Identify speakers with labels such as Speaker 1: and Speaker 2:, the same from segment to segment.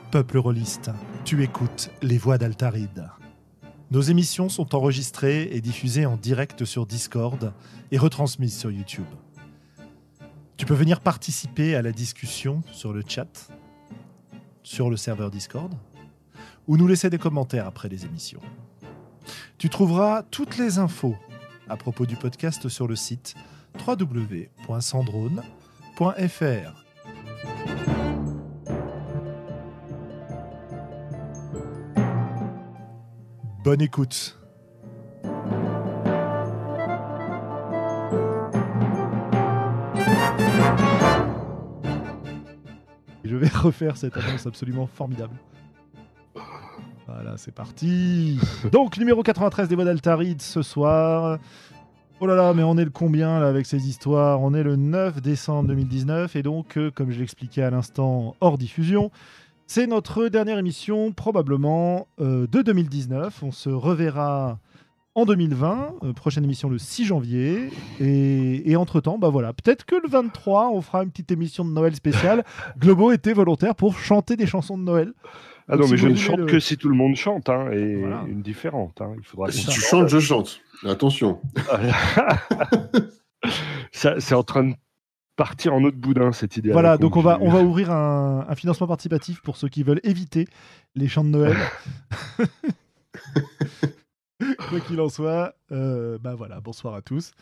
Speaker 1: Peuple rôliste, tu écoutes les voix d'Altaride. Nos émissions sont enregistrées et diffusées en direct sur Discord et retransmises sur YouTube. Tu peux venir participer à la discussion sur le chat, sur le serveur Discord, ou nous laisser des commentaires après les émissions. Tu trouveras toutes les infos à propos du podcast sur le site www.sandrone.fr. Bonne écoute. Je vais refaire cette annonce absolument formidable. Voilà, c'est parti. Donc, numéro 93 des voix d'Altaride ce soir. Oh là là, mais on est le combien là avec ces histoires ? On est le 9 décembre 2019 et donc, comme je l'expliquais à l'instant hors diffusion, c'est notre dernière émission probablement de 2019. On se reverra en 2020, prochaine émission le 6 janvier. Et entre-temps, bah voilà, peut-être que le 23, on fera une petite émission de Noël spéciale. Globo était volontaire pour chanter des chansons de Noël.
Speaker 2: Ah
Speaker 1: Donc,
Speaker 2: non, mais
Speaker 1: si
Speaker 2: je
Speaker 1: vous
Speaker 2: ne
Speaker 1: voulez
Speaker 2: chante que si tout le monde chante, hein, et
Speaker 1: Voilà.
Speaker 2: une différente. Hein. Il faudra
Speaker 3: Si
Speaker 2: qu'on
Speaker 3: tu
Speaker 2: chante.
Speaker 3: chantes, je chante. Attention.
Speaker 2: Ça, c'est en train de partir en autre boudin, cette idée.
Speaker 1: Voilà, donc on va ouvrir un financement participatif pour ceux qui veulent éviter les chants de Noël. Quoi qu'il en soit, bah voilà, bonsoir à tous.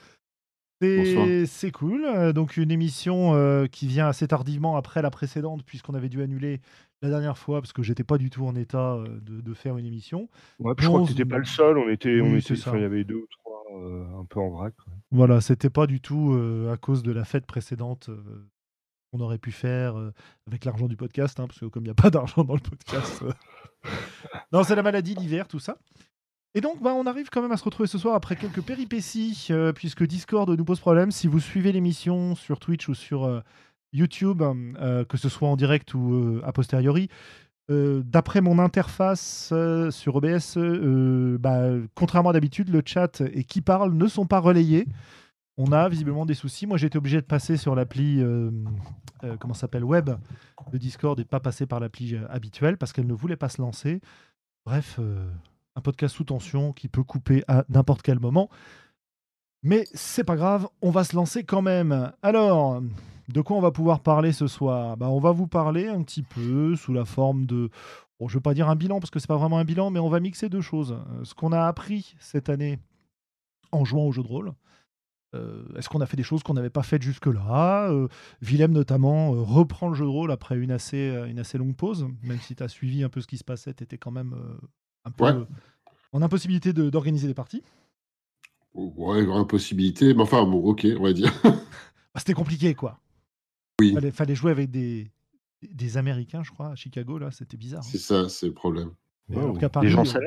Speaker 1: C'est cool. Donc une émission qui vient assez tardivement après la précédente, puisqu'on avait dû annuler la dernière fois, parce que j'étais pas du tout en état de faire une émission.
Speaker 2: Ouais, je crois que t'étais pas le seul, on était,
Speaker 1: c'est ça.
Speaker 2: il y avait 2 ou 3 un peu en vrac. Ouais.
Speaker 1: Voilà, c'était pas du tout à cause de la fête précédente qu'on aurait pu faire avec l'argent du podcast, hein, parce que comme il n'y a pas d'argent dans le podcast. Non, c'est la maladie, l'hiver, tout ça. Et donc, bah, on arrive quand même à se retrouver ce soir après quelques péripéties, puisque Discord nous pose problème. Si vous suivez l'émission sur Twitch ou sur YouTube, que ce soit en direct ou a posteriori, d'après mon interface sur OBS, contrairement à d'habitude, le chat et qui parle ne sont pas relayés. On a visiblement des soucis. Moi, j'ai été obligé de passer sur l'appli comment ça s'appelle, web de Discord et pas passer par l'appli habituelle parce qu'elle ne voulait pas se lancer. Bref, un podcast sous tension qui peut couper à n'importe quel moment. Mais c'est pas grave, on va se lancer quand même. Alors, de quoi on va pouvoir parler ce soir ? On va vous parler un petit peu sous la forme de... Bon, je ne veux pas dire un bilan parce que c'est pas vraiment un bilan, mais on va mixer deux choses. Ce qu'on a appris cette année en jouant au jeu de rôle. Est-ce qu'on a fait des choses qu'on n'avait pas faites jusque-là ? Willem notamment reprend le jeu de rôle après une assez longue pause, même si tu as suivi un peu ce qui se passait, tu étais quand même un peu en impossibilité d'organiser des parties.
Speaker 3: Ouais, impossibilité, mais enfin bon, ok, on va dire.
Speaker 1: C'était compliqué, quoi.
Speaker 3: Oui.
Speaker 1: Fallait jouer avec des Américains, je crois, à Chicago, là, c'était bizarre.
Speaker 3: C'est ça, c'est le problème.
Speaker 1: Alors qu'à Paris,
Speaker 2: des gens célèbres ?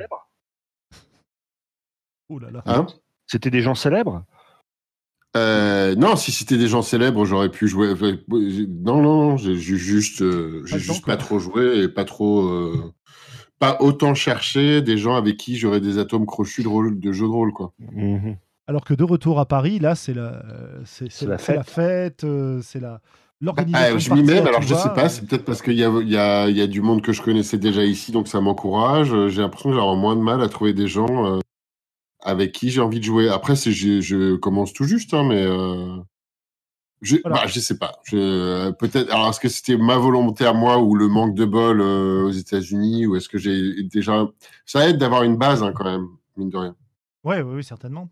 Speaker 1: Oh là là.
Speaker 3: Hein ?
Speaker 2: C'était des gens célèbres ?
Speaker 3: Non, si c'était des gens célèbres, j'aurais pu jouer. Non, j'ai juste pas trop joué et pas autant cherché des gens avec qui j'aurais des atomes crochus de jeu de rôle, quoi.
Speaker 2: Mm-hmm.
Speaker 1: Alors que de retour à Paris, là, c'est la fête, c'est l'organisation.
Speaker 3: Je m'y mets, alors je sais pas, c'est peut-être parce qu'il y a du monde que je connaissais déjà ici, donc ça m'encourage. J'ai l'impression que j'aurai moins de mal à trouver des gens avec qui j'ai envie de jouer. Après, je commence tout juste, hein, mais je sais pas. Peut-être. Alors, est-ce que c'était ma volonté à moi ou le manque de bol aux États-Unis, ou est-ce que j'ai déjà. Ça aide d'avoir une base, hein, quand même, mine de rien.
Speaker 1: Oui, certainement.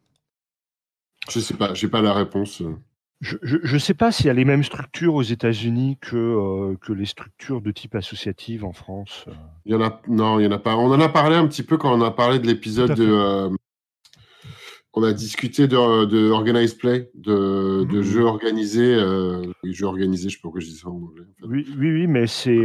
Speaker 3: Je sais pas, j'ai pas la réponse.
Speaker 2: Je sais pas s'il y a les mêmes structures aux États-Unis que les structures de type associative en France.
Speaker 3: Non, il y en a pas. On en a parlé un petit peu quand on a parlé de l'épisode de. On a discuté de Organized Play, de jeux organisés. Jeux organisés, je sais pas pourquoi je dis ça en anglais. En fait.
Speaker 2: Oui, mais c'est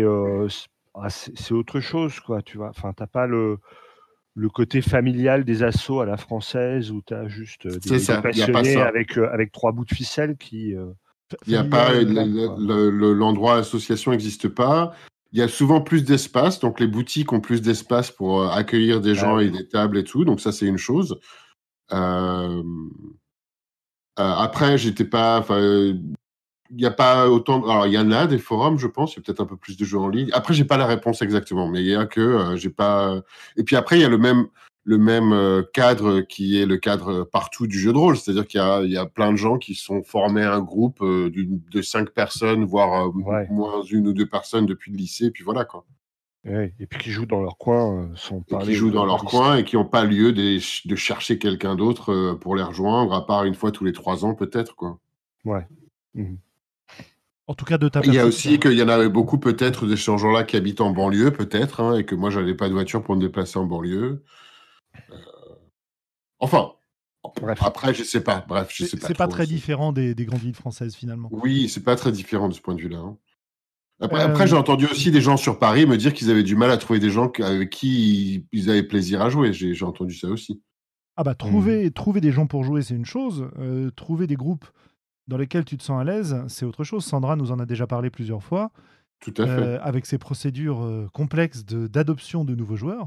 Speaker 2: autre chose, quoi, tu vois. Enfin, t'as pas le côté familial des assos à la française où tu as juste des passionnés avec 3 bouts de ficelle qui...
Speaker 3: Il n'y a pas... L'endroit association n'existe pas. Il y a souvent plus d'espace, donc les boutiques ont plus d'espace pour accueillir des gens et des tables et tout, donc ça, c'est une chose. Après, j'étais pas... il n'y a pas autant. Alors, il y en a des forums, je pense. Il y a peut-être un peu plus de jeux en ligne. Après, j'ai pas la réponse exactement, mais il y a que j'ai pas. Et puis après, il y a le même cadre qui est le cadre partout du jeu de rôle. C'est-à-dire qu'il y a plein de gens qui sont formés à un groupe de 5 personnes, voire moins 1 ou 2 personnes depuis le lycée. Et puis voilà, quoi.
Speaker 2: Ouais, et puis qui jouent dans leur coin sans parler.
Speaker 3: Qui jouent dans leur coin et qui n'ont pas lieu de chercher quelqu'un d'autre pour les rejoindre, à part une fois tous les 3 ans, peut-être, quoi.
Speaker 2: Ouais.
Speaker 1: En tout cas, de ta
Speaker 3: Il y a aussi qu'il y en avait beaucoup, peut-être, de ces gens-là qui habitent en banlieue, peut-être, hein, et que moi, j'avais pas de voiture pour me déplacer en banlieue. Enfin, bref. Après, je sais pas. Bref, je sais pas.
Speaker 1: C'est pas très différent des grandes villes françaises, finalement.
Speaker 3: Oui, c'est pas très différent de ce point de vue-là. Hein. Après, j'ai entendu aussi des gens sur Paris me dire qu'ils avaient du mal à trouver des gens avec qui ils avaient plaisir à jouer. J'ai entendu ça aussi.
Speaker 1: Ah bah, trouver des gens pour jouer, c'est une chose. Trouver des groupes dans lesquels tu te sens à l'aise, c'est autre chose. Sandra nous en a déjà parlé plusieurs fois.
Speaker 3: Tout à fait.
Speaker 1: Avec ses procédures complexes d'adoption de nouveaux joueurs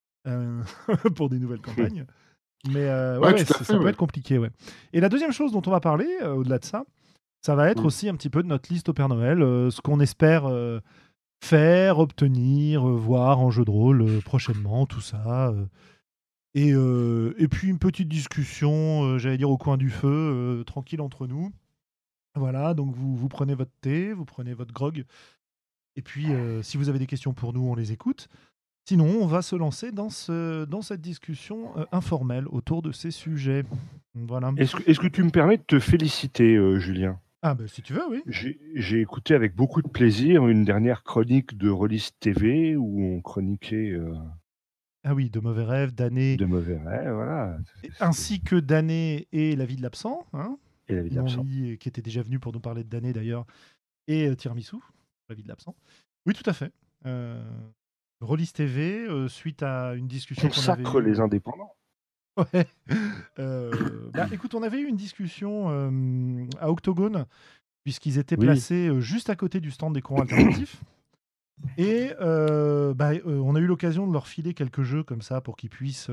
Speaker 1: pour des nouvelles campagnes. Mais ça peut être compliqué. Ouais. Et la deuxième chose dont on va parler, au-delà de ça, ça va être aussi un petit peu de notre liste au Père Noël, ce qu'on espère faire, obtenir, voir en jeu de rôle prochainement, tout ça. Et puis une petite discussion, j'allais dire au coin du feu, tranquille entre nous. Voilà, donc vous prenez votre thé, vous prenez votre grog. Et puis, si vous avez des questions pour nous, on les écoute. Sinon, on va se lancer dans cette discussion informelle autour de ces sujets. Voilà.
Speaker 2: Est-ce que tu me permets de te féliciter, Julien ?
Speaker 1: Ah ben, si tu veux, oui.
Speaker 2: J'ai écouté avec beaucoup de plaisir une dernière chronique de Rollist TV où on chroniquait...
Speaker 1: Ah oui, De Mauvais Rêves, Damné.
Speaker 2: De Mauvais Rêves, voilà.
Speaker 1: Ainsi que Damné et La Vie de l'Absent. Hein,
Speaker 2: et La Vie de l'Absent.
Speaker 1: Qui était déjà venu pour nous parler de Damné d'ailleurs. Et Tiramisu, La Vie de l'Absent. Oui, tout à fait. Rollist TV, suite à une discussion qu'on avait
Speaker 2: Consacre les indépendants.
Speaker 1: Ouais. Écoute, on avait eu une discussion à Octogone, puisqu'ils étaient placés juste à côté du stand des courants alternatifs. Et on a eu l'occasion de leur filer quelques jeux comme ça pour qu'ils puissent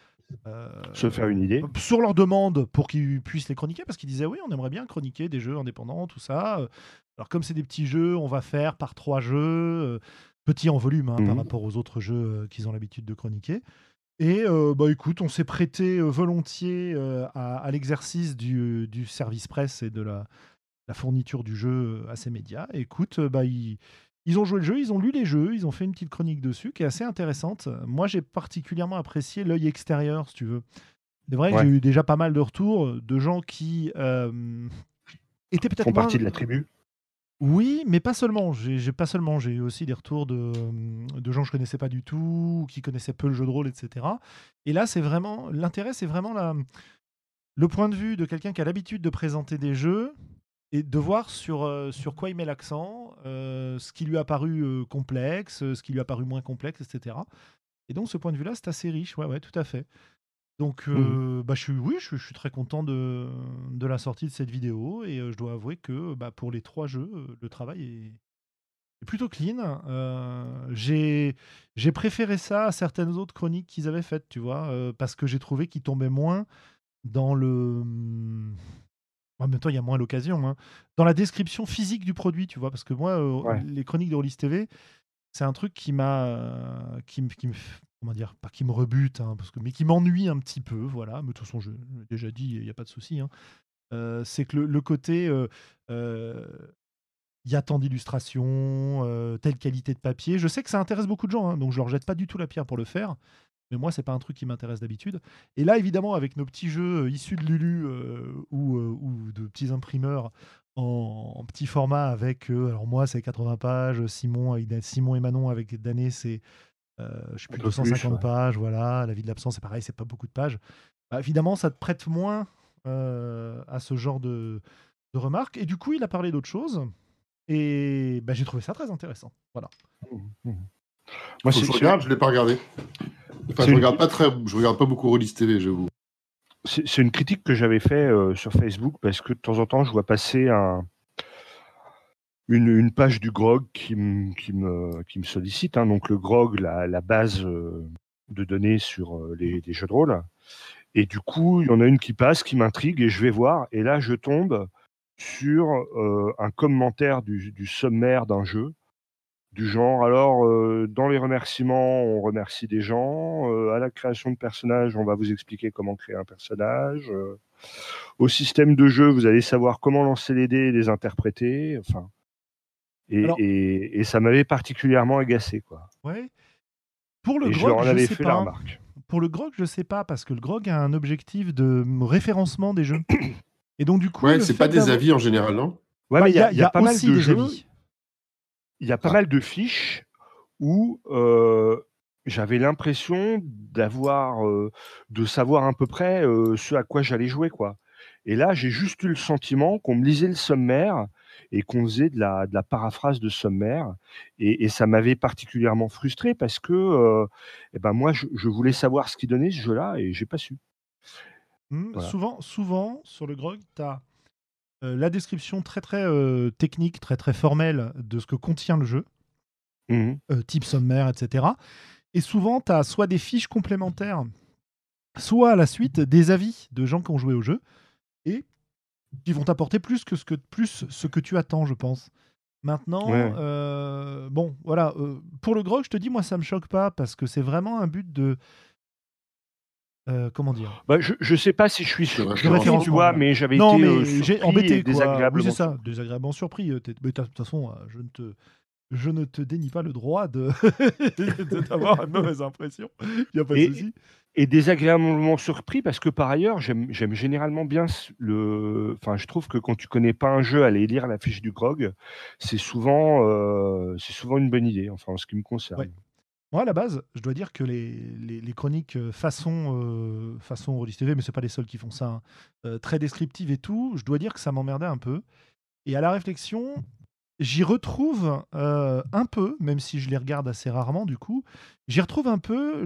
Speaker 2: se faire une idée.
Speaker 1: Sur leur demande, pour qu'ils puissent les chroniquer, parce qu'ils disaient oui, on aimerait bien chroniquer des jeux indépendants, tout ça. Alors, comme c'est des petits jeux, on va faire par 3 jeux, petits en volume par rapport aux autres jeux qu'ils ont l'habitude de chroniquer. Et écoute, on s'est prêté volontiers à l'exercice du service presse et de la fourniture du jeu à ces médias. Et écoute, ils ont joué le jeu, ils ont lu les jeux, ils ont fait une petite chronique dessus qui est assez intéressante. Moi, j'ai particulièrement apprécié l'œil extérieur, si tu veux. C'est vrai que j'ai eu déjà pas mal de retours de gens qui étaient peut-être
Speaker 2: font partie de la tribu.
Speaker 1: Oui, mais pas seulement. J'ai eu aussi des retours de gens que je connaissais pas du tout, qui connaissaient peu le jeu de rôle, etc. Et là, c'est vraiment l'intérêt, c'est vraiment le point de vue de quelqu'un qui a l'habitude de présenter des jeux et de voir sur quoi il met l'accent, ce qui lui a paru complexe, ce qui lui a paru moins complexe, etc. Et donc, ce point de vue-là, c'est assez riche. Ouais, tout à fait. Donc, je suis très content de la sortie de cette vidéo et je dois avouer que pour les 3 jeux, le travail est plutôt clean. J'ai préféré ça à certaines autres chroniques qu'ils avaient faites, tu vois, parce que j'ai trouvé qu'ils tombaient moins dans le... En même temps, il y a moins l'occasion, hein, dans la description physique du produit, tu vois, parce que moi, les chroniques de Rollist TV, c'est un truc qui m'a... comment dire, pas qui me rebute, hein, mais qui m'ennuie un petit peu, voilà. Mais de toute façon, je l'ai déjà dit, il n'y a pas de souci. Hein. C'est que le côté, il y a tant d'illustrations, telle qualité de papier. Je sais que ça intéresse beaucoup de gens, hein, donc je leur jette pas du tout la pierre pour le faire. Mais moi, c'est pas un truc qui m'intéresse d'habitude. Et là, évidemment, avec nos petits jeux issus de Lulu ou de petits imprimeurs en petit format avec, alors moi, c'est 80 pages, Simon et Manon avec Damné, c'est je sais plus, 250 pages, voilà. La Vie de l'Absent, c'est pareil, c'est pas beaucoup de pages. Évidemment, ça te prête moins à ce genre de remarques. Et du coup, il a parlé d'autre chose. Et j'ai trouvé ça très intéressant. Voilà.
Speaker 3: Moi, je regarde, je l'ai pas regardé. Enfin, je regarde pas beaucoup Rollist TV, j'avoue.
Speaker 2: C'est une critique que j'avais fait sur Facebook parce que de temps en temps, je vois passer une page du GROG qui me sollicite. Hein. Donc le GROG, la base de données sur les jeux de rôle. Et du coup, il y en a une qui passe, qui m'intrigue et je vais voir. Et là, je tombe sur un commentaire du sommaire d'un jeu, du genre, alors, dans les remerciements, on remercie des gens, à la création de personnages, on va vous expliquer comment créer un personnage, au système de jeu, vous allez savoir comment lancer les dés et les interpréter, enfin,
Speaker 1: Alors,
Speaker 2: et ça m'avait particulièrement agacé, quoi.
Speaker 1: ouais. Pour le
Speaker 2: Et je leur
Speaker 1: grog,
Speaker 2: en
Speaker 1: je
Speaker 2: avais
Speaker 1: sais
Speaker 2: fait la
Speaker 1: pas.
Speaker 2: remarque.
Speaker 1: Pour le grog, je sais pas, parce que le grog a un objectif de référencement des jeux. Et donc, du coup,
Speaker 3: Ouais,
Speaker 1: le
Speaker 3: c'est pas
Speaker 1: fait
Speaker 3: des
Speaker 1: d'avoir.
Speaker 3: avis en général, non?
Speaker 2: Ouais,
Speaker 1: Bah,
Speaker 2: mais
Speaker 1: il y a,
Speaker 2: il y a pas mal
Speaker 1: aussi
Speaker 2: de
Speaker 1: des
Speaker 2: jeux,
Speaker 1: avis.
Speaker 2: il y a pas
Speaker 3: Ah.
Speaker 2: mal de fiches où j'avais l'impression de savoir à peu près ce à quoi j'allais jouer, quoi. Et là, j'ai juste eu le sentiment qu'on me lisait le sommaire et qu'on faisait de la paraphrase de sommaire. Et ça m'avait particulièrement frustré parce que eh ben moi, je voulais savoir ce qu'il donnait ce jeu-là et j'ai pas su. Voilà.
Speaker 1: Souvent, sur le grog, tu as la description très très technique, très très formelle de ce que contient le jeu,
Speaker 2: Mhm.
Speaker 1: type sommaire, etc. Et souvent, tu as soit des fiches complémentaires, soit à la suite des avis de gens qui ont joué au jeu et qui vont t'apporter plus ce que tu attends, je pense. Maintenant,
Speaker 2: Ouais.
Speaker 1: bon, voilà. Pour le grog, je te dis, moi, ça me choque pas parce que c'est vraiment un but de. Comment dire?
Speaker 2: Bah, je sais pas si je suis
Speaker 3: De
Speaker 1: De
Speaker 2: surpris, tu
Speaker 1: référencement,
Speaker 2: vois,
Speaker 1: voilà.
Speaker 2: mais j'avais
Speaker 1: Non,
Speaker 2: été
Speaker 1: mais j'ai
Speaker 2: surpris et
Speaker 1: embêté, quoi. Oui, c'est
Speaker 2: désagréablement
Speaker 1: ça,
Speaker 2: surpris.
Speaker 1: désagréablement surpris. Mais de toute façon, je ne te dénie pas le droit d'avoir une mauvaise impression. Il n'y a pas de
Speaker 2: Et,
Speaker 1: souci.
Speaker 2: et désagréablement surpris parce que par ailleurs, j'aime généralement bien Enfin, je trouve que quand tu connais pas un jeu, aller lire la fiche du grog, c'est souvent une bonne idée, enfin, en ce qui me
Speaker 1: Ouais.
Speaker 2: concerne.
Speaker 1: Moi, à la base, je dois dire que les chroniques façon Rollis TV, mais c'est pas les seuls qui font ça, hein, très descriptives et tout, je dois dire que ça m'emmerdait un peu. Et à la réflexion, j'y retrouve un peu, même si je les regarde assez rarement du coup, j'y retrouve un peu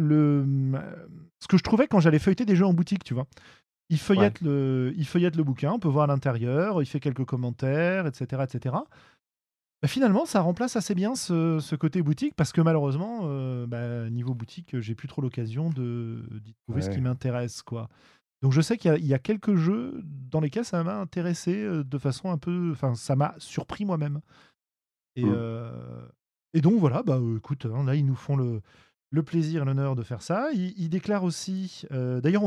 Speaker 1: ce que je trouvais quand j'allais feuilleter des jeux en boutique, tu vois.
Speaker 2: Ouais.
Speaker 1: Il feuillette le bouquin, on peut voir à l'intérieur, il fait quelques commentaires, etc. etc. Bah, finalement, ça remplace assez bien ce côté boutique parce que malheureusement, niveau boutique, j'ai plus trop l'occasion d'y trouver ce qui
Speaker 2: Ouais.
Speaker 1: m'intéresse, quoi. Donc je sais qu'il y a quelques jeux dans lesquels ça m'a intéressé de façon un peu. Enfin, ça m'a surpris moi-même. Et,
Speaker 3: Mm.
Speaker 1: euh, et donc voilà, bah écoute, hein, là, ils nous font le plaisir et l'honneur de faire ça. Ils déclarent aussi. D'ailleurs,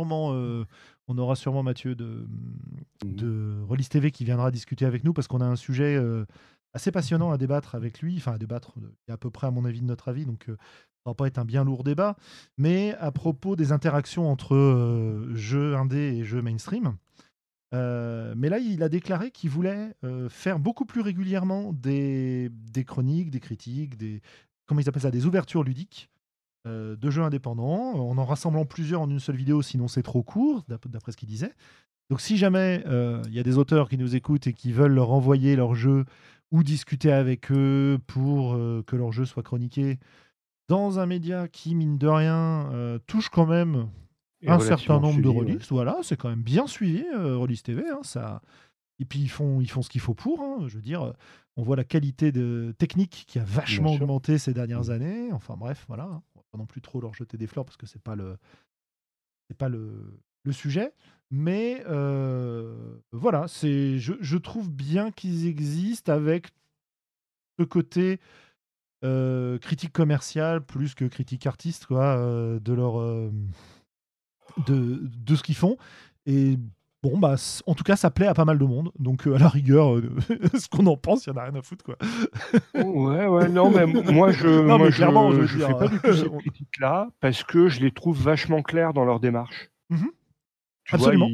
Speaker 1: on aura sûrement Mathieu
Speaker 2: Mhm.
Speaker 1: de Rollis TV qui viendra discuter avec nous parce qu'on a un sujet assez passionnant à débattre avec lui. Enfin, à débattre, à peu près à mon avis de notre avis. Donc, ça va pas être un bien lourd débat. Mais à propos des interactions entre jeux indé et jeux mainstream. Mais là, il a déclaré qu'il voulait faire beaucoup plus régulièrement des chroniques, des critiques, comment ils appellent ça, des ouvertures ludiques de jeux indépendants, en rassemblant plusieurs en une seule vidéo, sinon c'est trop court, d'après ce qu'il disait. Donc si jamais il y a des auteurs qui nous écoutent et qui veulent leur envoyer leur jeu ou discuter avec eux pour que leur jeu soit chroniqué dans un média qui, mine de rien, touche quand même
Speaker 2: Et
Speaker 1: un certain
Speaker 2: relativement
Speaker 1: nombre de
Speaker 2: suivi, ouais.
Speaker 1: releases, voilà, c'est quand même bien suivi, Release TV, hein, ça. Et puis ils font ce qu'il faut pour, hein, je veux dire, on voit la qualité technique qui a
Speaker 2: Bien
Speaker 1: vachement
Speaker 2: sûr.
Speaker 1: augmenté ces dernières
Speaker 2: Mhm.
Speaker 1: années, enfin bref, voilà, hein. On va pas non plus trop leur jeter des fleurs parce que c'est pas le sujet, mais voilà, je trouve bien qu'ils existent avec ce côté critique commerciale plus que critique artiste, quoi, de ce qu'ils font. Et bon, bah, en tout cas, ça plaît à pas mal de monde. Donc, à la rigueur, ce qu'on en pense, il n'y en a rien à foutre, quoi.
Speaker 2: Ouais, ouais, non, mais
Speaker 1: Non, mais clairement, je veux
Speaker 2: je
Speaker 1: dire.
Speaker 2: fais pas du tout cette critique-là parce que je les trouve vachement clairs dans leur démarche.
Speaker 1: Mhm,
Speaker 2: Tu vois,
Speaker 1: absolument.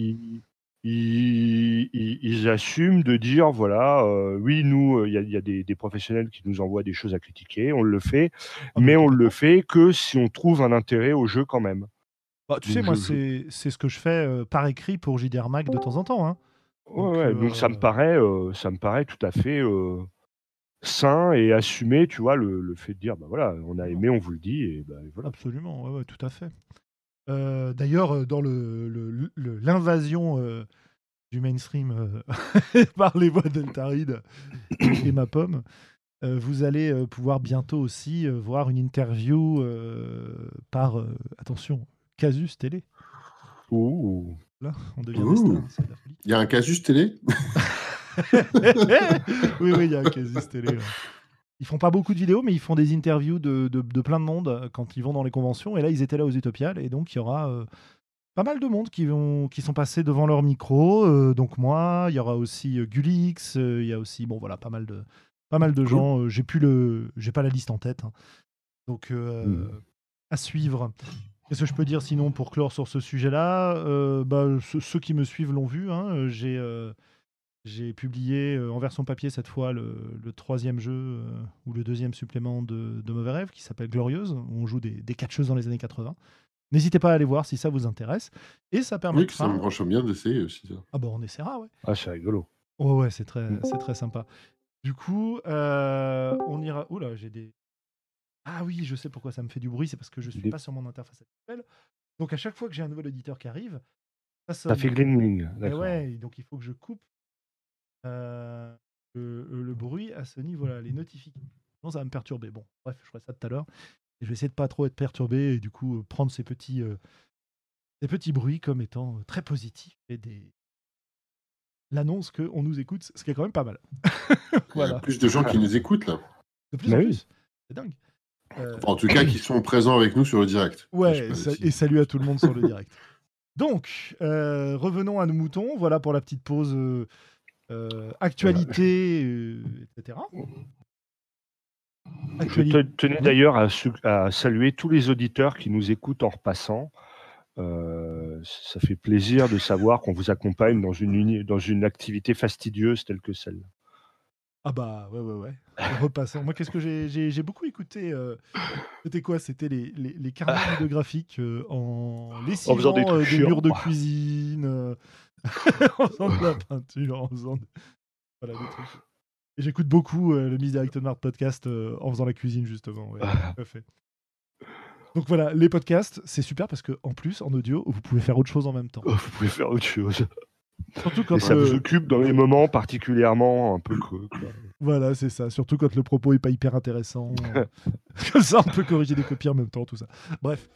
Speaker 2: ils assument de dire, voilà, oui, nous, il y a des professionnels qui nous envoient des choses à critiquer, on le fait,
Speaker 1: Ah, mais
Speaker 2: mais on le
Speaker 1: complètement.
Speaker 2: fait que si on trouve un intérêt au jeu quand même.
Speaker 1: Bah, tu sais,
Speaker 2: Donc,
Speaker 1: moi, c'est ce que je fais par écrit pour JDR Mag de temps en temps, hein.
Speaker 2: ouais,
Speaker 1: Donc,
Speaker 2: ouais, donc ça me paraît tout à fait sain et assumé, tu vois, le fait de dire, bah voilà, on a
Speaker 1: non,
Speaker 2: aimé, on vous le dit, et bah, voilà.
Speaker 1: absolument, ouais, ouais, tout à fait. D'ailleurs, dans l'invasion du mainstream par les voix d'Eltaride et ma pomme, vous allez pouvoir bientôt aussi voir une interview par, attention, Casus Télé.
Speaker 2: Ouh.
Speaker 1: Là, on devient des
Speaker 3: Ouh.
Speaker 1: stars, c'est de la folie.
Speaker 3: Il y a un casus télé?
Speaker 1: Oui, il y a Casus Télé. Ouais. Ils font pas beaucoup de vidéos, mais ils font des interviews de plein de monde quand ils vont dans les conventions. Et là, ils étaient là aux Utopiales. Et donc, il y aura pas mal de monde qui sont passés devant leur micro. Donc moi, il y aura aussi Gulix. Il y a aussi, bon voilà, pas mal de
Speaker 3: Cool.
Speaker 1: gens. J'ai pas la liste en tête. Hein. Donc, à suivre. Qu'est-ce que je peux dire sinon pour clore sur ce sujet-là ceux qui me suivent l'ont vu. Hein, j'ai publié en version papier cette fois le troisième jeu ou le deuxième supplément de Mauvais Rêve qui s'appelle Glorieuse, où on joue des catcheuses dans les années 80. N'hésitez pas à aller voir si ça vous intéresse. Et ça permettra...
Speaker 3: Oui, que ça me branche bien d'essayer aussi. Ça.
Speaker 1: Ah bon, on essaiera, ouais.
Speaker 2: Ah, c'est rigolo.
Speaker 1: Ouais, c'est très sympa. Du coup, on ira... Oula, j'ai des... Ah oui, je sais pourquoi ça me fait du bruit, c'est parce que je suis pas sur mon interface actuelle. Donc à chaque fois que j'ai un nouvel auditeur qui arrive, ça sonne.
Speaker 2: Ça fait gling-gling,
Speaker 1: Et
Speaker 2: d'accord.
Speaker 1: ouais, donc il faut que je coupe le bruit à ce niveau-là, les notifications. Sinon, ça va me perturber. Bon, bref, je ferai ça tout à l'heure. Et je vais essayer de pas trop être perturbé et du coup prendre ces petits bruits comme étant très positifs et l'annonce qu'on nous écoute, ce qui est quand même pas mal.
Speaker 3: Voilà. Il y a plus de gens qui nous écoutent là.
Speaker 1: De plus en plus. C'est dingue.
Speaker 3: En tout cas, qui sont présents avec nous sur le direct.
Speaker 1: Ouais, et salut à tout le monde sur le direct. Donc, revenons à nos moutons. Voilà pour la petite pause actualité, etc.
Speaker 2: Je tenais d'ailleurs à saluer tous les auditeurs qui nous écoutent en repassant. Ça fait plaisir de savoir qu'on vous accompagne dans une activité fastidieuse telle que celle-là.
Speaker 1: Ah bah ouais. Repassant. Moi, qu'est-ce que j'ai beaucoup écouté. C'était quoi? C'était les carnets vidéographiques en lessivant
Speaker 2: faisant des trucs
Speaker 1: des murs de cuisine, en faisant de la peinture, en faisant voilà, des trucs. Et j'écoute beaucoup le Miss Directed Mart podcast en faisant la cuisine, justement. Ouais, tout à fait. Donc voilà, les podcasts, c'est super parce qu'en plus, en audio, vous pouvez faire autre chose en même temps.
Speaker 2: Vous pouvez faire autre chose.
Speaker 1: Surtout quand
Speaker 2: et ça vous occupe dans les moments particulièrement un peu creux.
Speaker 1: Voilà, c'est ça. Surtout quand le propos est pas hyper intéressant. Comme ça, on peut corriger des copies en même temps, tout ça. Bref.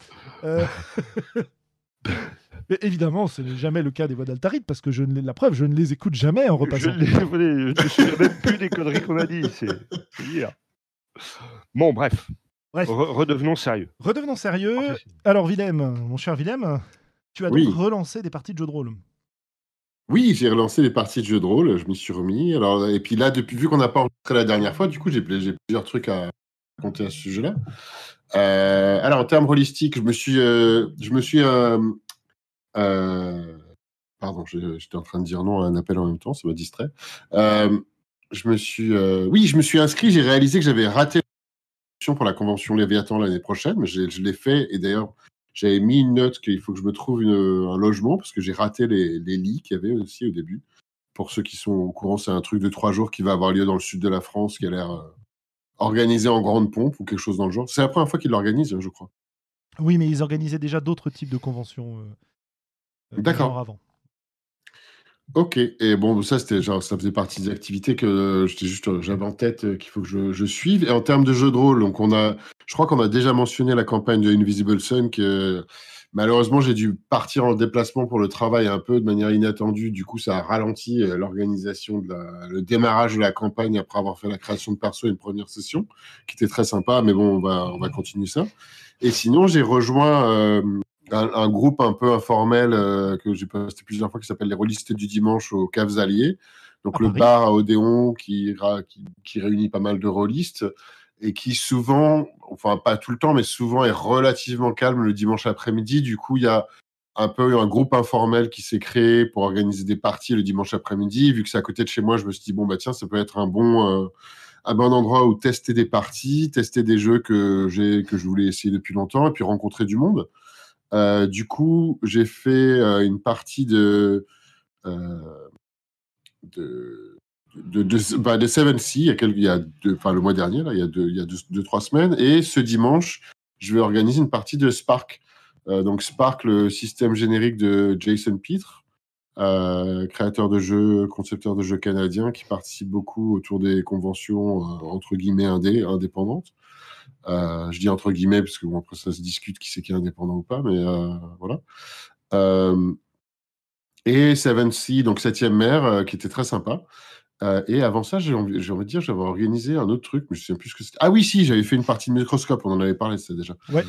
Speaker 1: Mais évidemment, ce n'est jamais le cas des voix d'Altaride parce que la preuve, je ne les écoute jamais en repassant.
Speaker 2: Je ne me souviens même plus des conneries qu'on a dit. C'est dire. Bon, bref. Redevenons sérieux.
Speaker 1: Redevenons sérieux. Alors, Willem, mon cher Willem, tu as donc relancé des parties de jeux de rôle.
Speaker 3: Oui, j'ai relancé des parties de jeux de rôle, je m'y suis remis. Alors, et puis là, vu qu'on n'a pas enregistré la dernière fois, du coup, j'ai plusieurs trucs à raconter à ce sujet-là. Alors, en termes holistiques, pardon, j'étais en train de dire non à un appel en même temps, ça m'a distrait. Je me suis inscrit, j'ai réalisé que j'avais raté l'inscription pour la convention Léviathan l'année prochaine, mais je l'ai fait, et d'ailleurs, j'avais mis une note qu'il faut que je me trouve un logement, parce que j'ai raté les lits qu'il y avait aussi au début. Pour ceux qui sont au courant, c'est un truc de 3 jours qui va avoir lieu dans le sud de la France, qui a l'air organisé en grande pompe ou quelque chose dans le genre. C'est la première fois qu'ils l'organisent, je crois.
Speaker 1: Oui, mais ils organisaient déjà d'autres types de conventions
Speaker 3: D'accord.
Speaker 1: avant.
Speaker 3: Ok, et bon, ça faisait partie des activités que j'avais en tête qu'il faut que je suive. Et en termes de jeux de rôle, donc je crois qu'on a déjà mentionné la campagne de Invisible Sun, que malheureusement j'ai dû partir en déplacement pour le travail un peu de manière inattendue. Du coup, ça a ralenti l'organisation le démarrage de la campagne après avoir fait la création de perso et une première session, qui était très sympa. Mais bon, on va continuer ça. Et sinon, j'ai rejoint un groupe un peu informel que j'ai posté plusieurs fois qui s'appelle les Rôlistes du Dimanche aux Caves Alliées. Donc le bar à Odéon qui réunit pas mal de rôlistes et qui souvent, enfin pas tout le temps, mais souvent est relativement calme le dimanche après-midi. Du coup, il y a un peu un groupe informel qui s'est créé pour organiser des parties le dimanche après-midi. Vu que c'est à côté de chez moi, je me suis dit, bon, bah tiens, ça peut être un bon endroit où tester des parties, tester des jeux que je voulais essayer depuis longtemps et puis rencontrer du monde. Du coup, j'ai fait une partie de Seven Sea le mois dernier, là, il y a 2-3 semaines. Et ce dimanche, je vais organiser une partie de Spark. Donc Spark, le système générique de Jason Pitre, créateur de jeux, concepteur de jeux canadien, qui participe beaucoup autour des conventions entre guillemets indépendantes. Je dis entre guillemets parce que bon, après ça se discute qui c'est qui est indépendant ou pas, mais voilà. Et Seven Sea, donc 7e mer, qui était très sympa. Et avant ça, j'ai envie de dire, j'avais organisé un autre truc, mais je ne sais plus ce que c'était. Ah oui, si, j'avais fait une partie de Microscope, on en avait parlé, ça déjà.
Speaker 1: Ouais.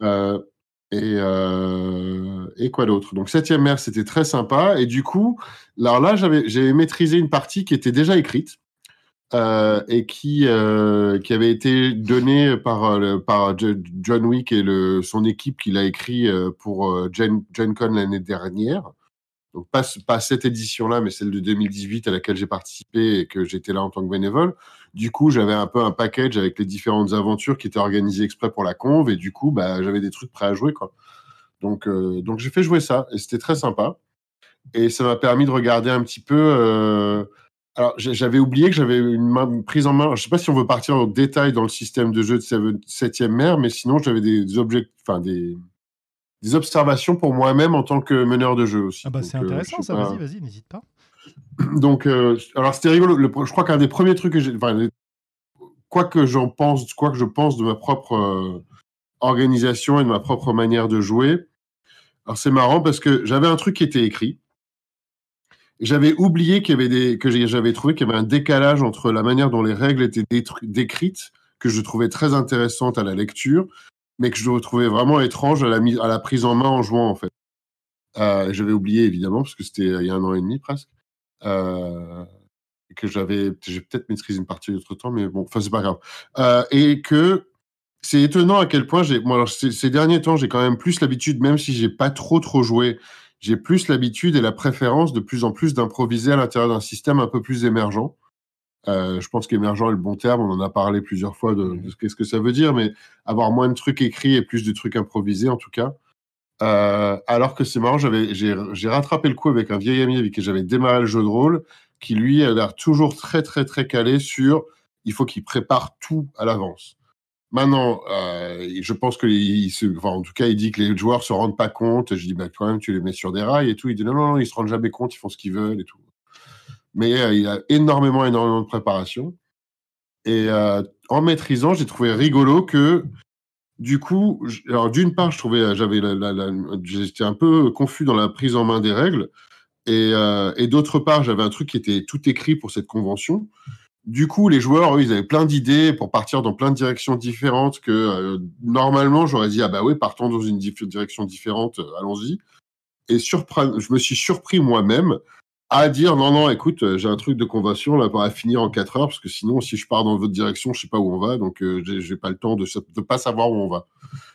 Speaker 3: Et quoi d'autre? Donc, 7e mer, c'était très sympa. Et du coup, alors là, j'avais maîtrisé une partie qui était déjà écrite et qui avait été donnée par John Wick et son équipe qui l'a écrit pour Gen Con l'année dernière. Donc, pas cette édition-là, mais celle de 2018 à laquelle j'ai participé et que j'étais là en tant que bénévole. Du coup, j'avais un peu un package avec les différentes aventures qui étaient organisées exprès pour la conv. Et du coup, j'avais des trucs prêts à jouer, quoi. Donc j'ai fait jouer ça. Et c'était très sympa. Et ça m'a permis de regarder un petit peu... Alors, j'avais oublié que j'avais une prise en main. Je ne sais pas si on veut partir en détail dans le système de jeu de 7e mer, mais sinon, j'avais des observations pour moi-même en tant que meneur de jeu aussi.
Speaker 1: Ah bah, c'est intéressant ça, vas-y, n'hésite pas.
Speaker 3: Donc, alors c'était rigolo. Je crois qu'un des premiers trucs que j'ai... quoi que je pense de ma propre organisation et de ma propre manière de jouer, alors c'est marrant parce que j'avais un truc qui était écrit. J'avais oublié j'avais trouvé qu'il y avait un décalage entre la manière dont les règles étaient décrites, que je trouvais très intéressante à la lecture, mais que je trouvais vraiment étrange à la prise en main en jouant, en fait. J'avais oublié, évidemment, parce que c'était il y a 1 an et demi, presque. Que j'ai peut-être maîtrisé une partie d'autre temps, mais bon, enfin, c'est pas grave. Et que c'est étonnant à quel point ces derniers temps, j'ai quand même plus l'habitude, même si j'ai pas trop joué, j'ai plus l'habitude et la préférence de plus en plus d'improviser à l'intérieur d'un système un peu plus émergent. Je pense qu'émergent est le bon terme, on en a parlé plusieurs fois de qu'est-ce que ça veut dire, mais avoir moins de trucs écrits et plus de trucs improvisés, en tout cas. Alors que c'est marrant, j'ai rattrapé le coup avec un vieil ami avec qui j'avais démarré le jeu de rôle, qui lui a l'air toujours très très très calé sur il faut qu'il prépare tout à l'avance. Maintenant, je pense en tout cas, il dit que les joueurs se rendent pas compte. Je dis quand même, tu les mets sur des rails et tout. Il dit non, ils se rendent jamais compte, ils font ce qu'ils veulent et tout. Mais il a énormément de préparation. Et en maîtrisant, j'ai trouvé rigolo que du coup, alors d'une part, je trouvais, j'étais un peu confus dans la prise en main des règles, et d'autre part, j'avais un truc qui était tout écrit pour cette convention. Du coup, les joueurs, eux, ils avaient plein d'idées pour partir dans plein de directions différentes que normalement, j'aurais dit, ah bah oui, partons dans une direction différente, allons-y. Et je me suis surpris moi-même à dire, non, écoute, j'ai un truc de convention, là, à finir en 4 heures, parce que sinon, si je pars dans votre direction, je sais pas où on va, donc j'ai pas le temps de pas savoir où on va.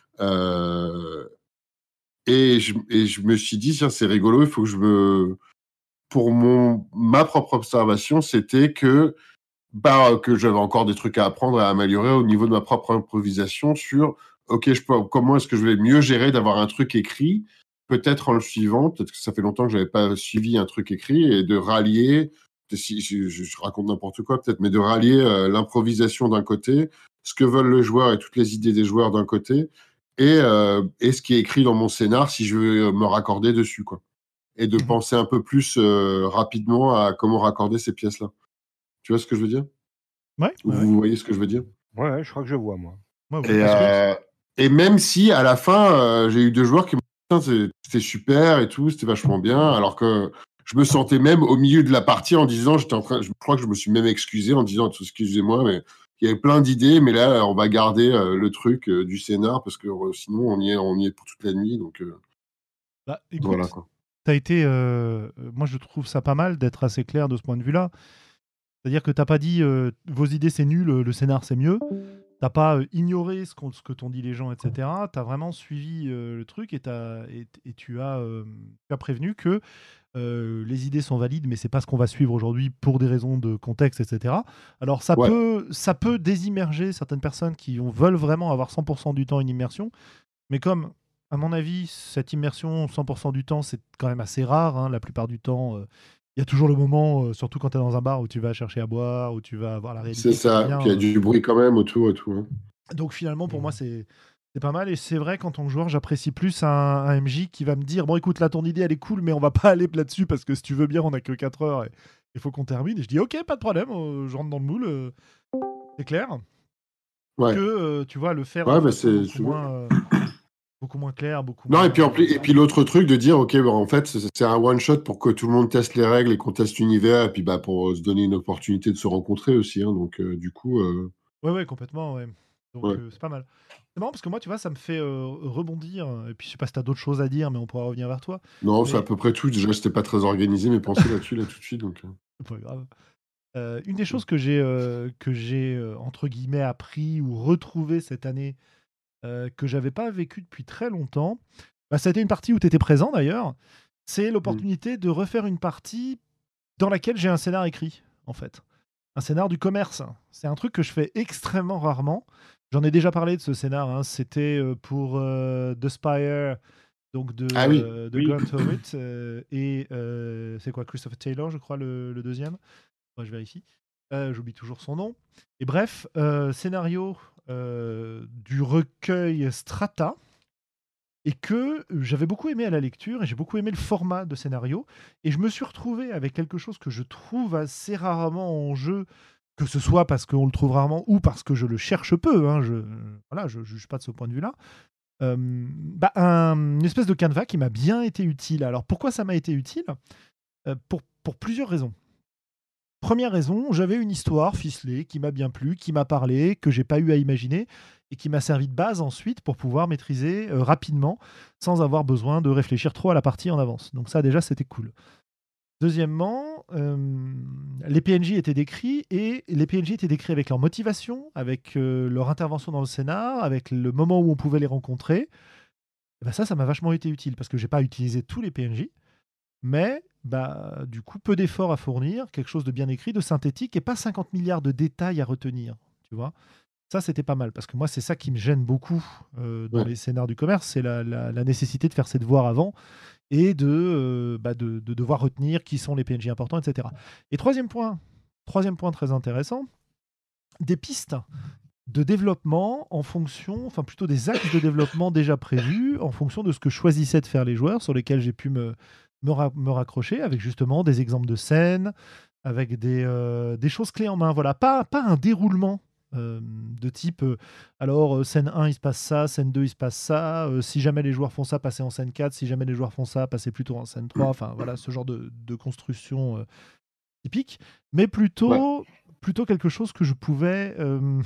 Speaker 3: Et je me suis dit, tiens, c'est rigolo, il faut que pour ma propre observation, c'était que j'avais encore des trucs à apprendre et à améliorer au niveau de ma propre improvisation sur, OK, comment est-ce que je vais mieux gérer d'avoir un truc écrit, peut-être en le suivant, peut-être que ça fait longtemps que j'avais pas suivi un truc écrit, et de rallier, si je raconte n'importe quoi peut-être, mais de rallier l'improvisation d'un côté, ce que veulent le joueur et toutes les idées des joueurs d'un côté, et ce qui est écrit dans mon scénar si je veux me raccorder dessus, quoi. Et de penser un peu plus rapidement à comment raccorder ces pièces-là. Tu vois ce que je veux dire?
Speaker 1: Ouais.
Speaker 3: Vous voyez ce que je veux dire?
Speaker 2: Ouais, je crois que je vois, moi.
Speaker 3: Et même si à la fin, j'ai eu 2 joueurs qui m'ont dit c'était super et tout, c'était vachement bien, alors que je me sentais même au milieu de la partie en disant, je crois que je me suis même excusé en disant, excusez-moi, mais il y avait plein d'idées, mais là, on va garder le truc du scénar parce que sinon on y est pour toute la nuit, donc
Speaker 1: écoute,
Speaker 3: voilà, quoi.
Speaker 1: T'as été, moi je trouve ça pas mal d'être assez clair de ce point de vue-là. C'est-à-dire que t'as pas dit vos idées c'est nul, le scénar c'est mieux. T'as pas ignoré ce que t'ont dit les gens, etc. T'as vraiment suivi le truc et tu as prévenu que les idées sont valides, mais c'est pas ce qu'on va suivre aujourd'hui pour des raisons de contexte, etc. Alors ça peut désimmerger certaines personnes qui veulent vraiment avoir 100% du temps une immersion, mais comme à mon avis, cette immersion 100% du temps, c'est quand même assez rare. Hein. La plupart du temps, il y a toujours le moment, surtout quand tu es dans un bar, où tu vas chercher à boire, où tu vas voir la réalité.
Speaker 3: C'est ça, puis il y a du bruit quand même autour et tout. Hein.
Speaker 1: Donc finalement, pour moi, c'est pas mal. Et c'est vrai qu'en tant que joueur, j'apprécie plus un MJ qui va me dire, bon écoute, là ton idée elle est cool, mais on va pas aller là-dessus parce que si tu veux bien, on a que 4 heures et il faut qu'on termine. Et je dis, ok, pas de problème, je rentre dans le moule, c'est clair.
Speaker 3: Ouais.
Speaker 1: Que tu vois, le faire
Speaker 3: ouais, c'est
Speaker 1: moins... beaucoup moins clair, beaucoup
Speaker 3: Non,
Speaker 1: moins...
Speaker 3: et puis l'autre truc de dire, ok, en fait, c'est un one-shot pour que tout le monde teste les règles et qu'on teste l'univers, et puis pour se donner une opportunité de se rencontrer aussi. Hein, donc, du coup...
Speaker 1: Ouais, complètement, ouais. Donc, c'est pas mal. C'est marrant parce que moi, tu vois, ça me fait rebondir. Et puis, je sais pas si t'as d'autres choses à dire, mais on pourra revenir vers toi.
Speaker 3: Non, c'est à peu près tout. Déjà, c'était pas très organisé, mais pensez là-dessus, là, tout de suite. Donc...
Speaker 1: C'est pas grave. Une des choses que j'ai, entre guillemets, appris ou retrouvé cette année, que j'avais pas vécu depuis très longtemps, ça a été une partie où tu étais présent d'ailleurs, c'est l'opportunité de refaire une partie dans laquelle j'ai un scénar écrit, en fait. Un scénar du commerce. C'est un truc que je fais extrêmement rarement. J'en ai déjà parlé de ce scénar. Hein. C'était pour The Spire, donc de Grant Howitt. Et c'est quoi, Christopher Taylor, je crois, le deuxième. Ouais, je vérifie. J'oublie toujours son nom. Et bref, scénario du recueil Strata. Et que j'avais beaucoup aimé à la lecture, et j'ai beaucoup aimé le format de scénario. Et je me suis retrouvé avec quelque chose que je trouve assez rarement en jeu, que ce soit parce qu'on le trouve rarement ou parce que je le cherche peu. Hein, je juge pas de ce point de vue-là. Une espèce de canevas qui m'a bien été utile. Alors pourquoi ça m'a été utile pour plusieurs raisons. Première raison, j'avais une histoire ficelée qui m'a bien plu, qui m'a parlé, que j'ai pas eu à imaginer et qui m'a servi de base ensuite pour pouvoir maîtriser rapidement sans avoir besoin de réfléchir trop à la partie en avance. Donc ça déjà c'était cool. Deuxièmement, les PNJ étaient décrits et les PNJ étaient décrits avec leur motivation, avec leur intervention dans le scénar, avec le moment où on pouvait les rencontrer. Et ça m'a vachement été utile parce que j'ai pas utilisé tous les PNJ. Mais du coup, peu d'efforts à fournir, quelque chose de bien écrit, de synthétique, et pas 50 milliards de détails à retenir. Tu vois, ça, c'était pas mal, parce que moi, c'est ça qui me gêne beaucoup dans les scénars du commerce, c'est la nécessité de faire ses devoirs avant et de devoir retenir qui sont les PNJ importants, etc. Et troisième point très intéressant, des pistes de développement en fonction, enfin plutôt des axes de développement déjà prévus en fonction de ce que choisissaient de faire les joueurs, sur lesquels j'ai pu me raccrocher, avec justement des exemples de scènes, avec des choses clés en main. Voilà, pas un déroulement de type alors scène 1 il se passe ça, scène 2 il se passe ça, si jamais les joueurs font ça, passez en scène 4, si jamais les joueurs font ça, passez plutôt en scène 3, enfin voilà, ce genre de construction typique, mais plutôt quelque chose que je pouvais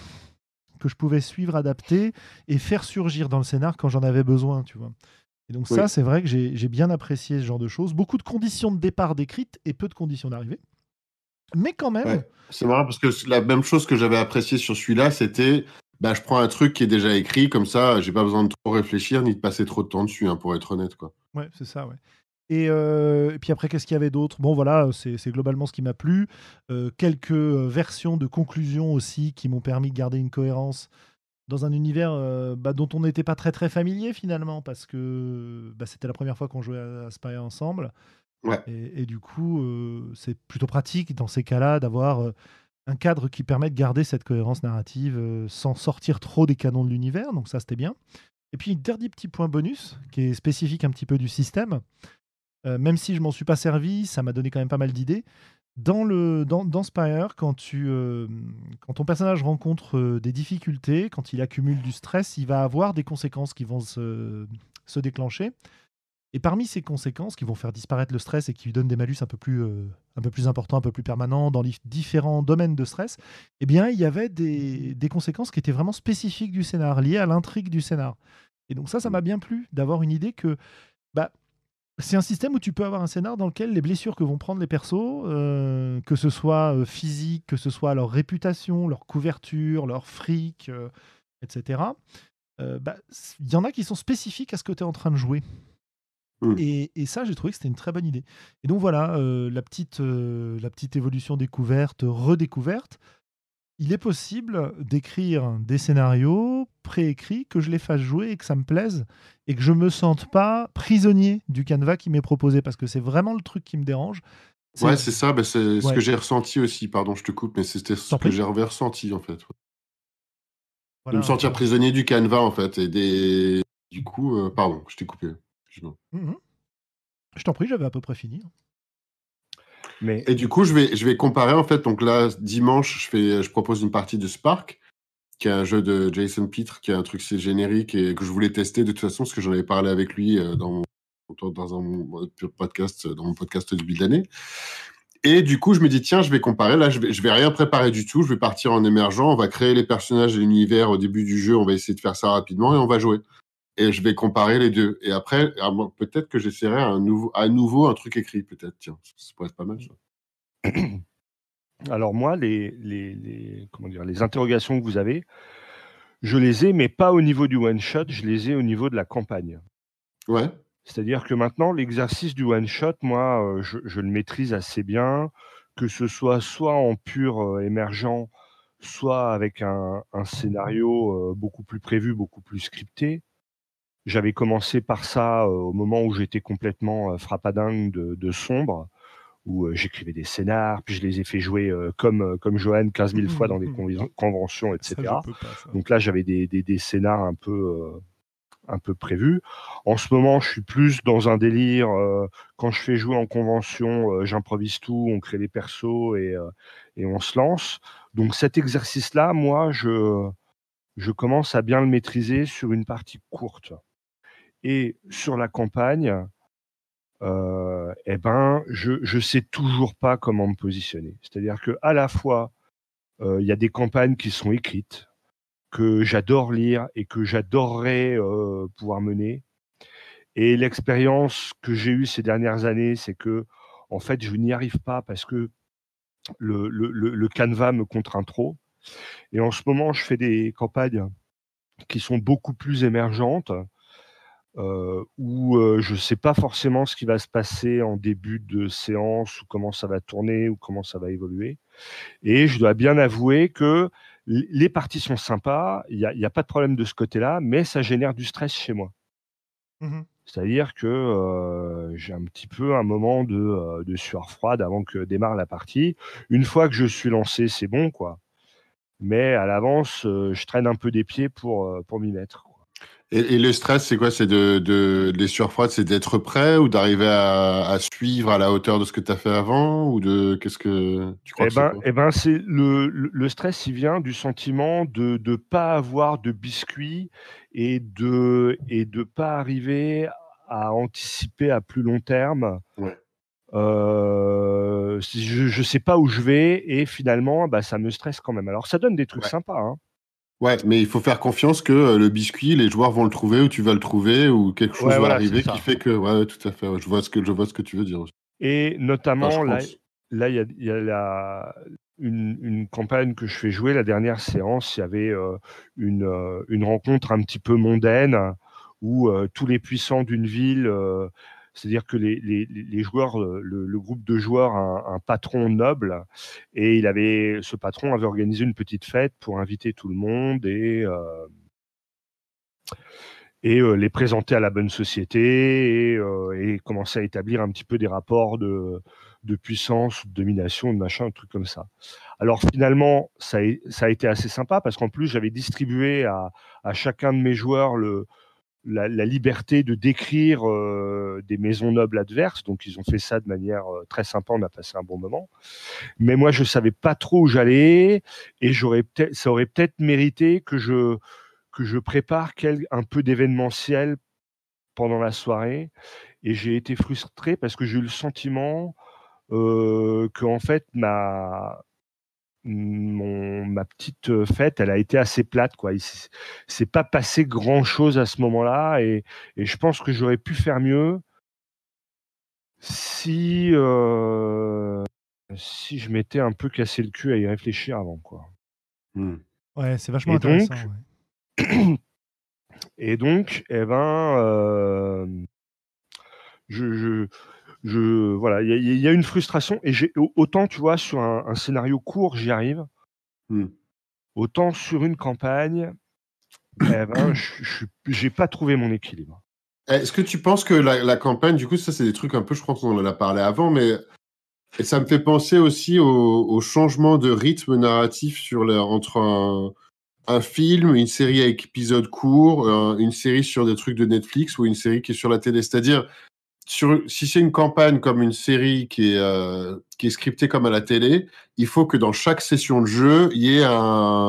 Speaker 1: suivre, adapter et faire surgir dans le scénar quand j'en avais besoin, tu vois. Et donc ça, c'est vrai que j'ai bien apprécié ce genre de choses. Beaucoup de conditions de départ décrites et peu de conditions d'arrivée. Mais quand même...
Speaker 3: Ouais. C'est marrant parce que la même chose que j'avais apprécié sur celui-là, c'était je prends un truc qui est déjà écrit, comme ça, j'ai pas besoin de trop réfléchir ni de passer trop de temps dessus, hein, pour être honnête, quoi.
Speaker 1: Ouais, c'est ça, ouais. Et puis après, qu'est-ce qu'il y avait d'autre? Bon, voilà, c'est globalement ce qui m'a plu. Quelques versions de conclusion aussi qui m'ont permis de garder une cohérence dans un univers dont on n'était pas très très familier finalement, parce que c'était la première fois qu'on jouait à Spire ensemble.
Speaker 3: Ouais.
Speaker 1: Et du coup, c'est plutôt pratique dans ces cas-là d'avoir un cadre qui permet de garder cette cohérence narrative sans sortir trop des canons de l'univers, donc ça c'était bien. Et puis, dernier petit point bonus, qui est spécifique un petit peu du système, même si je m'en suis pas servi, ça m'a donné quand même pas mal d'idées. Dans Spire, quand ton personnage rencontre des difficultés, quand il accumule du stress, il va avoir des conséquences qui vont se déclencher. Et parmi ces conséquences qui vont faire disparaître le stress et qui lui donnent des malus un peu plus importants, un peu plus permanents dans les différents domaines de stress, eh bien, il y avait des conséquences qui étaient vraiment spécifiques du scénar, liées à l'intrigue du scénar. Et donc ça m'a bien plu d'avoir une idée que c'est un système où tu peux avoir un scénar dans lequel les blessures que vont prendre les persos, que ce soit physique, que ce soit leur réputation, leur couverture, leur fric, etc., il y en a qui sont spécifiques à ce que tu es en train de jouer. Et ça, j'ai trouvé que c'était une très bonne idée. Et donc voilà, la petite évolution découverte, redécouverte. Il est possible d'écrire des scénarios préécrits, que je les fasse jouer et que ça me plaise, et que je me sente pas prisonnier du canevas qui m'est proposé, parce que c'est vraiment le truc qui me dérange.
Speaker 3: Ouais, c'est ça, c'est ce que j'ai ressenti aussi. Pardon, je te coupe, mais c'était ce que j'ai ressenti, en fait. Voilà, de me sentir prisonnier du canevas, en fait. Et du coup, pardon, je t'ai coupé.
Speaker 1: Je t'en prie, j'avais à peu près fini.
Speaker 3: Et du coup, je vais comparer, en fait. Donc là, dimanche, je propose une partie de Spark. qui est un jeu de Jason Pitre, qui est un truc c'est générique et que je voulais tester de toute façon parce que j'en avais parlé avec lui dans mon podcast de début d'année. Et du coup, je me dis tiens, je vais comparer. Là, je vais rien préparer du tout. Je vais partir en émergent. On va créer les personnages et l'univers au début du jeu. On va essayer de faire ça rapidement et on va jouer. Et je vais comparer les deux. Et après, peut-être que j'essaierai à nouveau un truc écrit. Peut-être, tiens, ça pourrait être pas mal. Ça.
Speaker 2: Alors moi, les interrogations que vous avez, je les ai, mais pas au niveau du one-shot, je les ai au niveau de la campagne.
Speaker 3: Ouais.
Speaker 2: C'est-à-dire que maintenant, l'exercice du one-shot, moi, je le maîtrise assez bien, que ce soit en pur émergent, soit avec un scénario beaucoup plus prévu, beaucoup plus scripté. J'avais commencé par ça au moment où j'étais complètement frappadingue de sombre, où j'écrivais des scénars, puis je les ai fait jouer comme Johan 15 000 fois dans des conventions, etc.
Speaker 1: Ça, je peux pas, ça.
Speaker 2: Donc là, j'avais des scénars un peu prévus. En ce moment, je suis plus dans un délire. Quand je fais jouer en convention, j'improvise tout, on crée des persos et on se lance. Donc cet exercice-là, moi, je commence à bien le maîtriser sur une partie courte. Et sur la campagne, je sais toujours pas comment me positionner. C'est-à-dire que à la fois, il y a des campagnes qui sont écrites, que j'adore lire et que j'adorerais pouvoir mener. Et l'expérience que j'ai eue ces dernières années, c'est que, en fait, je n'y arrive pas parce que le canevas me contraint trop. Et en ce moment, je fais des campagnes qui sont beaucoup plus émergentes, où je ne sais pas forcément ce qui va se passer en début de séance, ou comment ça va tourner, ou comment ça va évoluer. Et je dois bien avouer que les parties sont sympas, il y a pas de problème de ce côté-là, mais ça génère du stress chez moi.
Speaker 1: Mmh.
Speaker 2: C'est-à-dire que j'ai un petit peu un moment de sueur froide avant que démarre la partie. Une fois que je suis lancé, c'est bon, quoi. Mais à l'avance, je traîne un peu des pieds pour m'y mettre, quoi.
Speaker 3: Et le stress, c'est quoi? C'est les sueurs froides, c'est d'être prêt ou d'arriver à suivre à la hauteur de ce que tu as fait avant ou qu'est-ce que tu crois que c'est quoi?
Speaker 2: C'est le stress, il vient du sentiment de ne pas avoir de biscuits et de pas arriver à anticiper à plus long terme.
Speaker 3: Ouais.
Speaker 2: Je sais pas où je vais et finalement, ça me stresse quand même. Alors ça donne des trucs sympas, hein.
Speaker 3: Ouais, mais il faut faire confiance que le biscuit, les joueurs vont le trouver ou tu vas le trouver ou quelque chose va arriver qui fait que tout à fait. Ouais, je vois ce que tu veux dire aussi.
Speaker 2: Et notamment
Speaker 3: Enfin,
Speaker 2: là, il y a une campagne que je fais jouer. La dernière séance, il y avait une rencontre un petit peu mondaine où tous les puissants d'une ville, c'est-à-dire que les joueurs, le groupe de joueurs a un patron noble et ce patron avait organisé une petite fête pour inviter tout le monde et les présenter à la bonne société et commencer à établir un petit peu des rapports de puissance, de domination, de machin, un truc comme ça. Alors finalement, ça a été assez sympa parce qu'en plus, j'avais distribué à chacun de mes joueurs la liberté de décrire des maisons nobles adverses. Donc ils ont fait ça de manière très sympa, on a passé un bon moment. Mais moi, je savais pas trop où j'allais et ça aurait peut-être mérité que je prépare un peu d'événementiel pendant la soirée. Et j'ai été frustré parce que j'ai eu le sentiment que en fait ma petite fête, elle a été assez plate, quoi. Il s'est pas passé grand chose à ce moment-là et je pense que j'aurais pu faire mieux si si je m'étais un peu cassé le cul à y réfléchir avant, quoi.
Speaker 1: Ouais, c'est vachement intéressant.
Speaker 2: Et donc, voilà, il y a une frustration et autant, tu vois, sur un scénario court, j'y arrive. Autant sur une campagne, j'ai pas trouvé mon équilibre.
Speaker 3: Est-ce que tu penses que la campagne, du coup, ça c'est des trucs un peu, je crois qu'on en a parlé avant, mais ça me fait penser aussi au changement de rythme narratif entre un film, une série avec épisodes courts, une série sur des trucs de Netflix ou une série qui est sur la télé. C'est-à-dire, si c'est une campagne comme une série qui est scriptée comme à la télé, il faut que dans chaque session de jeu, il y ait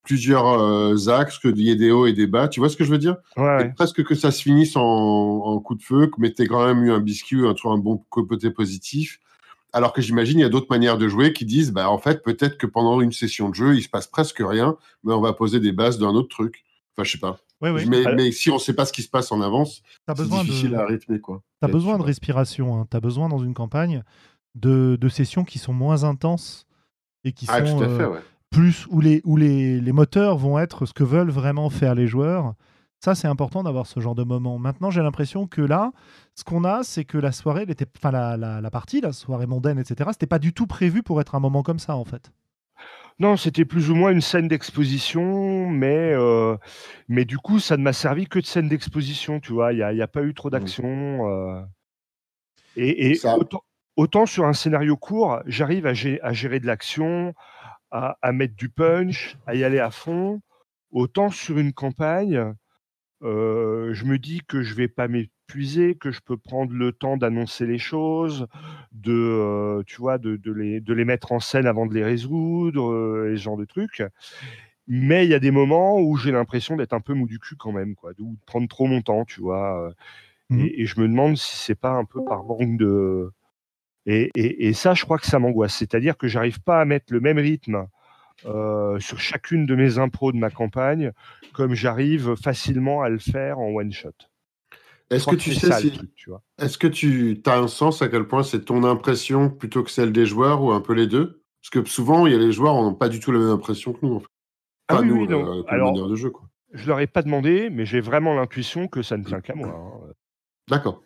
Speaker 3: plusieurs axes, qu'il y ait des hauts et des bas. Tu vois ce que je veux dire?
Speaker 2: Ouais.
Speaker 3: Presque que ça se finisse en coup de feu, mais t'aies quand même eu un biscuit, un bon côté positif. Alors que j'imagine, il y a d'autres manières de jouer qui disent, en fait, peut-être que pendant une session de jeu, il se passe presque rien, mais on va poser des bases d'un autre truc. Enfin, je sais pas.
Speaker 1: Ouais.
Speaker 3: Mais si on sait pas ce qui se passe en avance, c'est difficile à rythmer, quoi.
Speaker 1: T'as besoin de respiration, hein. T'as besoin dans une campagne de sessions qui sont moins intenses et qui sont
Speaker 3: tout à fait, ouais.
Speaker 1: plus où les moteurs vont être ce que veulent vraiment faire les joueurs. Ça, c'est important d'avoir ce genre de moment. Maintenant, j'ai l'impression que là, ce qu'on a, c'est que la soirée, la partie, la soirée mondaine, etc., c'était pas du tout prévu pour être un moment comme ça, en fait.
Speaker 2: Non, c'était plus ou moins une scène d'exposition, mais du coup, ça ne m'a servi que de scène d'exposition, tu vois. Il y a pas eu trop d'action. Et
Speaker 3: Ça,
Speaker 2: autant sur un scénario court, j'arrive à gérer de l'action, à mettre du punch, à y aller à fond. Autant sur une campagne, je me dis que je vais pas m'épuiser, que je peux prendre le temps d'annoncer les choses, tu vois, de les mettre en scène avant de les résoudre, et ce genre de trucs. Mais il y a des moments où j'ai l'impression d'être un peu mou du cul quand même, quoi, ou de prendre trop mon temps, tu vois. Et je me demande si c'est pas un peu par manque de. Et ça, je crois que ça m'angoisse. C'est-à-dire que j'arrive pas à mettre le même rythme sur chacune de mes impros de ma campagne, comme j'arrive facilement à le faire en one shot.
Speaker 3: est-ce que tu sais si,
Speaker 2: truc, tu vois.
Speaker 3: est-ce que tu as un sens à quel point c'est ton impression plutôt que celle des joueurs ou un peu les deux? Parce que souvent, il y a les joueurs n'ont pas du tout la même impression que nous, en fait.
Speaker 2: Ah
Speaker 3: Enfin,
Speaker 2: oui,
Speaker 3: nous,
Speaker 2: oui, non.
Speaker 3: que le
Speaker 2: Alors,
Speaker 3: meneur de jeu, quoi.
Speaker 2: je leur ai pas demandé, mais j'ai vraiment l'intuition que ça ne tient qu'à moi. Hein.
Speaker 3: D'accord.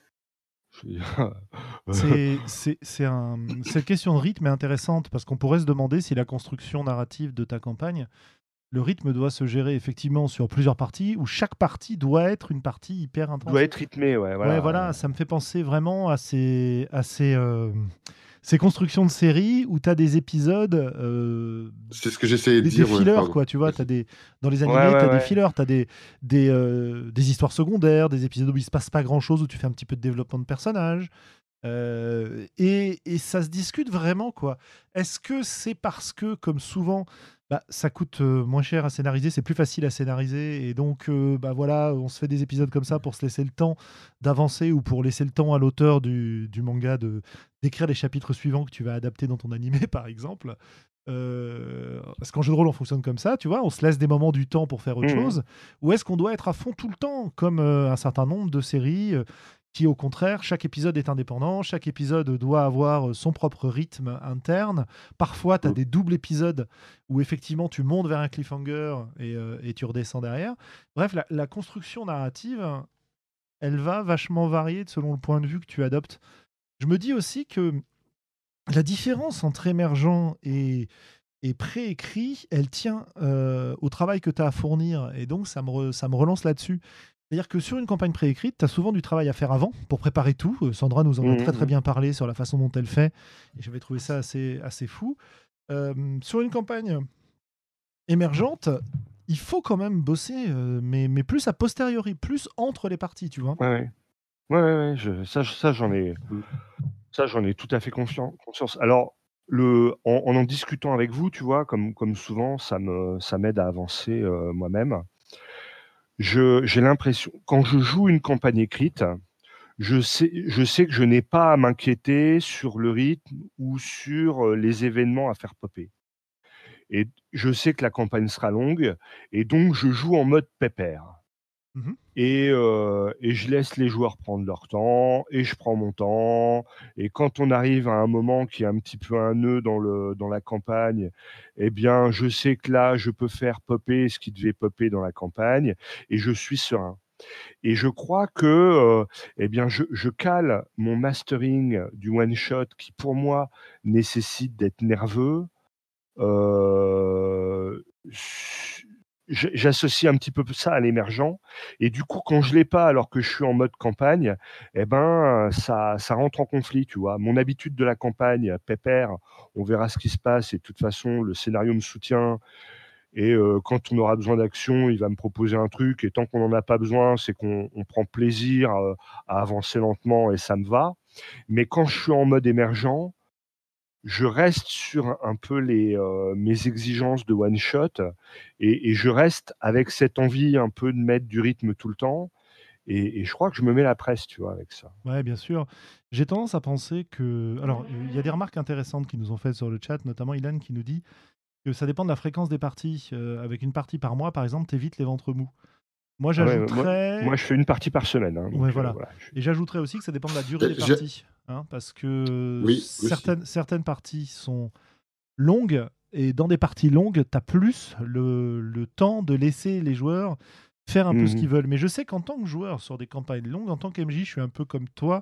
Speaker 1: Cette question de rythme est intéressante parce qu'on pourrait se demander si la construction narrative de ta campagne, le rythme doit se gérer effectivement sur plusieurs parties ou chaque partie doit être une partie hyper intense.
Speaker 2: Doit être rythmé, ouais.
Speaker 1: Ouais, voilà, ça me fait penser vraiment à ces constructions de séries où tu as des épisodes.
Speaker 3: C'est ce que j'essayais de
Speaker 1: des
Speaker 3: dire.
Speaker 1: fillers,
Speaker 3: ouais,
Speaker 1: quoi, tu vois. Dans les animés, tu as des fillers, tu as des histoires secondaires, des épisodes où il se passe pas grand-chose, où tu fais un petit peu de développement de personnages. Et ça se discute vraiment, quoi. Est-ce que c'est parce que, comme souvent, ça coûte moins cher à scénariser, c'est plus facile à scénariser, et donc voilà, on se fait des épisodes comme ça pour se laisser le temps d'avancer ou pour laisser le temps à l'auteur du manga d'écrire les chapitres suivants que tu vas adapter dans ton animé, par exemple. Parce qu'en jeu de rôle, on fonctionne comme ça, tu vois, on se laisse des moments du temps pour faire autre chose, ou est-ce qu'on doit être à fond tout le temps, comme un certain nombre de séries qui, au contraire, chaque épisode est indépendant, chaque épisode doit avoir son propre rythme interne. Parfois, tu as des doubles épisodes où effectivement tu montes vers un cliffhanger et tu redescends derrière. Bref, la construction narrative, elle va vachement varier selon le point de vue que tu adoptes. Je me dis aussi que la différence entre émergent et préécrit, elle tient au travail que tu as à fournir. Et donc, ça me relance là-dessus. C'est-à-dire que sur une campagne préécrite, tu as souvent du travail à faire avant pour préparer tout. Sandra nous en a très très bien parlé sur la façon dont elle fait. Et j'avais trouvé ça assez fou. Sur une campagne émergente, il faut quand même bosser, mais plus a posteriori, plus entre les parties, tu vois.
Speaker 2: Ouais. Ça, j'en ai tout à fait conscience. Alors, en discutant avec vous, tu vois, comme souvent, ça m'aide à avancer moi-même. J'ai l'impression, quand je joue une campagne écrite, je sais que je n'ai pas à m'inquiéter sur le rythme ou sur les événements à faire popper. Et je sais que la campagne sera longue, et donc je joue en mode pépère. Et je laisse les joueurs prendre leur temps, et je prends mon temps. Et quand on arrive à un moment qui est un petit peu un nœud dans la campagne, eh bien, je sais que là, je peux faire popper ce qui devait popper dans la campagne, et je suis serein. Et je crois que, eh bien, je cale mon mastering du one shot qui, pour moi, nécessite d'être nerveux. J'associe un petit peu ça à l'émergent, et du coup, quand je l'ai pas alors que je suis en mode campagne, eh ben, ça rentre en conflit, tu vois? Mon habitude de la campagne, pépère, on verra ce qui se passe, et de toute façon, le scénario me soutient, et quand on aura besoin d'action, il va me proposer un truc, et tant qu'on en a pas besoin, c'est qu'on prend plaisir, à avancer lentement, et ça me va. Mais quand je suis en mode émergent, je reste sur un peu mes exigences de one shot et je reste avec cette envie un peu de mettre du rythme tout le temps. Et je crois que je me mets la presse, tu vois, avec ça.
Speaker 1: Ouais, bien sûr. J'ai tendance à penser que. Alors, il y a des remarques intéressantes qui nous ont faites sur le chat, notamment Ilan qui nous dit que ça dépend de la fréquence des parties. Avec une partie par mois, par exemple, t'évites les ventres mous. Moi,
Speaker 2: Ah ouais,
Speaker 1: j'ajouterais.
Speaker 2: moi, je fais une partie par semaine. Hein, donc,
Speaker 1: Ouais, voilà.
Speaker 2: voilà,
Speaker 1: Et j'ajouterais aussi que ça dépend de la durée des parties. Parce que
Speaker 3: Oui,
Speaker 1: certaines parties sont longues. Et dans des parties longues, tu as plus le temps de laisser les joueurs faire un peu ce qu'ils veulent. Mais je sais qu'en tant que joueur sur des campagnes longues, en tant qu'MJ, je suis un peu comme toi.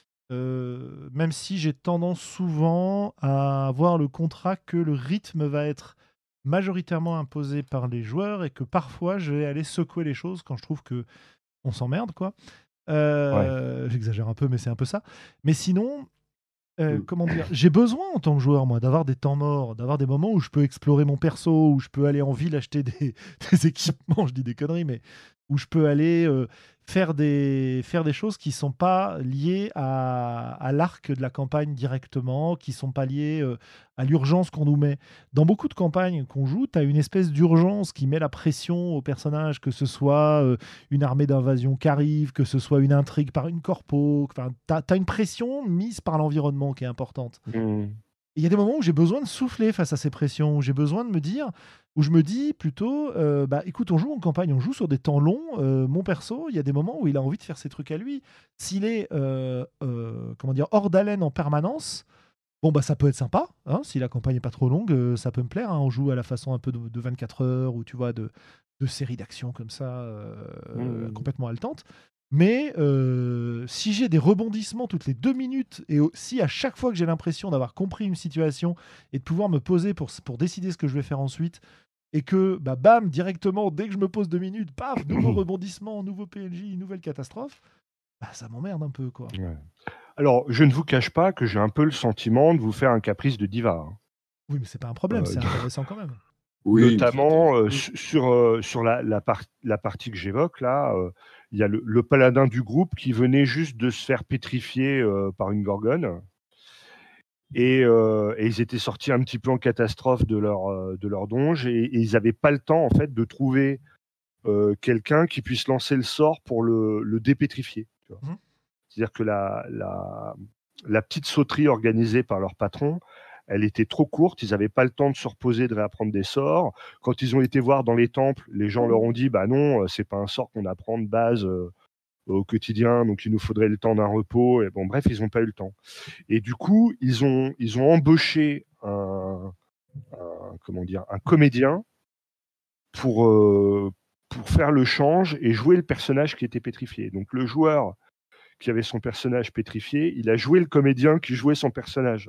Speaker 1: Même si j'ai tendance souvent à voir le contrat que le rythme va être majoritairement imposé par les joueurs et que parfois je vais aller secouer les choses quand je trouve que on s'emmerde, quoi. J'exagère un peu, mais c'est un peu ça. Mais sinon, comment dire, j'ai besoin en tant que joueur, moi, d'avoir des temps morts, d'avoir des moments où je peux explorer mon perso, où je peux aller en ville acheter des équipements, je dis des conneries, mais où je peux aller faire des choses qui sont pas liées à l'arc de la campagne directement, qui sont pas liées à l'urgence qu'on nous met. Dans beaucoup de campagnes qu'on joue, tu as une espèce d'urgence qui met la pression au personnage, que ce soit une armée d'invasion qui arrive, que ce soit une intrigue par une corpo. Enfin, tu as une pression mise par l'environnement qui est importante. Il y a des moments où j'ai besoin de souffler face à ces pressions, où j'ai besoin de me dire, où je me dis plutôt, écoute, on joue en campagne, on joue sur des temps longs. Mon perso, il y a des moments où il a envie de faire ses trucs à lui. S'il est hors d'haleine en permanence, bon, ça peut être sympa. Hein, si la campagne n'est pas trop longue, ça peut me plaire. Hein. On joue à la façon un peu de 24 heures, ou tu vois, de séries d'action comme ça, complètement haletantes. Mais si j'ai des rebondissements toutes les 2 minutes, et si à chaque fois que j'ai l'impression d'avoir compris une situation et de pouvoir me poser pour décider ce que je vais faire ensuite, et que, bam, directement, dès que je me pose 2 minutes, paf, nouveau rebondissement, nouveau PNJ, nouvelle catastrophe, ça m'emmerde un peu, quoi.
Speaker 2: Ouais. Alors, je ne vous cache pas que j'ai un peu le sentiment de vous faire un caprice de diva. Hein.
Speaker 1: Oui, mais c'est pas un problème, c'est intéressant quand même.
Speaker 3: Oui,
Speaker 2: notamment sur la partie que j'évoque là, il y a le paladin du groupe qui venait juste de se faire pétrifier par une gorgone. Et ils étaient sortis un petit peu en catastrophe de leur donge et ils n'avaient pas le temps en fait de trouver quelqu'un qui puisse lancer le sort pour le dépétrifier. Tu vois. C'est-à-dire que la petite sauterie organisée par leur patron, elle était trop courte, ils n'avaient pas le temps de se reposer, de réapprendre des sorts. Quand ils ont été voir dans les temples, les gens leur ont dit bah non, c'est pas un sort qu'on apprend de base au quotidien, donc il nous faudrait le temps d'un repos. Et bon, bref, ils n'ont pas eu le temps. Et du coup, ils ont embauché un comédien pour faire le change et jouer le personnage qui était pétrifié. Donc le joueur qui avait son personnage pétrifié, il a joué le comédien qui jouait son personnage.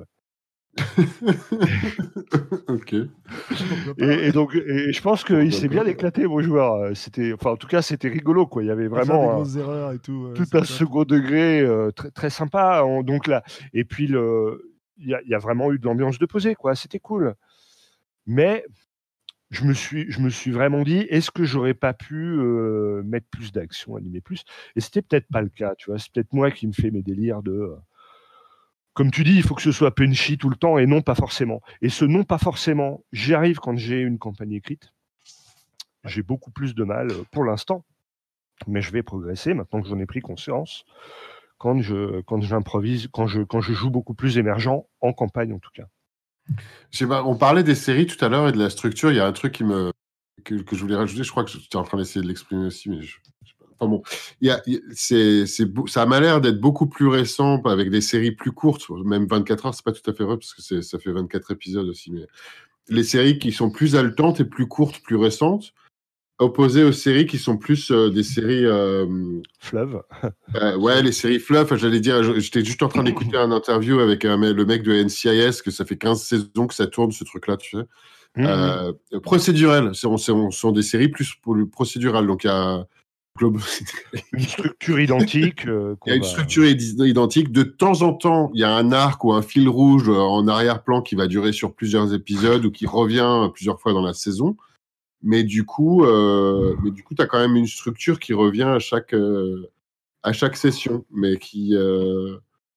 Speaker 3: Ok.
Speaker 2: Et donc, je pense qu'il s'est bien éclaté, mon joueur. En tout cas, c'était rigolo, quoi. Il y avait vraiment
Speaker 1: des grosses erreurs et tout.
Speaker 2: Tout un second degré très, très sympa. Donc là, et puis il y a vraiment eu de l'ambiance de posée, quoi. C'était cool. Mais je me suis vraiment dit, est-ce que j'aurais pas pu mettre plus d'action, animer plus? Et c'était peut-être pas le cas, tu vois. C'est peut-être moi qui me fais mes délires de. Comme tu dis, il faut que ce soit punchy tout le temps et non pas forcément. Et ce non pas forcément, j'y arrive quand j'ai une campagne écrite. J'ai beaucoup plus de mal pour l'instant, mais je vais progresser maintenant que j'en ai pris conscience. Quand j'improvise, quand je joue beaucoup plus émergent en campagne en tout cas.
Speaker 3: Je sais pas, on parlait des séries tout à l'heure et de la structure. Il y a un truc que je voulais rajouter. Je crois que j'étais en train d'essayer de l'exprimer aussi, mais enfin bon, ça m'a l'air d'être beaucoup plus récent avec des séries plus courtes. Même 24 heures, c'est pas tout à fait vrai parce que ça fait 24 épisodes aussi. Mais les séries qui sont plus haletantes et plus courtes, plus récentes, opposées aux séries qui sont plus des séries
Speaker 2: fleuve.
Speaker 3: Ouais, les séries fleuve. J'allais dire, j'étais juste en train d'écouter un interview avec le mec de NCIS que ça fait 15 saisons que ça tourne ce truc-là, tu sais. Procédurel, ce sont des séries plus procédurales. Donc il y a
Speaker 2: une structure identique.
Speaker 3: Il y a une structure identique. De temps en temps, il y a un arc ou un fil rouge en arrière-plan qui va durer sur plusieurs épisodes ou qui revient plusieurs fois dans la saison. Mais du coup, tu as quand même une structure qui revient à chaque session, mais qui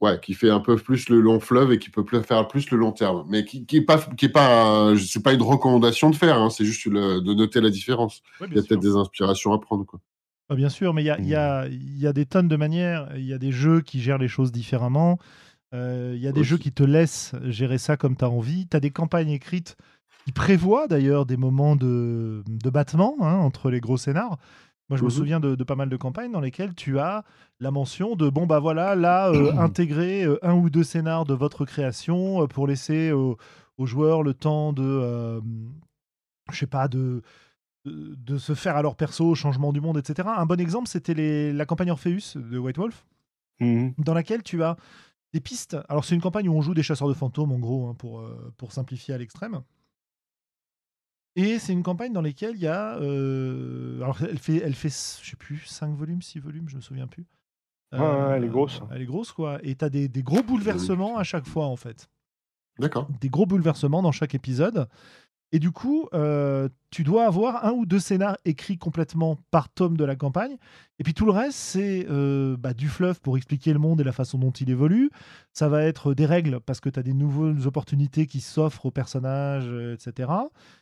Speaker 3: Ouais, qui fait un peu plus le long fleuve et qui peut faire plus le long terme. Mais qui est pas, c'est pas une recommandation de faire, hein, c'est juste de noter la différence.
Speaker 1: Ouais,
Speaker 3: Il
Speaker 1: bien
Speaker 3: y a peut-être
Speaker 1: sûr.
Speaker 3: des inspirations à prendre, quoi.
Speaker 1: Bien sûr, mais il y a des tonnes de manières. Il y a des jeux qui gèrent les choses différemment. Il y a des jeux
Speaker 3: Aussi.
Speaker 1: qui te laissent gérer ça comme tu as envie. Tu as des campagnes écrites qui prévoient d'ailleurs des moments de battement, hein, entre les gros scénars. Moi, je me souviens de pas mal de campagnes dans lesquelles tu as la mention de bon, bah voilà, là, intégrer un ou deux scénars de votre création pour laisser aux joueurs le temps je sais pas, de se faire à leur perso, changement du monde, etc. Un bon exemple, c'était la campagne Orpheus de White Wolf, dans laquelle tu as des pistes. Alors, c'est une campagne où on joue des chasseurs de fantômes, en gros, hein, pour simplifier à l'extrême. Et c'est une campagne dans laquelle il y a. Alors, elle fait, je sais plus, 5 volumes, 6 volumes, je me souviens plus.
Speaker 2: Ouais, elle est grosse.
Speaker 1: Elle est grosse, quoi. Et tu as des gros bouleversements à chaque fois, en fait.
Speaker 3: D'accord.
Speaker 1: Des gros bouleversements dans chaque épisode. Et du coup, tu dois avoir un ou deux scénars écrits complètement par tome de la campagne. Et puis tout le reste, c'est du fluff pour expliquer le monde et la façon dont il évolue. Ça va être des règles parce que tu as des nouvelles opportunités qui s'offrent aux personnages, etc.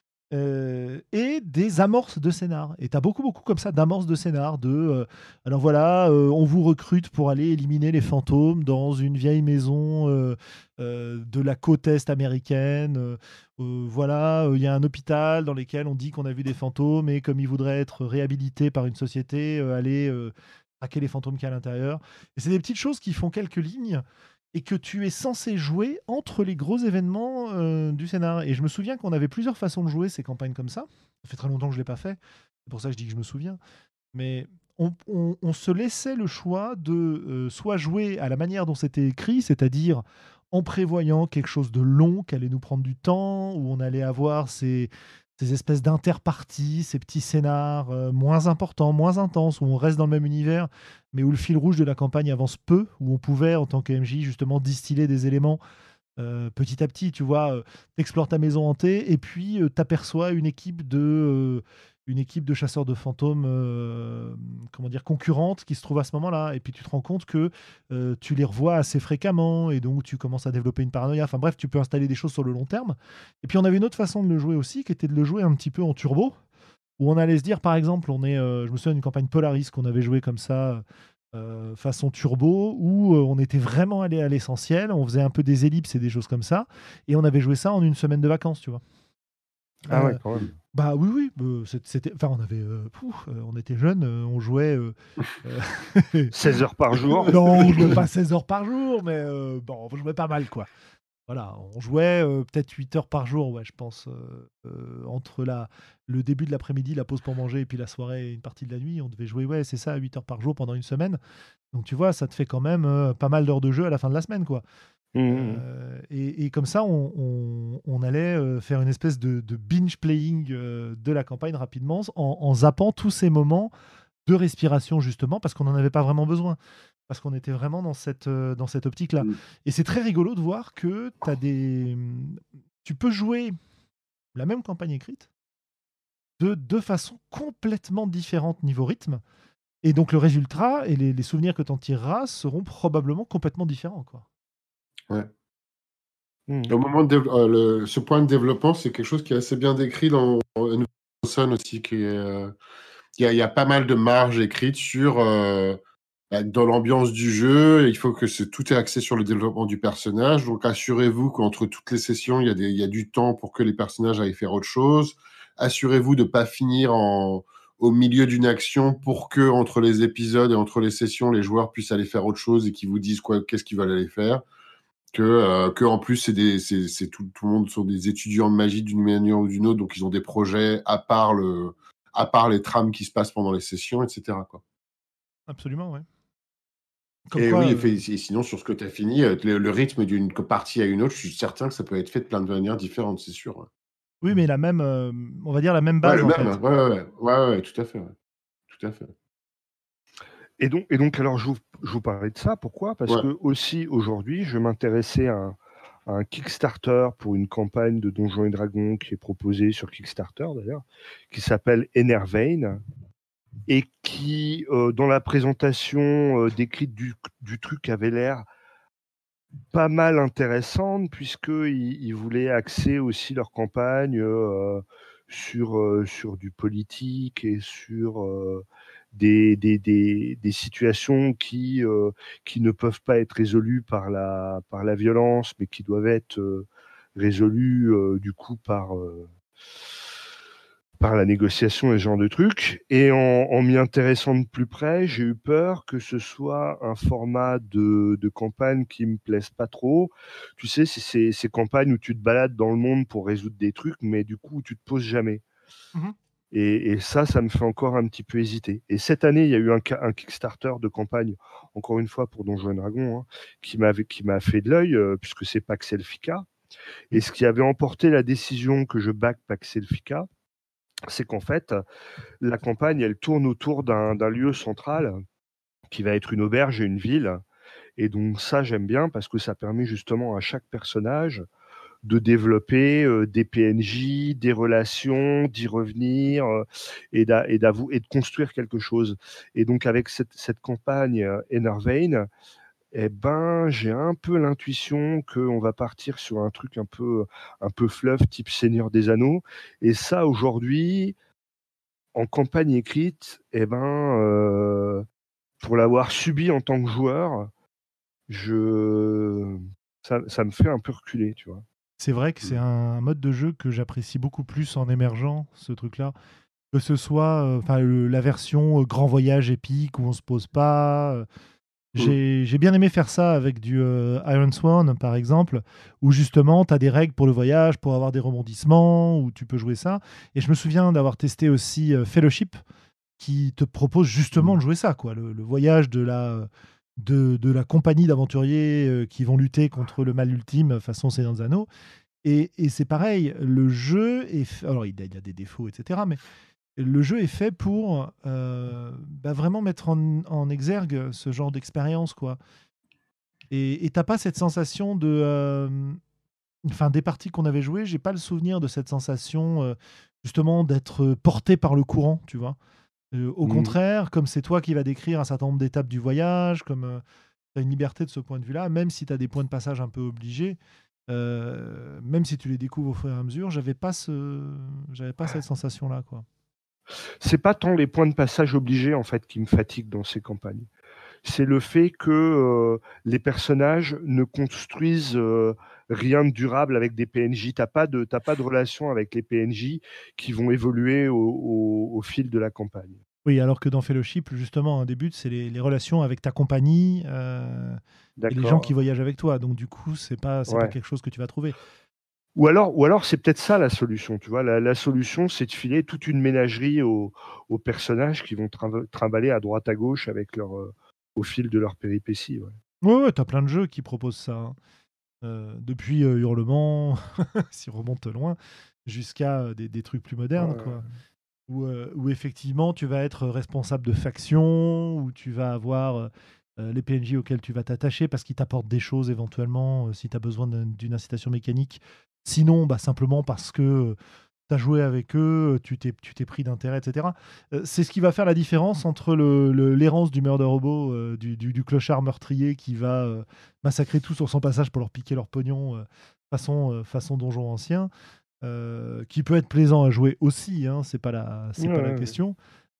Speaker 1: Et des amorces de scénar. Et tu as beaucoup comme ça d'amorces de scénar. Alors voilà, on vous recrute pour aller éliminer les fantômes dans une vieille maison de la côte est américaine. Voilà, il y a un hôpital dans lequel on dit qu'on a vu des fantômes et comme ils voudraient être réhabilités par une société, aller traquer les fantômes qu'il y a à l'intérieur. Et c'est des petites choses qui font quelques lignes et que tu es censé jouer entre les gros événements du scénar. Et je me souviens qu'on avait plusieurs façons de jouer ces campagnes comme ça. Ça fait très longtemps que je ne l'ai pas fait. C'est pour ça que je dis que je me souviens. Mais on se laissait le choix de soit jouer à la manière dont c'était écrit, c'est-à-dire en prévoyant quelque chose de long qui allait nous prendre du temps, où on allait avoir ces espèces d'interparties, ces petits scénars moins importants, moins intenses, où on reste dans le même univers, mais où le fil rouge de la campagne avance peu, où on pouvait, en tant que MJ, justement distiller des éléments petit à petit. Tu vois, t'explores ta maison hantée et puis t'aperçois une équipe de chasseurs de fantômes comment dire, concurrentes qui se trouve à ce moment-là. Et puis tu te rends compte que tu les revois assez fréquemment et donc tu commences à développer une paranoïa. Enfin bref, tu peux installer des choses sur le long terme. Et puis on avait une autre façon de le jouer aussi, qui était de le jouer un petit peu en turbo, où on allait se dire, par exemple, je me souviens d'une campagne Polaris qu'on avait joué comme ça, façon turbo, où on était vraiment allé à l'essentiel, on faisait un peu des ellipses et des choses comme ça, et on avait joué ça en une semaine de vacances, tu vois.
Speaker 2: Ah ouais, quand même.
Speaker 1: Bah oui, c'était, enfin on était jeunes, on jouait
Speaker 2: 16 heures par jour.
Speaker 1: Non, on jouait pas 16 heures par jour, mais bon, on jouait pas mal, quoi. Voilà, on jouait peut-être 8 heures par jour, ouais, je pense, entre le début de l'après-midi, la pause pour manger, et puis la soirée et une partie de la nuit. On devait jouer, ouais, c'est ça, 8 heures par jour pendant une semaine. Donc tu vois, ça te fait quand même pas mal d'heures de jeu à la fin de la semaine, quoi. Et comme ça, on allait faire une espèce de binge playing de la campagne rapidement, en zappant tous ces moments de respiration, justement, parce qu'on n'en avait pas vraiment besoin. Parce qu'on était vraiment dans cette optique-là. Et c'est très rigolo de voir que tu peux jouer la même campagne écrite de deux façons complètement différentes niveau rythme. Et donc le résultat et les souvenirs que tu en tireras seront probablement complètement différents, quoi.
Speaker 3: Ouais. Au moment ce point de développement, c'est quelque chose qui est assez bien décrit dans Sun aussi. Il y a pas mal de marge écrite sur dans l'ambiance du jeu. Il faut que tout est axé sur le développement du personnage. Donc assurez-vous qu'entre toutes les sessions, il y a du temps pour que les personnages aillent faire autre chose. Assurez-vous de ne pas finir au milieu d'une action pour que entre les épisodes et entre les sessions, les joueurs puissent aller faire autre chose et qu'ils vous disent qu'est-ce qu'ils veulent aller faire. Que en plus c'est tout le monde sont des étudiants de magie d'une manière ou d'une autre, donc ils ont des projets à part les trames qui se passent pendant les sessions, etc., quoi.
Speaker 1: Absolument, ouais.
Speaker 3: Et oui, et sinon sur ce que tu as fini, le rythme d'une partie à une autre, je suis certain que ça peut être fait de plein de manières différentes, c'est sûr. Ouais.
Speaker 1: Oui, mais on va dire la même base,
Speaker 3: Ouais,
Speaker 1: en fait.
Speaker 3: Ouais, tout à fait. Ouais. Tout à fait.
Speaker 2: Et donc, alors, je vous parlais de ça. Pourquoi ? Parce que aussi, aujourd'hui, je m'intéressais à un Kickstarter pour une campagne de Donjons et Dragons qui est proposée sur Kickstarter, d'ailleurs, qui s'appelle Enervane, et qui, dans la présentation décrite du truc, avait l'air pas mal intéressante, puisqu'ils voulaient axer aussi leur campagne sur du politique et sur des situations qui ne peuvent pas être résolues par la violence, mais qui doivent être résolues du coup par la négociation et ce genre de trucs. Et en m'y intéressant de plus près, j'ai eu peur que ce soit un format de campagne qui me plaise pas trop. Tu sais, c'est ces campagnes où tu te balades dans le monde pour résoudre des trucs, mais du coup, tu te poses jamais.
Speaker 1: Mhm.
Speaker 2: Et ça me fait encore un petit peu hésiter. Et cette année, il y a eu un Kickstarter de campagne, encore une fois pour Donjons et Dragons, hein, qui m'a fait de l'œil, puisque c'est Paxelfica. Et ce qui avait emporté la décision que je back Paxelfica, c'est qu'en fait, la campagne, elle tourne autour d'un lieu central qui va être une auberge et une ville. Et donc ça, j'aime bien parce que ça permet justement à chaque personnage de développer des PNJ, des relations, d'y revenir et de construire quelque chose. Et donc avec cette campagne Enervane, eh ben, j'ai un peu l'intuition qu'on va partir sur un truc un peu fluff type Seigneur des Anneaux. Et ça, aujourd'hui, en campagne écrite, eh ben, pour l'avoir subi en tant que joueur, je ça me fait un peu reculer, tu vois?
Speaker 1: C'est vrai que c'est un mode de jeu que j'apprécie beaucoup plus en émergent, ce truc-là. Que ce soit la version grand voyage épique où on se pose pas. J'ai bien aimé faire ça avec du Iron Sworn, par exemple, où justement, tu as des règles pour le voyage, pour avoir des rebondissements, où tu peux jouer ça. Et je me souviens d'avoir testé aussi Fellowship, qui te propose justement de jouer ça, quoi. Le voyage de la compagnie d'aventuriers qui vont lutter contre le mal ultime façon Seigneur des Anneaux. Et c'est pareil, le jeu est... Alors, il y a des défauts, etc. Mais le jeu est fait pour vraiment mettre en exergue ce genre d'expérience, quoi. Et t'as pas cette sensation de... Enfin, des parties qu'on avait jouées, j'ai pas le souvenir de cette sensation justement d'être porté par le courant, tu vois. Au contraire, comme c'est toi qui vas décrire un certain nombre d'étapes du voyage, comme tu as une liberté de ce point de vue-là, même si tu as des points de passage un peu obligés, même si tu les découvres au fur et à mesure, j'avais pas cette sensation-là, quoi.
Speaker 2: C'est pas tant les points de passage obligés, en fait, qui me fatiguent dans ces campagnes. C'est le fait que les personnages ne construisent rien de durable avec des PNJ. T'as pas de relation avec les PNJ qui vont évoluer au fil de la campagne.
Speaker 1: Oui, alors que dans Fellowship, justement, un des buts, c'est les relations avec ta compagnie et les gens qui voyagent avec toi. Donc, du coup, c'est pas quelque chose que tu vas trouver.
Speaker 2: Ou alors c'est peut-être ça la solution, tu vois. La solution, c'est de filer toute une ménagerie aux personnages qui vont trimballer à droite à gauche avec au fil de leur péripéties. Ouais.
Speaker 1: Ouais, t'as plein de jeux qui proposent ça, hein. Depuis Hurlement, s'il remonte loin, jusqu'à des trucs plus modernes, quoi. Où effectivement, tu vas être responsable de factions, où tu vas avoir les PNJ auxquels tu vas t'attacher parce qu'ils t'apportent des choses éventuellement si tu as besoin d'une incitation mécanique. Sinon, simplement parce que tu as joué avec eux, tu t'es pris d'intérêt, etc. C'est ce qui va faire la différence entre l'errance du murder robot, du clochard meurtrier qui va massacrer tout sur son passage pour leur piquer leur pognon façon donjon ancien, qui peut être plaisant à jouer aussi, hein, c'est pas la question,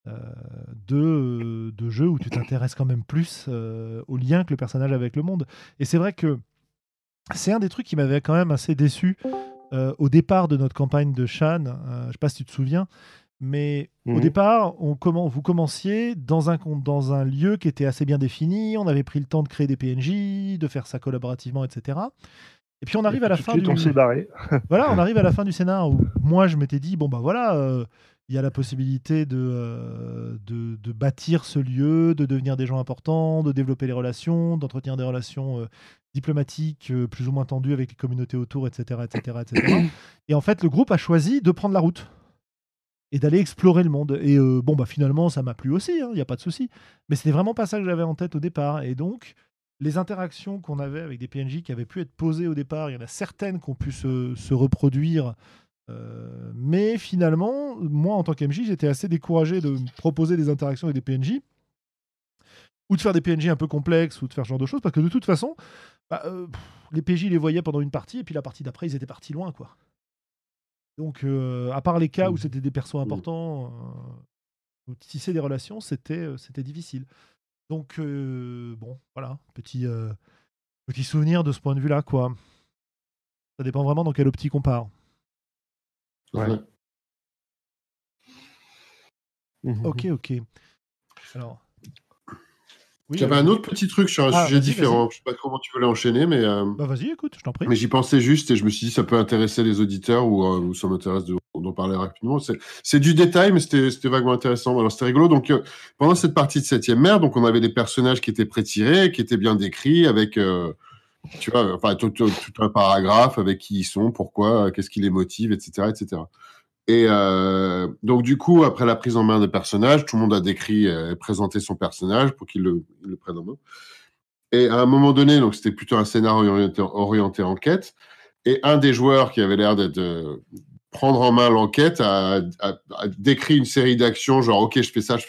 Speaker 1: de jeux où tu t'intéresses quand même plus au lien que le personnage a avec le monde. Et c'est vrai que c'est un des trucs qui m'avait quand même assez déçu au départ de notre campagne de Shan. Je sais pas si tu te souviens, mais au départ, vous commenciez dans un lieu qui était assez bien défini, on avait pris le temps de créer des PNJ, de faire ça collaborativement, etc. Et puis on arrive à la fin
Speaker 2: on s'est barré.
Speaker 1: Voilà, on arrive à la fin du scénar où moi je m'étais dit bon voilà, il y a la possibilité de bâtir ce lieu, de devenir des gens importants, de développer les relations, d'entretenir des relations diplomatiques plus ou moins tendues avec les communautés autour, etc., etc., etc. Et en fait, le groupe a choisi de prendre la route et d'aller explorer le monde. Et finalement, ça m'a plu aussi, il n'y a pas de souci. Mais c'était vraiment pas ça que j'avais en tête au départ. Et donc, les interactions qu'on avait avec des PNJ qui avaient pu être posées au départ, il y en a certaines qui ont pu se reproduire. Mais finalement, moi, en tant qu'MJ, j'étais assez découragé de me proposer des interactions avec des PNJ ou de faire des PNJ un peu complexes ou de faire ce genre de choses parce que de toute façon, Les PJ les voyaient pendant une partie, et puis la partie d'après, ils étaient partis loin, quoi. Donc, à part les cas où c'était des persos importants, où tisser des relations, c'était difficile. Donc, bon, voilà, petit souvenir de ce point de vue-là, quoi. Ça dépend vraiment dans quelle optique on part.
Speaker 3: Ouais.
Speaker 1: Ok. Alors. Oui,
Speaker 3: J'avais un autre petit truc sur un sujet différent.
Speaker 1: Vas-y.
Speaker 3: Je sais pas comment tu veux l'enchaîner, mais.
Speaker 1: Vas-y, écoute, je t'en prie.
Speaker 3: Mais j'y pensais juste et je me suis dit ça peut intéresser les auditeurs ou ça m'intéresse d'en parler rapidement. C'est du détail, mais c'était vaguement intéressant. Alors c'était rigolo. Donc pendant cette partie de 7e mer, donc on avait des personnages qui étaient prétirés, qui étaient bien décrits, avec tu vois, enfin tout un paragraphe avec qui ils sont, pourquoi, qu'est-ce qui les motive, etc., etc. Et donc du coup, après la prise en main des personnages, tout le monde a décrit et présenté son personnage pour qu'il le prenne en main. Et à un moment donné, donc c'était plutôt un scénario orienté enquête, et un des joueurs qui avait l'air de prendre en main l'enquête a décrit une série d'actions, genre ok, je fais ça.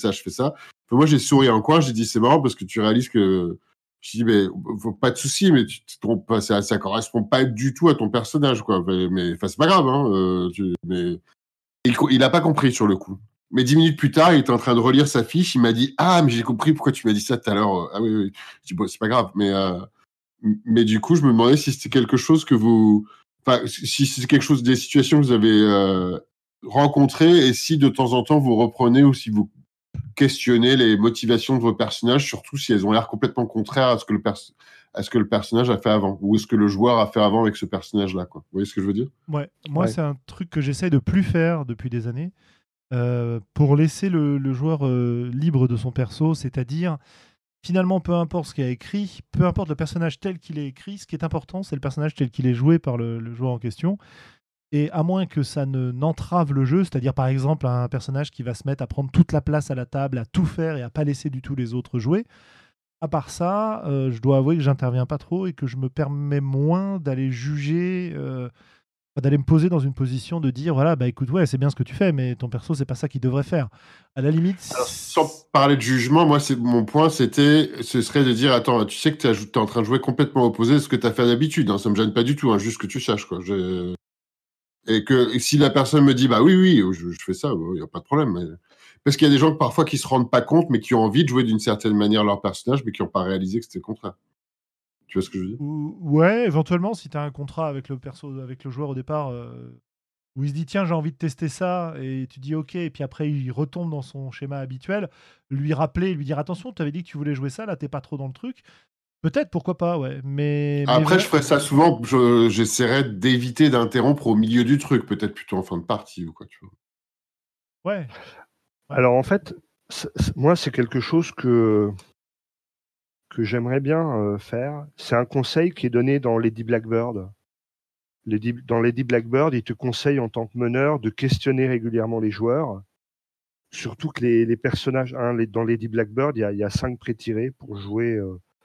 Speaker 3: Moi, j'ai souri en coin, j'ai dit c'est marrant parce que tu réalises que je dis mais faut pas de souci, mais tu te trompes pas, ça correspond pas du tout à ton personnage, quoi. Mais enfin c'est pas grave, hein. Mais il a pas compris sur le coup. Mais 10 minutes plus tard, il était en train de relire sa fiche. Il m'a dit « Ah, mais j'ai compris pourquoi tu m'as dit ça tout à l'heure. » Ah oui. Je dis « Bon, c'est pas grave. » Mais du coup, je me demandais si c'était quelque chose que vous... Enfin, si c'est quelque chose des situations que vous avez rencontrées et si de temps en temps vous reprenez ou si vous questionnez les motivations de vos personnages, surtout si elles ont l'air complètement contraires à ce que le personnage a fait avant ou ce que le joueur a fait avant avec ce personnage-là, quoi. Vous voyez ce que je veux dire?
Speaker 1: Ouais. Moi, c'est un truc que j'essaye de plus faire depuis des années. Pour laisser le joueur libre de son perso, c'est-à-dire finalement peu importe ce qu'il a écrit, peu importe le personnage tel qu'il est écrit, ce qui est important c'est le personnage tel qu'il est joué par le joueur en question, et à moins que ça n'entrave le jeu, c'est-à-dire par exemple un personnage qui va se mettre à prendre toute la place à la table, à tout faire et à pas laisser du tout les autres jouer. À part ça, je dois avouer que j'interviens pas trop et que je me permets moins d'aller juger, d'aller me poser dans une position de dire voilà, bah écoute, ouais, c'est bien ce que tu fais, mais ton perso, c'est pas ça qu'il devrait faire. À la limite.
Speaker 3: Alors, sans parler de jugement, moi, mon point, ce serait de dire attends, tu sais que tu es en train de jouer complètement opposé à ce que tu as fait d'habitude. Hein, ça me gêne pas du tout, hein, juste que tu saches, quoi. Et si la personne me dit bah oui, je fais ça, il n'y a pas de problème. Parce qu'il y a des gens parfois qui se rendent pas compte, mais qui ont envie de jouer d'une certaine manière leur personnage, mais qui n'ont pas réalisé que c'était le contraire. Tu vois ce que je veux dire?
Speaker 1: Ouais, éventuellement, si tu as un contrat avec le perso, avec le joueur au départ, où il se dit tiens, j'ai envie de tester ça, et tu dis ok, et puis après il retombe dans son schéma habituel, lui rappeler, lui dire attention, tu avais dit que tu voulais jouer ça, là t'es pas trop dans le truc. Peut-être, pourquoi pas, ouais.
Speaker 3: Après, je ferais ça souvent, j'essaierais d'éviter d'interrompre au milieu du truc, peut-être plutôt en fin de partie ou quoi, tu vois.
Speaker 1: Ouais.
Speaker 2: Alors en fait, moi c'est quelque chose que j'aimerais bien faire. C'est un conseil qui est donné dans Lady Blackbird. Dans Lady Blackbird, il te conseille en tant que meneur de questionner régulièrement les joueurs. Surtout que les personnages, dans Lady Blackbird, il y a 5 pré-tirés pour jouer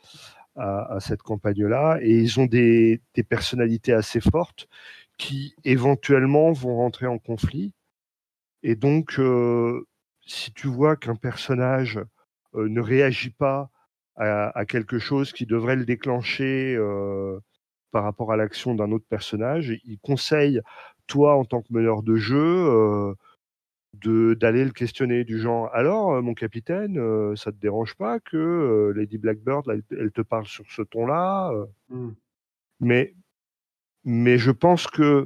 Speaker 2: à cette campagne-là, et ils ont des personnalités assez fortes qui éventuellement vont rentrer en conflit. Et donc, si tu vois qu'un personnage ne réagit pas à quelque chose qui devrait le déclencher par rapport à l'action d'un autre personnage, il conseille, toi, en tant que meneur de jeu, d'aller le questionner du genre « Alors, mon capitaine, ça te dérange pas que Lady Blackbird, elle te parle sur ce ton-là mais je pense que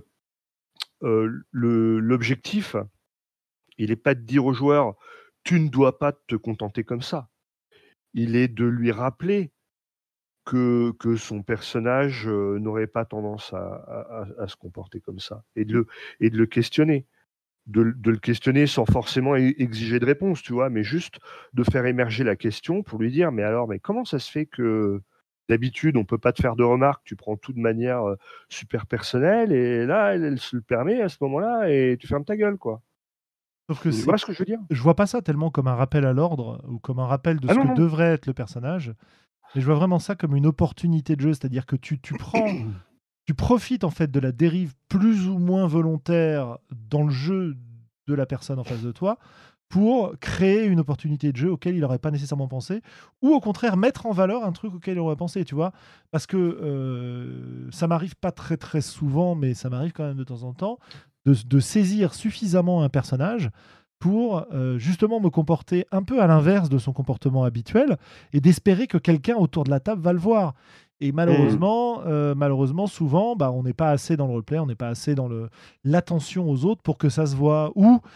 Speaker 2: l'objectif, il n'est pas de dire au joueur « Tu ne dois pas te contenter comme ça ». Il est de lui rappeler que son personnage n'aurait pas tendance à se comporter comme ça, et de le questionner. De le questionner sans forcément exiger de réponse, tu vois, mais juste de faire émerger la question pour lui dire « Mais alors, mais comment ça se fait que d'habitude, on peut pas te faire de remarques, tu prends tout de manière super personnelle, et là, elle se le permet à ce moment-là, et tu fermes ta gueule, quoi ».
Speaker 1: Sauf que
Speaker 2: Tu vois ce que je veux dire?
Speaker 1: je vois pas ça tellement comme un rappel à l'ordre ou comme un rappel de ce que devrait être le personnage, mais je vois vraiment ça comme une opportunité de jeu, c'est-à-dire que tu profites en fait de la dérive plus ou moins volontaire dans le jeu de la personne en face de toi pour créer une opportunité de jeu auquel il n'aurait pas nécessairement pensé, ou au contraire mettre en valeur un truc auquel il aurait pensé, tu vois. Parce que ça m'arrive pas très très souvent, mais ça m'arrive quand même de temps en temps, de saisir suffisamment un personnage pour justement me comporter un peu à l'inverse de son comportement habituel et d'espérer que quelqu'un autour de la table va le voir. Et malheureusement, souvent, on n'est pas assez dans le roleplay, on n'est pas assez dans l'attention aux autres pour que ça se voit,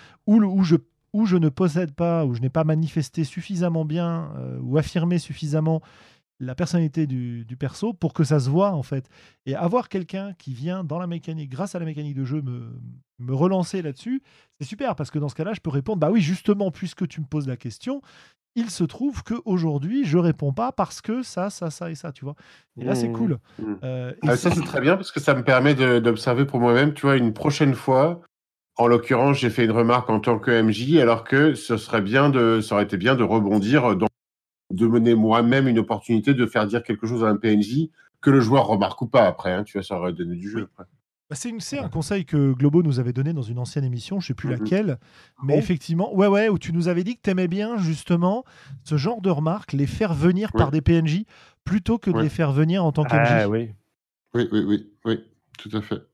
Speaker 1: ou je ne possède pas, ou je n'ai pas manifesté suffisamment bien, ou affirmé suffisamment la personnalité du perso pour que ça se voit, en fait. Et avoir quelqu'un qui vient dans la mécanique, grâce à la mécanique de jeu, me relancer là-dessus, c'est super, parce que dans ce cas-là, je peux répondre, bah oui, justement, puisque tu me poses la question, il se trouve qu'aujourd'hui, je réponds pas parce que ça et ça, tu vois. Et là, c'est cool.
Speaker 3: Ça, c'est très bien, parce que ça me permet d'observer pour moi-même, tu vois, une prochaine fois. En l'occurrence, j'ai fait une remarque en tant que MJ, alors que ça aurait été bien de rebondir, de mener moi-même une opportunité de faire dire quelque chose à un PNJ que le joueur remarque ou pas après, hein, tu vois, ça aurait donné du jeu après.
Speaker 1: C'est un conseil que Globo nous avait donné dans une ancienne émission, je ne sais plus laquelle, mais effectivement, où tu nous avais dit que tu aimais bien justement ce genre de remarques, les faire venir par des PNJ plutôt que de les faire venir en tant qu'MJ.
Speaker 2: Oui,
Speaker 3: tout à fait.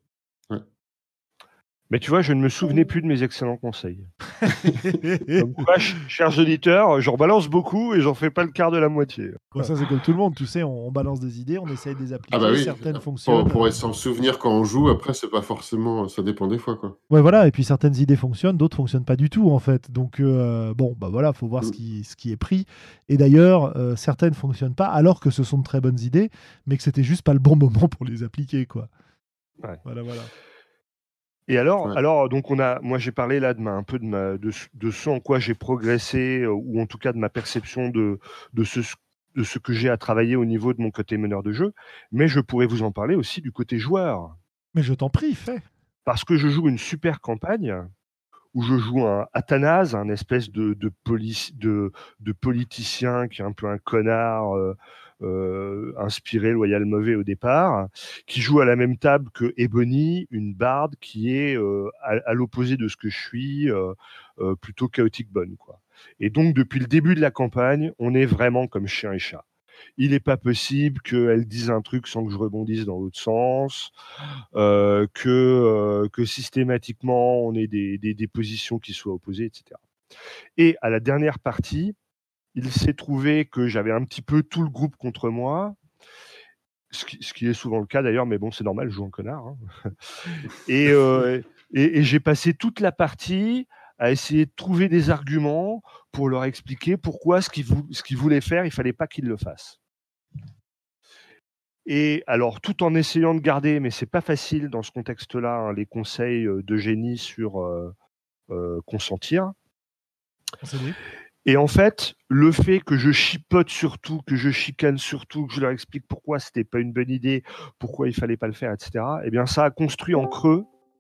Speaker 2: Mais tu vois, je ne me souvenais plus de mes excellents conseils. Comme quoi, chers auditeurs, j'en balance beaucoup et j'en fais pas le quart de la moitié.
Speaker 1: Bon, ça, c'est comme tout le monde, tu sais, on balance des idées, on essaye de les appliquer, certaines fonctionnent.
Speaker 3: Pour s'en souvenir quand on joue, après, c'est pas forcément... Ça dépend des fois, quoi.
Speaker 1: Ouais, voilà, et puis certaines idées fonctionnent, d'autres fonctionnent pas du tout, en fait. Donc, voilà, faut voir ce qui est pris. Et d'ailleurs, certaines fonctionnent pas, alors que ce sont de très bonnes idées, mais que c'était juste pas le bon moment pour les appliquer, quoi.
Speaker 2: Ouais.
Speaker 1: Voilà.
Speaker 2: Et alors, donc moi j'ai parlé là de ce en quoi j'ai progressé, ou en tout cas de ma perception de ce que j'ai à travailler au niveau de mon côté meneur de jeu, mais je pourrais vous en parler aussi du côté joueur.
Speaker 1: Mais je t'en prie, fais.
Speaker 2: Parce que je joue une super campagne où je joue un Athanase, un espèce de politicien qui est un peu un connard, inspiré loyal mauvais au départ, qui joue à la même table que Ebony, une barde qui est à l'opposé de ce que je suis, plutôt chaotique bonne, quoi. Et donc depuis le début de la campagne, on est vraiment comme chien et chat. Il n'est pas possible qu'elle dise un truc sans que je rebondisse dans l'autre sens, que systématiquement on ait des positions qui soient opposées, etc. Et à la dernière partie, il s'est trouvé que j'avais un petit peu tout le groupe contre moi, ce qui est souvent le cas d'ailleurs, mais bon, c'est normal, je joue un connard. Hein. Et j'ai passé toute la partie à essayer de trouver des arguments pour leur expliquer pourquoi ce qu'ils voulaient faire, il fallait pas qu'ils le fassent. Et alors, tout en essayant de garder, mais c'est pas facile dans ce contexte-là, hein, les conseils d'Eugénie sur consentir. Et en fait, le fait que je chipote surtout, que je chicane surtout, que je leur explique pourquoi c'était pas une bonne idée, pourquoi il fallait pas le faire, etc., eh bien, ça a construit en creux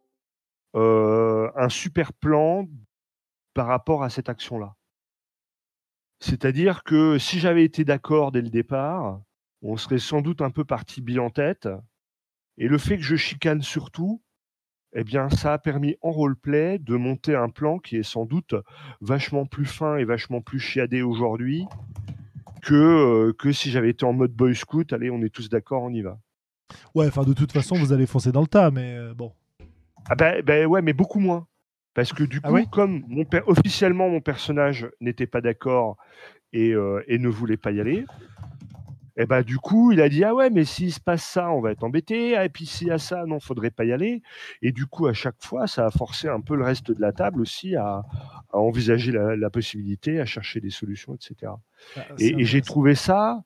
Speaker 2: un super plan par rapport à cette action-là. C'est-à-dire que si j'avais été d'accord dès le départ, on serait sans doute un peu parti bille en tête. Et le fait que je chicane surtout, eh bien, ça a permis en roleplay de monter un plan qui est sans doute vachement plus fin et vachement plus chiadé aujourd'hui que si j'avais été en mode Boy Scout. Allez, on est tous d'accord, on y va.
Speaker 1: Ouais, enfin, de toute façon, vous allez foncer dans le tas, mais bon.
Speaker 2: Ah ouais, mais beaucoup moins. Parce que du coup, comme officiellement mon personnage n'était pas d'accord et ne voulait pas y aller, et du coup, il a dit, ah ouais, mais s'il se passe ça, on va être embêté. Et puis s'il y a ça, non, faudrait pas y aller. Et du coup, à chaque fois, ça a forcé un peu le reste de la table aussi à envisager la possibilité, à chercher des solutions, etc. Et j'ai trouvé ça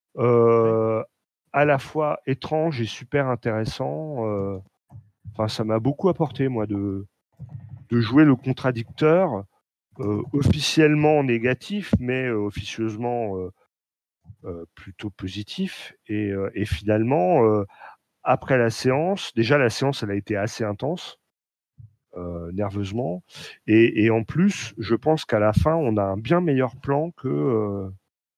Speaker 2: à la fois étrange et super intéressant. Enfin, ça m'a beaucoup apporté, moi, de jouer le contradicteur, officiellement négatif, mais officieusement plutôt positif. Et finalement, après la séance, déjà la séance, elle a été assez intense, nerveusement. Et en plus, je pense qu'à la fin, on a un bien meilleur plan que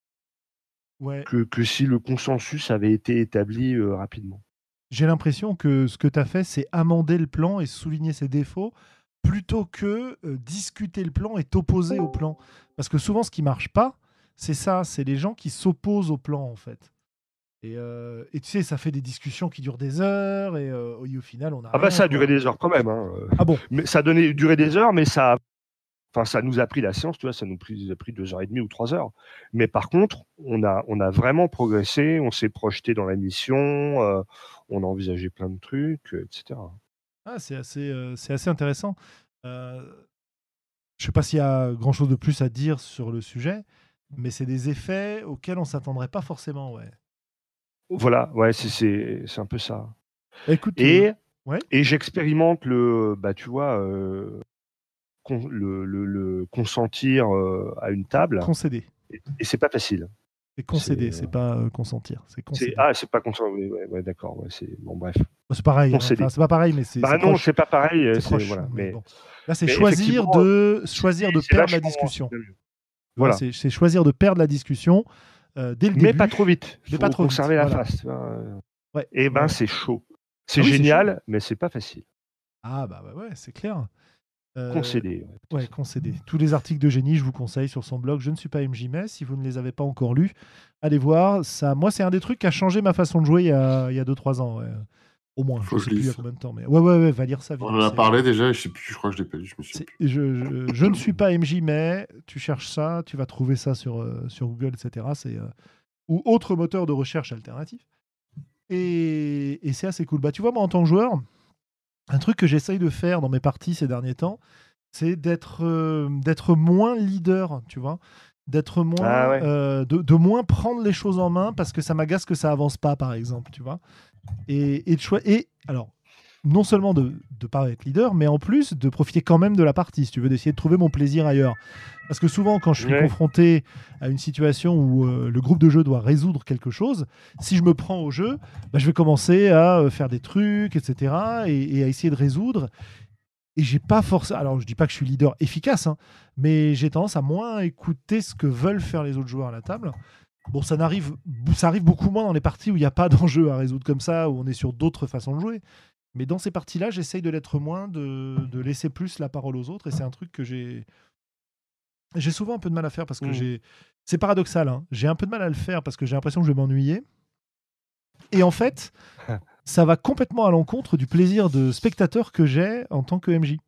Speaker 2: si le consensus avait été établi rapidement.
Speaker 1: J'ai l'impression que ce que tu as fait, c'est amender le plan et souligner ses défauts plutôt que discuter le plan et t'opposer au plan. Parce que souvent, ce qui marche pas, c'est ça, c'est les gens qui s'opposent au plan, en fait. Et tu sais, ça fait des discussions qui durent des heures, et au final, on a rien,
Speaker 2: ça a
Speaker 1: quoi.
Speaker 2: duré des heures quand même. Hein.
Speaker 1: Ah bon?
Speaker 2: Mais ça a duré des heures, mais ça nous a pris la séance, tu vois, ça nous a pris 2h30 ou 3 heures. Mais par contre, on a vraiment progressé, on s'est projeté dans la mission, on a envisagé plein de trucs, etc.
Speaker 1: Ah, c'est assez intéressant. Je sais pas s'il y a grand-chose de plus à dire sur le sujet, mais c'est des effets auxquels on s'attendrait pas forcément, ouais.
Speaker 2: Voilà, ouais, c'est un peu ça.
Speaker 1: Écoute,
Speaker 2: Et
Speaker 1: ouais,
Speaker 2: j'expérimente tu vois, le consentir à une table,
Speaker 1: concéder.
Speaker 2: et c'est pas facile.
Speaker 1: C'est concéder, c'est pas consentir, c'est concéder.
Speaker 2: C'est pas consentir, oui, ouais, d'accord, ouais, bon, bref.
Speaker 1: Bah, c'est pareil, hein.
Speaker 2: Concéder.
Speaker 1: Enfin, c'est pas pareil, mais c'est
Speaker 2: non,
Speaker 1: proche.
Speaker 2: c'est pas pareil.
Speaker 1: C'est proche,
Speaker 2: voilà,
Speaker 1: mais
Speaker 2: mais
Speaker 1: bon. Là, c'est
Speaker 2: mais
Speaker 1: choisir
Speaker 2: effectivement,
Speaker 1: de
Speaker 2: c'est
Speaker 1: perdre la
Speaker 2: vachement
Speaker 1: discussion.
Speaker 2: mieux.
Speaker 1: Tu vois,
Speaker 2: Voilà.
Speaker 1: c'est choisir de perdre la discussion dès le début.
Speaker 2: Mais pas trop vite.
Speaker 1: Mais pas trop
Speaker 2: conserver
Speaker 1: vite,
Speaker 2: la
Speaker 1: voilà.
Speaker 2: face.
Speaker 1: Ouais,
Speaker 2: Et
Speaker 1: ouais.
Speaker 2: c'est chaud. C'est
Speaker 1: Ah oui, c'est
Speaker 2: génial,
Speaker 1: chaud.
Speaker 2: mais c'est pas facile.
Speaker 1: Ah bah ouais, c'est clair.
Speaker 2: Concéder.
Speaker 1: Ouais, concéder. Tous les articles de Génie, je vous conseille sur son blog. Je ne suis pas MJMais. Si vous ne les avez pas encore lus, allez voir. Ça, moi, c'est un des trucs qui a changé ma façon de jouer il y a 2-3 ans. Ouais. Au moins,
Speaker 3: Faut
Speaker 1: je
Speaker 3: que
Speaker 1: sais
Speaker 3: je
Speaker 1: plus il y a
Speaker 3: lise.
Speaker 1: combien de temps. Mais ouais, va lire ça vite.
Speaker 3: On en a parlé déjà, je sais plus, je crois que je l'ai pas lu, je me suis plus.
Speaker 1: Je ne suis pas MJMais. Tu cherches ça, tu vas trouver ça sur Google, etc. Ou autre moteur de recherche alternatif. Et c'est assez cool. Bah, tu vois, moi, en tant que joueur, un truc que j'essaye de faire dans mes parties ces derniers temps, c'est d'être moins leader, tu vois, d'être moins de moins prendre les choses en main parce que ça m'agace que ça avance pas, par exemple, tu vois, et alors non seulement de pas être leader, mais en plus de profiter quand même de la partie, si tu veux, d'essayer de trouver mon plaisir ailleurs. Parce que souvent, quand je suis confronté à une situation où le groupe de jeu doit résoudre quelque chose, si je me prends au jeu, bah, je vais commencer à faire des trucs, etc., et à essayer de résoudre. Et j'ai pas forcément. Alors, je dis pas que je suis leader efficace, hein, mais j'ai tendance à moins écouter ce que veulent faire les autres joueurs à la table. Bon, ça arrive beaucoup moins dans les parties où il n'y a pas d'enjeu à résoudre comme ça, où on est sur d'autres façons de jouer. Mais dans ces parties-là, j'essaye de l'être moins, de laisser plus la parole aux autres. Et c'est un truc que j'ai souvent un peu de mal à faire parce que c'est paradoxal, hein. J'ai un peu de mal à le faire parce que j'ai l'impression que je vais m'ennuyer. Et en fait, ça va complètement à l'encontre du plaisir de spectateur que j'ai en tant que MJ.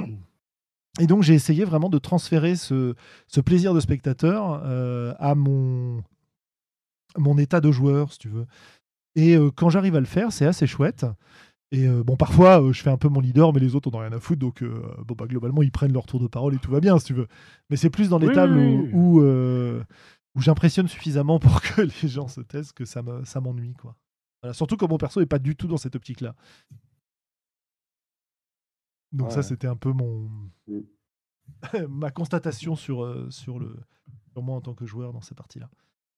Speaker 1: Et donc, j'ai essayé vraiment de transférer ce plaisir de spectateur à mon état de joueur, si tu veux. Et quand j'arrive à le faire, c'est assez chouette. Et bon, parfois, je fais un peu mon leader, mais les autres, on n'ont rien à foutre. Donc, globalement, ils prennent leur tour de parole et tout va bien, si tu veux. Mais c'est plus dans les tables où j'impressionne suffisamment pour que les gens se taisent que ça m'ennuie, quoi. Voilà, surtout quand mon perso n'est pas du tout dans cette optique-là. Donc ça, c'était un peu ma constatation sur moi en tant que joueur dans ces parties-là.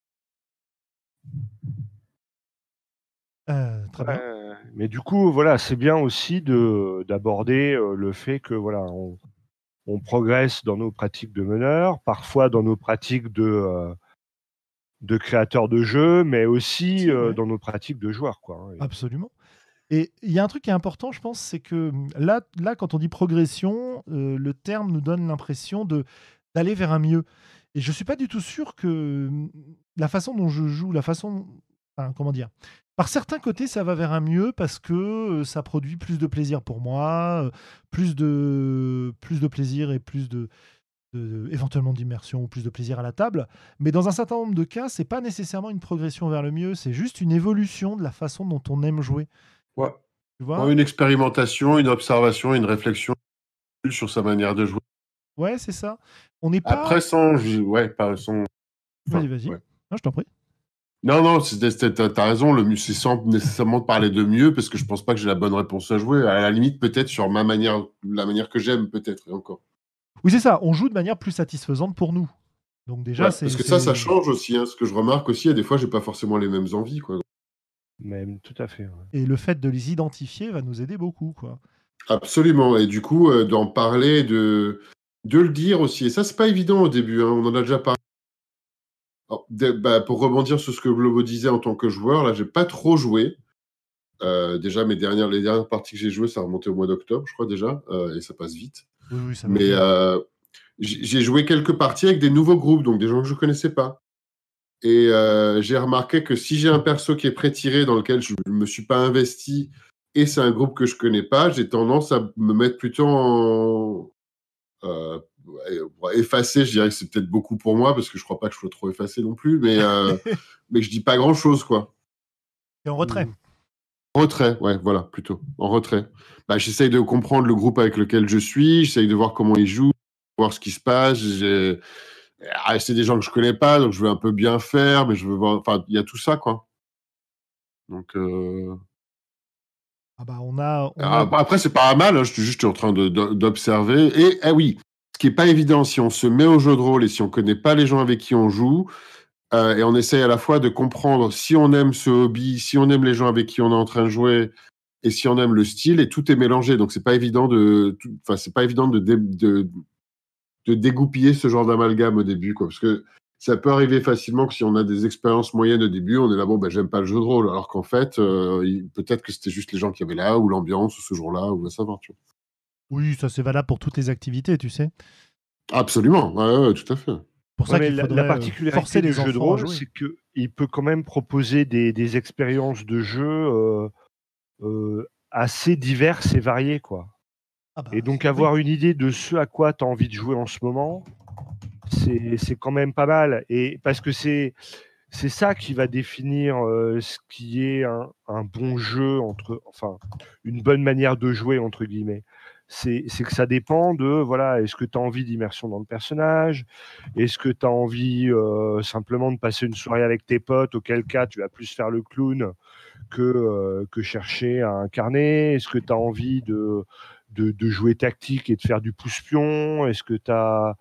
Speaker 1: Très bien.
Speaker 2: Mais du coup, voilà, c'est bien aussi d'aborder le fait que voilà, on progresse dans nos pratiques de meneur, parfois dans nos pratiques de créateurs de jeux, mais aussi dans nos pratiques de joueurs, quoi.
Speaker 1: Absolument. Et il y a un truc qui est important, je pense, c'est que là, quand on dit progression, le terme nous donne l'impression d'aller vers un mieux. Et je ne suis pas du tout sûr que la façon dont je joue, comment dire, par certains côtés, ça va vers un mieux parce que ça produit plus de plaisir pour moi, plus de plaisir et plus éventuellement d'immersion ou plus de plaisir à la table. Mais dans un certain nombre de cas, c'est pas nécessairement une progression vers le mieux, c'est juste une évolution de la façon dont on aime jouer.
Speaker 3: Ouais.
Speaker 1: Tu vois,
Speaker 3: une expérimentation, une observation, une réflexion sur sa manière de jouer.
Speaker 1: Ouais, c'est ça. On n'est pas.
Speaker 3: Après, pas sans.
Speaker 1: Vas-y. Ouais. Non, je t'en prie.
Speaker 3: Non, t'as raison. Le mieux, c'est sans nécessairement parler de mieux, parce que je pense pas que j'ai la bonne réponse à jouer. À la limite, peut-être sur la manière que j'aime, peut-être, et encore.
Speaker 1: Oui, c'est ça. On joue de manière plus satisfaisante pour nous. Donc déjà,
Speaker 3: parce que ça change aussi. Hein. Ce que je remarque aussi, il y a des fois, j'ai pas forcément les mêmes envies, quoi.
Speaker 2: Même tout à fait. Ouais.
Speaker 1: Et le fait de les identifier va nous aider beaucoup, quoi.
Speaker 3: Absolument. Et du coup, d'en parler, de le dire aussi. Et ça, c'est pas évident au début. Hein. On en a déjà parlé. Alors, pour rebondir sur ce que Globo disait en tant que joueur, là, j'ai pas trop joué. Déjà, les dernières parties que j'ai jouées, ça remontait au mois d'octobre, je crois déjà, et ça passe vite.
Speaker 1: Oui, ça va
Speaker 3: Mais j'ai joué quelques parties avec des nouveaux groupes, donc des gens que je ne connaissais pas. Et j'ai remarqué que si j'ai un perso qui est pré-tiré dans lequel je ne me suis pas investi et c'est un groupe que je ne connais pas, j'ai tendance à me mettre plutôt en effacé. Je dirais que c'est peut-être beaucoup pour moi parce que je ne crois pas que je sois trop effacé non plus, mais je dis pas grand-chose, quoi.
Speaker 1: Et en retrait.
Speaker 3: Retrait, ouais, voilà, plutôt. En retrait. J'essaye de comprendre le groupe avec lequel je suis, j'essaye de voir comment ils jouent, voir ce qui se passe. C'est des gens que je connais pas, donc je veux un peu bien faire, mais je veux voir. Enfin, il y a tout ça, quoi. Donc. Après, c'est pas mal, hein, je suis en train d'observer. Et oui, ce qui est pas évident, si on se met au jeu de rôle et si on connaît pas les gens avec qui on joue, et on essaye à la fois de comprendre si on aime ce hobby, si on aime les gens avec qui on est en train de jouer, et si on aime le style, et tout est mélangé. Donc, c'est pas évident de dégoupiller ce genre d'amalgame au début, quoi. Parce que ça peut arriver facilement que si on a des expériences moyennes au début, on est là, j'aime pas le jeu de rôle. Alors qu'en fait, peut-être que c'était juste les gens qui avaient là, ou l'ambiance, ou ce jour-là, ou à savoir, tu vois.
Speaker 1: Oui, ça c'est valable pour toutes les activités, tu sais.
Speaker 3: Absolument, ouais, tout à fait.
Speaker 1: Pour ça qu'il faudrait
Speaker 2: la particularité
Speaker 1: forcer les
Speaker 2: du jeu de
Speaker 1: enfants à
Speaker 2: rôle,
Speaker 1: jouer.
Speaker 2: c'est qu'il peut quand même proposer des expériences de jeu assez diverses et variées, quoi. Et donc avoir une idée de ce à quoi tu as envie de jouer en ce moment, c'est quand même pas mal. Et parce que c'est ça qui va définir ce qui est un bon jeu, une bonne manière de jouer, entre guillemets. C'est que ça dépend de, voilà, est-ce que tu as envie d'immersion dans le personnage? Est-ce que tu as envie simplement de passer une soirée avec tes potes, auquel cas tu vas plus faire le clown que chercher à incarner? Est-ce que tu as envie de jouer tactique et de faire du pouce-pion? Est-ce que tu as...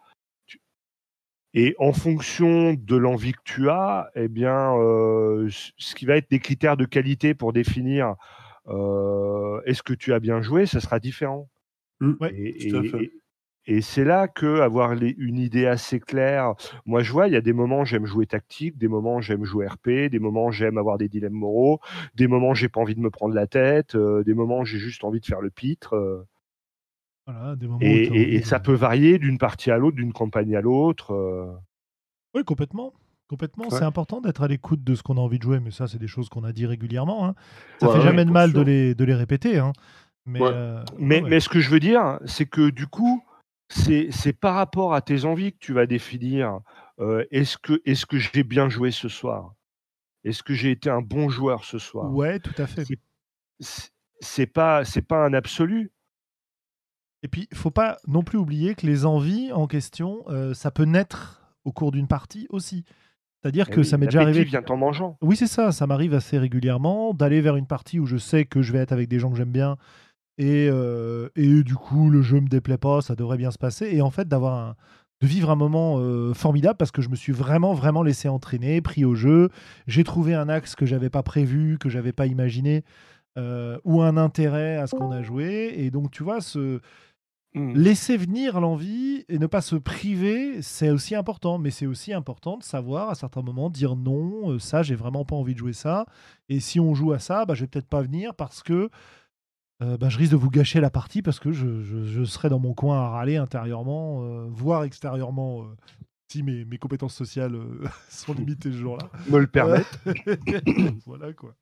Speaker 2: Et en fonction de l'envie que tu as, eh bien, ce qui va être des critères de qualité pour définir est-ce que tu as bien joué, ça sera différent.
Speaker 1: Ouais,
Speaker 3: tout à fait.
Speaker 2: Et c'est là que avoir une idée assez claire. Moi, je vois, il y a des moments j'aime jouer tactique, des moments j'aime jouer RP, des moments j'aime avoir des dilemmes moraux, des moments j'ai pas envie de me prendre la tête, des moments j'ai juste envie de faire le pitre.
Speaker 1: Voilà, des moments
Speaker 2: Et ça peut varier d'une partie à l'autre, d'une campagne à l'autre.
Speaker 1: Oui, complètement. Complètement.
Speaker 2: Ouais.
Speaker 1: C'est important d'être à l'écoute de ce qu'on a envie de jouer, mais ça, c'est des choses qu'on a dit régulièrement. Hein. Ça fait jamais de mal de les répéter. Hein. Mais
Speaker 2: ce que je veux dire, c'est que du coup, c'est par rapport à tes envies que tu vas définir est-ce que j'ai bien joué ce soir? Est-ce que j'ai été un bon joueur ce soir?
Speaker 1: Ouais, tout à fait.
Speaker 2: C'est pas un absolu.
Speaker 1: Et puis, il faut pas non plus oublier que les envies en question, ça peut naître au cours d'une partie aussi. C'est-à-dire que ça m'est déjà arrivé.
Speaker 2: Vient en mangeant.
Speaker 1: Oui, c'est ça. Ça m'arrive assez régulièrement d'aller vers une partie où je sais que je vais être avec des gens que j'aime bien et du coup, le jeu me déplaît pas, ça devrait bien se passer. Et en fait, de vivre un moment formidable parce que je me suis vraiment, vraiment laissé entraîner, pris au jeu. J'ai trouvé un axe que j'avais pas prévu, que j'avais pas imaginé, ou un intérêt à ce qu'on a joué. Et donc, tu vois, laisser venir l'envie et ne pas se priver, c'est aussi important. Mais c'est aussi important de savoir à certains moments dire non, ça, j'ai vraiment pas envie de jouer ça. Et si on joue à ça, je vais peut-être pas venir parce que je risque de vous gâcher la partie parce que je serai dans mon coin à râler intérieurement, voire extérieurement, si mes compétences sociales sont limitées ce jour-là.
Speaker 2: Me le permettre.
Speaker 1: Voilà quoi.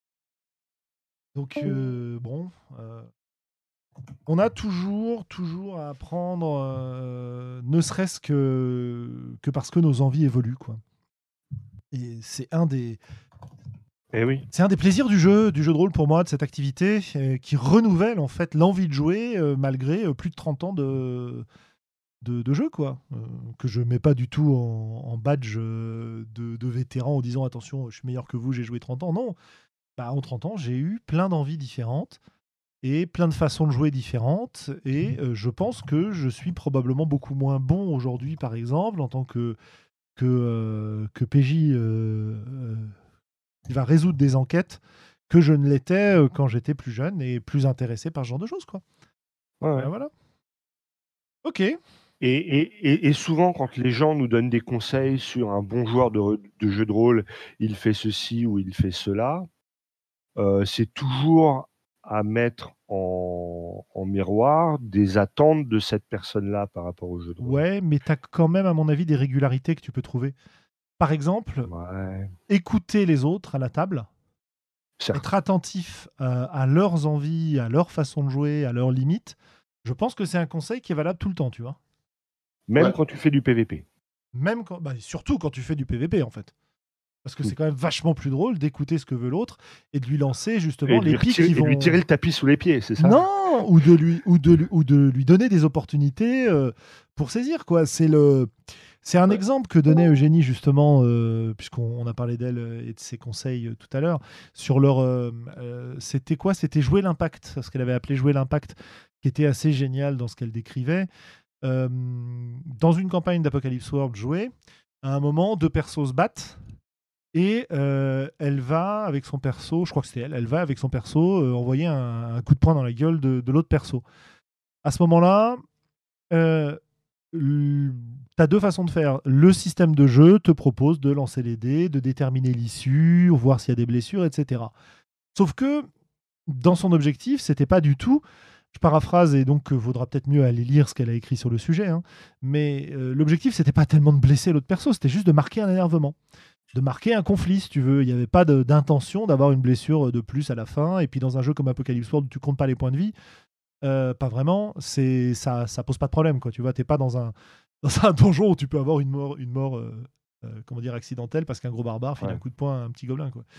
Speaker 1: Donc on a toujours à apprendre, ne serait-ce que parce que nos envies évoluent, quoi. Et c'est un des c'est un des plaisirs du jeu de rôle pour moi, de cette activité, qui renouvelle en fait l'envie de jouer malgré plus de 30 ans de jeu, quoi. Que je mets pas du tout en badge de vétéran en disant attention, je suis meilleur que vous, j'ai joué 30 ans. Non, en 30 ans, j'ai eu plein d'envies différentes et plein de façons de jouer différentes. Et je pense que je suis probablement beaucoup moins bon aujourd'hui, par exemple, en tant que PJ qui va résoudre des enquêtes que je ne l'étais quand j'étais plus jeune et plus intéressé par ce genre de choses, quoi.
Speaker 2: Ouais.
Speaker 1: Voilà. Ok.
Speaker 2: Et souvent, quand les gens nous donnent des conseils sur un bon joueur de jeu de rôle, il fait ceci ou il fait cela, c'est toujours à mettre en miroir des attentes de cette personne-là par rapport au jeu de rôle.
Speaker 1: Ouais, mais tu as quand même, à mon avis, des régularités que tu peux trouver. Par exemple, écouter les autres à la table, être attentif à leurs envies, à leur façon de jouer, à leurs limites. Je pense que c'est un conseil qui est valable tout le temps, tu vois.
Speaker 2: Même quand tu fais du PVP.
Speaker 1: Même surtout quand tu fais du PVP, en fait. Parce que c'est quand même vachement plus drôle d'écouter ce que veut l'autre et de lui lancer justement les pics qui vont...
Speaker 2: Et lui tirer le tapis sous les pieds, c'est ça?
Speaker 1: Non, ou de lui donner des opportunités pour saisir, quoi. C'est un exemple que donnait Eugénie, justement, puisqu'on a parlé d'elle et de ses conseils tout à l'heure, sur leur... c'était quoi? C'était Jouer l'impact, ce qu'elle avait appelé Jouer l'impact, qui était assez génial dans ce qu'elle décrivait. Dans une campagne d'Apocalypse World jouée, à un moment, 2 persos se battent. Et elle va avec son perso, je crois que c'était elle va avec son perso envoyer un coup de poing dans la gueule de l'autre perso. À ce moment-là, tu as 2 façons de faire. Le système de jeu te propose de lancer les dés, de déterminer l'issue, voir s'il y a des blessures, etc. Sauf que dans son objectif, c'était pas du tout... Je paraphrase et donc vaudra peut-être mieux aller lire ce qu'elle a écrit sur le sujet. Hein, mais l'objectif, c'était pas tellement de blesser l'autre perso, c'était juste de marquer un énervement. De marquer un conflit, si tu veux. Il n'y avait pas d'intention d'avoir une blessure de plus à la fin. Et puis dans un jeu comme Apocalypse World où tu comptes pas les points de vie, pas vraiment, ça pose pas de problème, quoi. Tu vois, t'es pas dans un donjon où tu peux avoir une mort comment dire, accidentelle parce qu'un gros barbare file un coup de poing à un petit gobelin, quoi.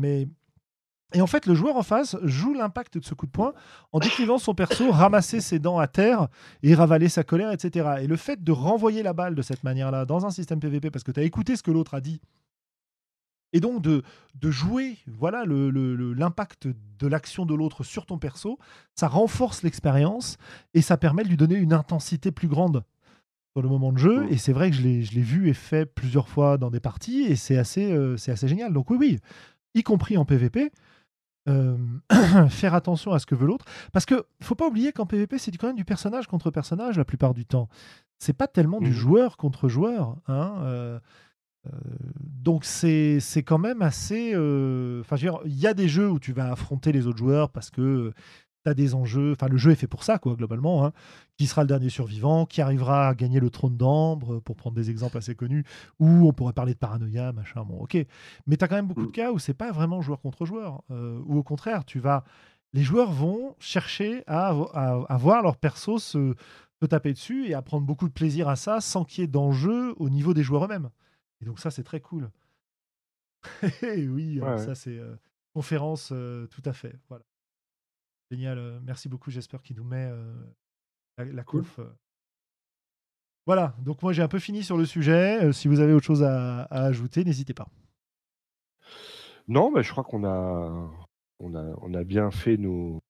Speaker 1: Et en fait, le joueur en face joue l'impact de ce coup de poing en décrivant son perso ramasser ses dents à terre et ravaler sa colère, etc. Et le fait de renvoyer la balle de cette manière-là dans un système PVP parce que tu as écouté ce que l'autre a dit, et donc de jouer voilà, l'impact de l'action de l'autre sur ton perso, ça renforce l'expérience et ça permet de lui donner une intensité plus grande sur le moment de jeu. Et c'est vrai que je l'ai vu et fait plusieurs fois dans des parties et c'est assez génial. Donc oui, y compris en PVP, faire attention à ce que veut l'autre. Parce que faut pas oublier qu'en PVP, c'est quand même du personnage contre personnage la plupart du temps. C'est pas tellement du joueur contre joueur. Hein, donc c'est quand même assez... Enfin, il y a des jeux où tu vas affronter les autres joueurs parce que tu as des enjeux... Enfin, le jeu est fait pour ça, quoi, globalement. Hein. Qui sera le dernier survivant, qui arrivera à gagner le trône d'ambre, pour prendre des exemples assez connus, ou on pourrait parler de paranoïa, machin, bon, ok. Mais tu as quand même beaucoup de cas où c'est pas vraiment joueur contre joueur. Ou au contraire, les joueurs vont chercher à voir leur perso se taper dessus et à prendre beaucoup de plaisir à ça sans qu'il y ait d'enjeu au niveau des joueurs eux-mêmes. Et donc ça, c'est très cool. Oui, ça c'est conférence, tout à fait. Voilà. Génial. Merci beaucoup, j'espère qu'il nous met la conf. Voilà, donc moi j'ai un peu fini sur le sujet. Si vous avez autre chose à ajouter, n'hésitez pas.
Speaker 2: Non, je crois qu'on a bien fait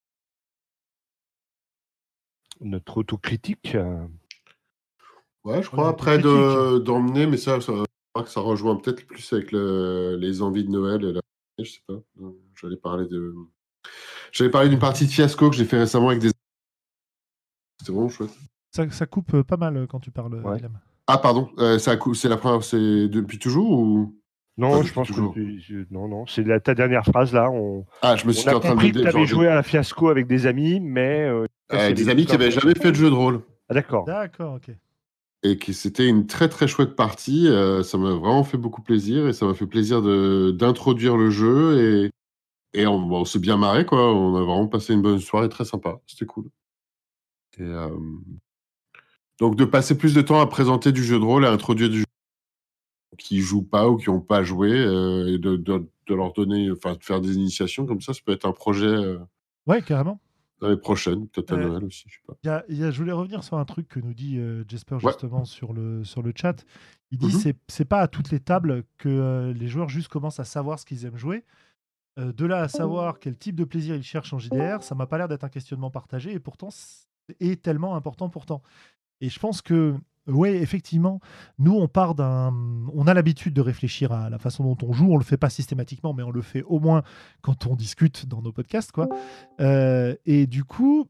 Speaker 2: notre autocritique.
Speaker 3: Ouais, je crois, après d'emmener, mais ça rejoint peut-être plus avec les envies de Noël. Je sais pas. J'allais parler d'une partie de Fiasco que j'ai fait récemment avec des... C'était vraiment chouette.
Speaker 1: Ça coupe pas mal quand tu parles, Willem.
Speaker 3: Ah, pardon. C'est la première... C'est depuis toujours ou...
Speaker 2: Non, je pense que... Non, c'est ta dernière phrase, là.
Speaker 3: Je me suis en train de
Speaker 2: compris que tu avais joué à la Fiasco avec des amis, mais...
Speaker 3: des amis qui n'avaient jamais fait de jeu de rôle.
Speaker 2: Ah, d'accord.
Speaker 1: D'accord, ok.
Speaker 3: Et c'était une très très chouette partie. Ça m'a vraiment fait beaucoup plaisir et ça m'a fait plaisir d'introduire le jeu et on s'est bien marré, quoi. On a vraiment passé une bonne soirée très sympa. C'était cool. Et, donc de passer plus de temps à présenter du jeu de rôle et à introduire du jeu qui jouent pas ou qui n'ont pas joué et de leur donner, enfin de faire des initiations comme ça peut être un projet.
Speaker 1: Ouais, carrément.
Speaker 3: L'année prochaine, peut-être à Noël aussi, je sais pas.
Speaker 1: Je voulais revenir sur un truc que nous dit Jesper justement sur le chat. Il dit c'est pas à toutes les tables que les joueurs juste commencent à savoir ce qu'ils aiment jouer. De là à savoir quel type de plaisir ils cherchent en JDR, ça m'a pas l'air d'être un questionnement partagé et pourtant c'est tellement important pourtant. Et je pense que oui, effectivement, nous on a l'habitude de réfléchir à la façon dont on joue. On le fait pas systématiquement, mais on le fait au moins quand on discute dans nos podcasts, quoi. Et du coup,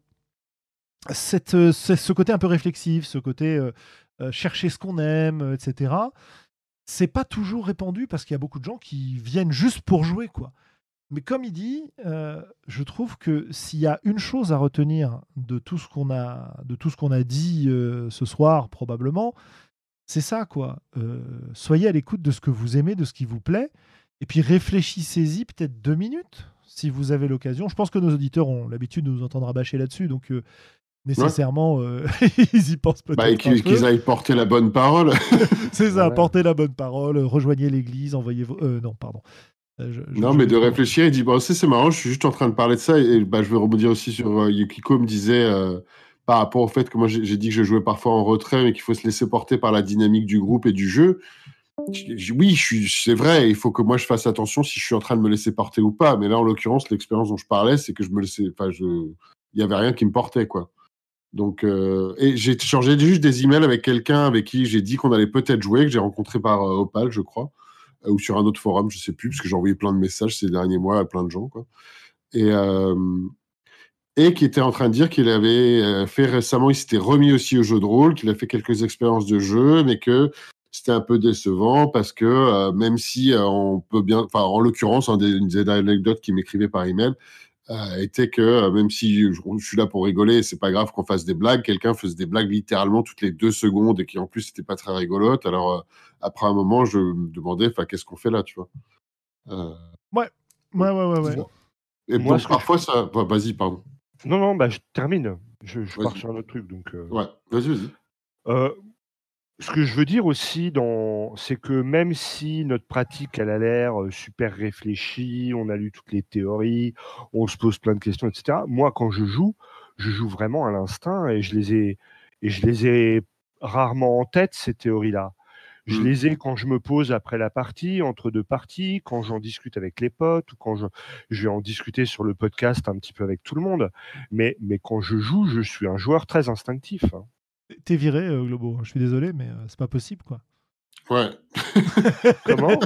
Speaker 1: ce côté un peu réflexif, ce côté chercher ce qu'on aime, etc. C'est pas toujours répandu parce qu'il y a beaucoup de gens qui viennent juste pour jouer, quoi. Mais comme il dit, je trouve que s'il y a une chose à retenir de tout ce qu'on a dit ce soir, probablement, c'est ça, quoi. Soyez à l'écoute de ce que vous aimez, de ce qui vous plaît, et puis réfléchissez-y peut-être 2 minutes, si vous avez l'occasion. Je pense que nos auditeurs ont l'habitude de nous entendre rabâcher là-dessus, donc nécessairement, ils y pensent peut-être
Speaker 3: et qu'ils aillent porter la bonne parole.
Speaker 1: C'est ça, porter la bonne parole, rejoignez l'église, envoyez vos... non, pardon.
Speaker 3: Mais de réfléchir, il dit c'est marrant, je suis juste en train de parler de ça et je vais rebondir aussi sur Yukiko me disait par rapport au fait que moi j'ai dit que je jouais parfois en retrait mais qu'il faut se laisser porter par la dynamique du groupe et du jeu. Oui, c'est vrai, il faut que moi je fasse attention si je suis en train de me laisser porter ou pas, mais là en l'occurrence l'expérience dont je parlais c'est que je me laissais, il y avait rien qui me portait quoi. Donc et j'ai changé juste des emails avec quelqu'un avec qui j'ai dit qu'on allait peut-être jouer, que j'ai rencontré par Opal je crois. Ou sur un autre forum, je sais plus, parce que j'ai envoyé plein de messages ces derniers mois à plein de gens, quoi. Et qui était en train de dire qu'il avait fait récemment, il s'était remis aussi au jeu de rôle, qu'il a fait quelques expériences de jeu, mais que c'était un peu décevant parce que même si on peut bien, enfin en l'occurrence, une des anecdotes qu'il m'écrivait par email était que même si je suis là pour rigoler, c'est pas grave qu'on fasse des blagues, quelqu'un faisait des blagues littéralement toutes les 2 secondes et qui en plus c'était pas très rigolote. Alors après un moment, je me demandais, qu'est-ce qu'on fait là, tu vois.
Speaker 1: Ouais.
Speaker 3: Et moi, donc parfois ça. Vas-y, pardon.
Speaker 2: Non, je termine. Je pars sur un autre truc, donc.
Speaker 3: Ouais, vas-y.
Speaker 2: Ce que je veux dire aussi, c'est que même si notre pratique, elle a l'air super réfléchie, on a lu toutes les théories, on se pose plein de questions, etc. Moi, quand je joue vraiment à l'instinct et je les ai rarement en tête, ces théories-là. Je les ai quand je me pose après la partie, entre 2 parties, quand j'en discute avec les potes ou quand je vais en discuter sur le podcast un petit peu avec tout le monde. Mais quand je joue, je suis un joueur très instinctif. Hein.
Speaker 1: T'es viré, Globo. Je suis désolé, mais c'est pas possible, quoi.
Speaker 3: Ouais.
Speaker 2: Comment?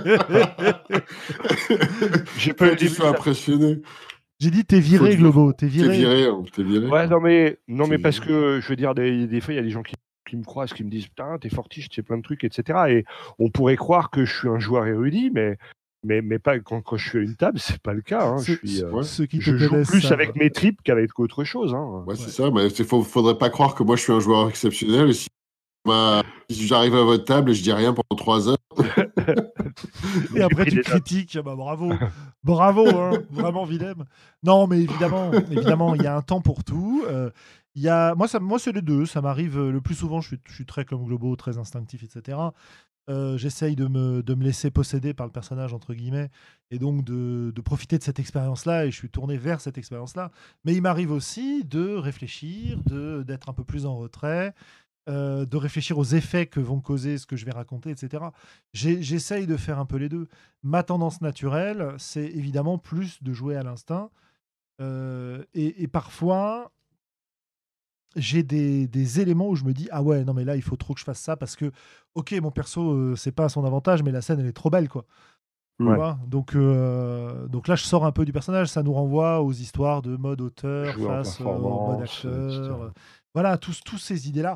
Speaker 3: J'ai pas été impressionné.
Speaker 1: J'ai dit t'es viré, Globo. T'es viré.
Speaker 3: T'es viré.
Speaker 2: Ouais, non mais parce que je veux dire, des fois, il y a des gens qui me croisent, qui me disent putain, t'es fortiche, tu sais plein de trucs, etc. Et on pourrait croire que je suis un joueur érudit, mais pas quand je suis à une table, c'est pas le cas. Hein. Je joue plus avec mes tripes qu'avec autre chose. Hein.
Speaker 3: Ouais, c'est ça. Mais faudrait pas croire que moi je suis un joueur exceptionnel. Si j'arrive à votre table et je dis rien pendant 3 heures.
Speaker 1: Et après tu critiques, bravo, hein, vraiment Willem. Non, mais évidemment, il y a un temps pour tout. Moi, c'est les deux. Ça m'arrive le plus souvent. Je suis très comme Globo, très instinctif, etc. J'essaye de me laisser posséder par le personnage entre guillemets et donc de profiter de cette expérience-là et je suis tourné vers cette expérience-là. Mais il m'arrive aussi de réfléchir, d'être un peu plus en retrait. De réfléchir aux effets que vont causer ce que je vais raconter, etc. J'essaye de faire un peu les deux. Ma tendance naturelle, c'est évidemment plus de jouer à l'instinct. Et parfois, j'ai des éléments où je me dis ah ouais, non mais là, il faut trop que je fasse ça parce que, ok, mon perso, c'est pas à son avantage, mais la scène, elle est trop belle, quoi.
Speaker 2: Ouais.
Speaker 1: Donc là, je sors un peu du personnage. Ça nous renvoie aux histoires de mode auteur face au mode acteur. Voilà, tous ces idées-là.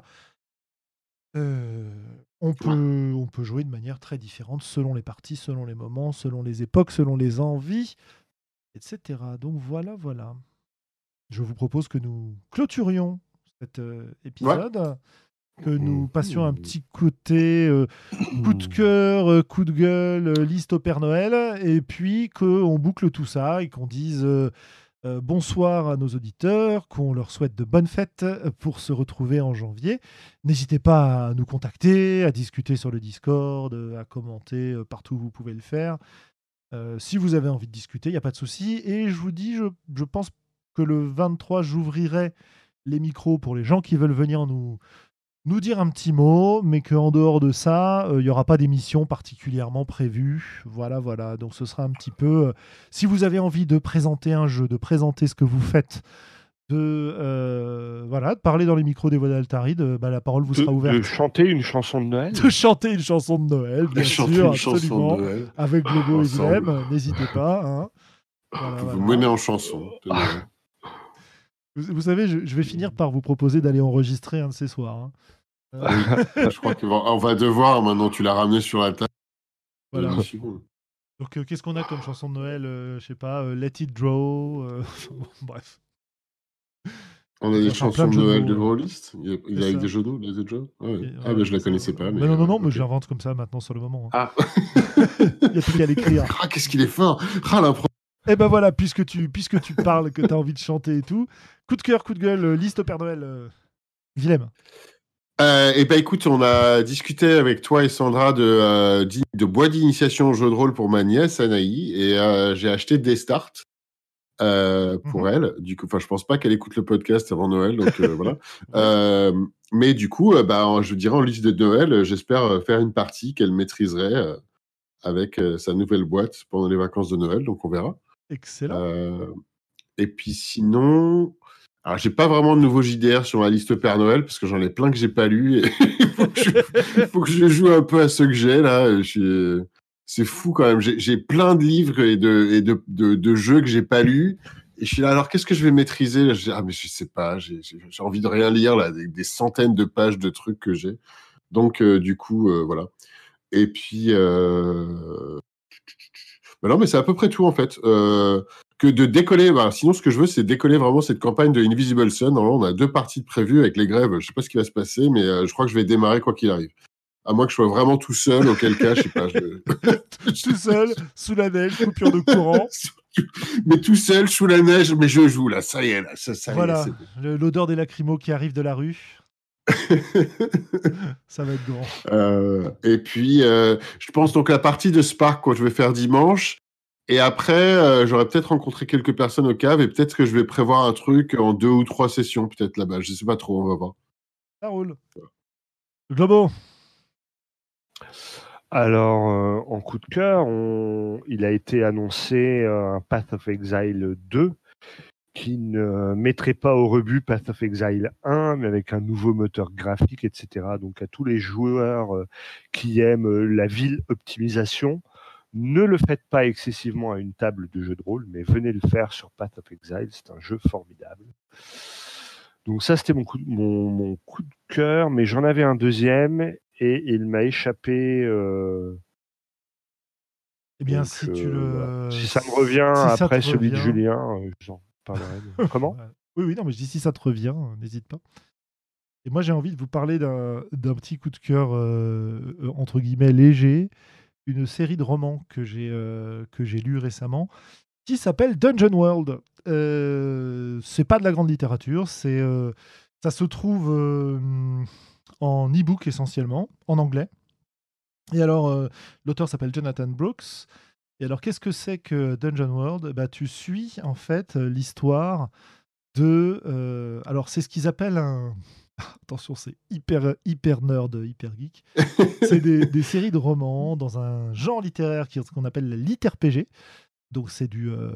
Speaker 1: On peut jouer de manière très différente selon les parties, selon les moments, selon les époques, selon les envies, etc. Donc voilà. Je vous propose que nous clôturions cet épisode, que nous passions un petit côté coup de cœur, coup de gueule, liste au Père Noël, et puis qu'on boucle tout ça et qu'on dise... bonsoir à nos auditeurs, qu'on leur souhaite de bonnes fêtes pour se retrouver en janvier. N'hésitez pas à nous contacter, à discuter sur le Discord, à commenter partout où vous pouvez le faire. Si vous avez envie de discuter, il n'y a pas de souci. Et je vous dis, je pense que le 23, j'ouvrirai les micros pour les gens qui veulent venir nous dire un petit mot, mais qu'en dehors de ça, il n'y aura pas d'émission particulièrement prévue. Voilà. Donc ce sera un petit peu... si vous avez envie de présenter un jeu, de présenter ce que vous faites, de parler dans les micros des voix d'Altaride, la parole vous sera ouverte.
Speaker 2: De chanter une chanson de Noël.
Speaker 1: De chanter une chanson de Noël, bien sûr, absolument. Avec Globo et Willem, n'hésitez pas. Hein.
Speaker 3: Vous menez en chanson.
Speaker 1: Vous savez, je vais finir par vous proposer d'aller enregistrer un de ces soirs. Hein.
Speaker 3: Je crois qu'on va devoir, maintenant tu l'as ramené sur la table.
Speaker 1: Voilà. Donc, qu'est-ce qu'on a comme chanson de Noël? Je sais pas, Let It Draw. Bon, bref.
Speaker 3: On a des chansons de Noël de Eurolist. Il y a des jeux d'eau, Let It Draw. Ah, je la connaissais pas. Mais
Speaker 1: non, mais je l'invente comme ça maintenant sur le moment.
Speaker 3: Ah.
Speaker 1: Il n'y a plus qu'à l'écrire.
Speaker 3: Ah, qu'est-ce qu'il est fort. Ah, l'impro.
Speaker 1: Eh ben voilà, puisque tu parles, que tu as envie de chanter et tout, coup de cœur, coup de gueule, liste au Père Noël, Willem.
Speaker 3: Et ben écoute, on a discuté avec toi et Sandra de boîte d'initiation au jeu de rôle pour ma nièce Anaï, et j'ai acheté Desstart pour elle. Du coup, je pense pas qu'elle écoute le podcast avant Noël, donc voilà. Mais du coup, je dirais en liste de Noël, j'espère faire une partie qu'elle maîtriserait avec sa nouvelle boîte pendant les vacances de Noël, donc on verra.
Speaker 1: Excellent.
Speaker 3: Et puis sinon, alors j'ai pas vraiment de nouveaux JDR sur ma liste Père Noël parce que j'en ai plein que j'ai pas lu. Il faut que je joue un peu à ceux que j'ai là. C'est fou quand même. J'ai plein de livres et de jeux que j'ai pas lus. Et je suis là, alors qu'est-ce que je vais maîtriser? Mais je sais pas. J'ai envie de rien lire là, des centaines de pages de trucs que j'ai. Donc du coup, voilà. Et puis non, mais c'est à peu près tout en fait. Que de décoller. Sinon, ce que je veux, c'est décoller vraiment cette campagne de Invisible Sun. Normalement, on a 2 parties de prévues avec les grèves. Je sais pas ce qui va se passer, mais je crois que je vais démarrer quoi qu'il arrive. À moins que je sois vraiment tout seul, auquel cas, je sais pas.
Speaker 1: Tout seul, sous la neige, coupure de courant.
Speaker 3: Mais tout seul, sous la neige, mais je joue là. Ça y est, là. Ça
Speaker 1: voilà,
Speaker 3: y est, c'est bon.
Speaker 1: L'odeur des lacrymos qui arrivent de la rue. Ça va être grand.
Speaker 3: Et puis, je pense donc la partie de Spark que je vais faire dimanche. Et après, j'aurais peut-être rencontré quelques personnes au cave et peut-être que je vais prévoir un truc en 2 ou 3 sessions, peut-être là-bas. Je sais pas trop, on va voir.
Speaker 1: Ça roule. Globo.
Speaker 2: Alors, en coup de cœur, il a été annoncé un Path of Exile 2 qui ne mettrait pas au rebut Path of Exile 1, mais avec un nouveau moteur graphique, etc. Donc à tous les joueurs qui aiment la ville optimisation, ne le faites pas excessivement à une table de jeu de rôle, mais venez le faire sur Path of Exile, c'est un jeu formidable. Donc ça, c'était mon coup de cœur, mais j'en avais un deuxième, et il m'a échappé...
Speaker 1: Eh bien, donc, si tu le...
Speaker 2: Voilà. Si ça me revient après celui de Julien, j'en parlerai. Comment?
Speaker 1: Oui, non, mais je dis si ça te revient, n'hésite pas. Et moi, j'ai envie de vous parler d'un petit coup de cœur, entre guillemets, léger, une série de romans que j'ai lu récemment, qui s'appelle Dungeon World. C'est pas de la grande littérature, ça se trouve en e-book essentiellement, en anglais. Et alors, l'auteur s'appelle Jonathan Brooks. Et alors, qu'est-ce que c'est que Dungeon World? Tu suis en fait l'histoire de... alors, c'est ce qu'ils appellent un... Attention, c'est hyper nerd, hyper geek. C'est des séries de romans dans un genre littéraire qu'on appelle la lit-RPG. Donc, c'est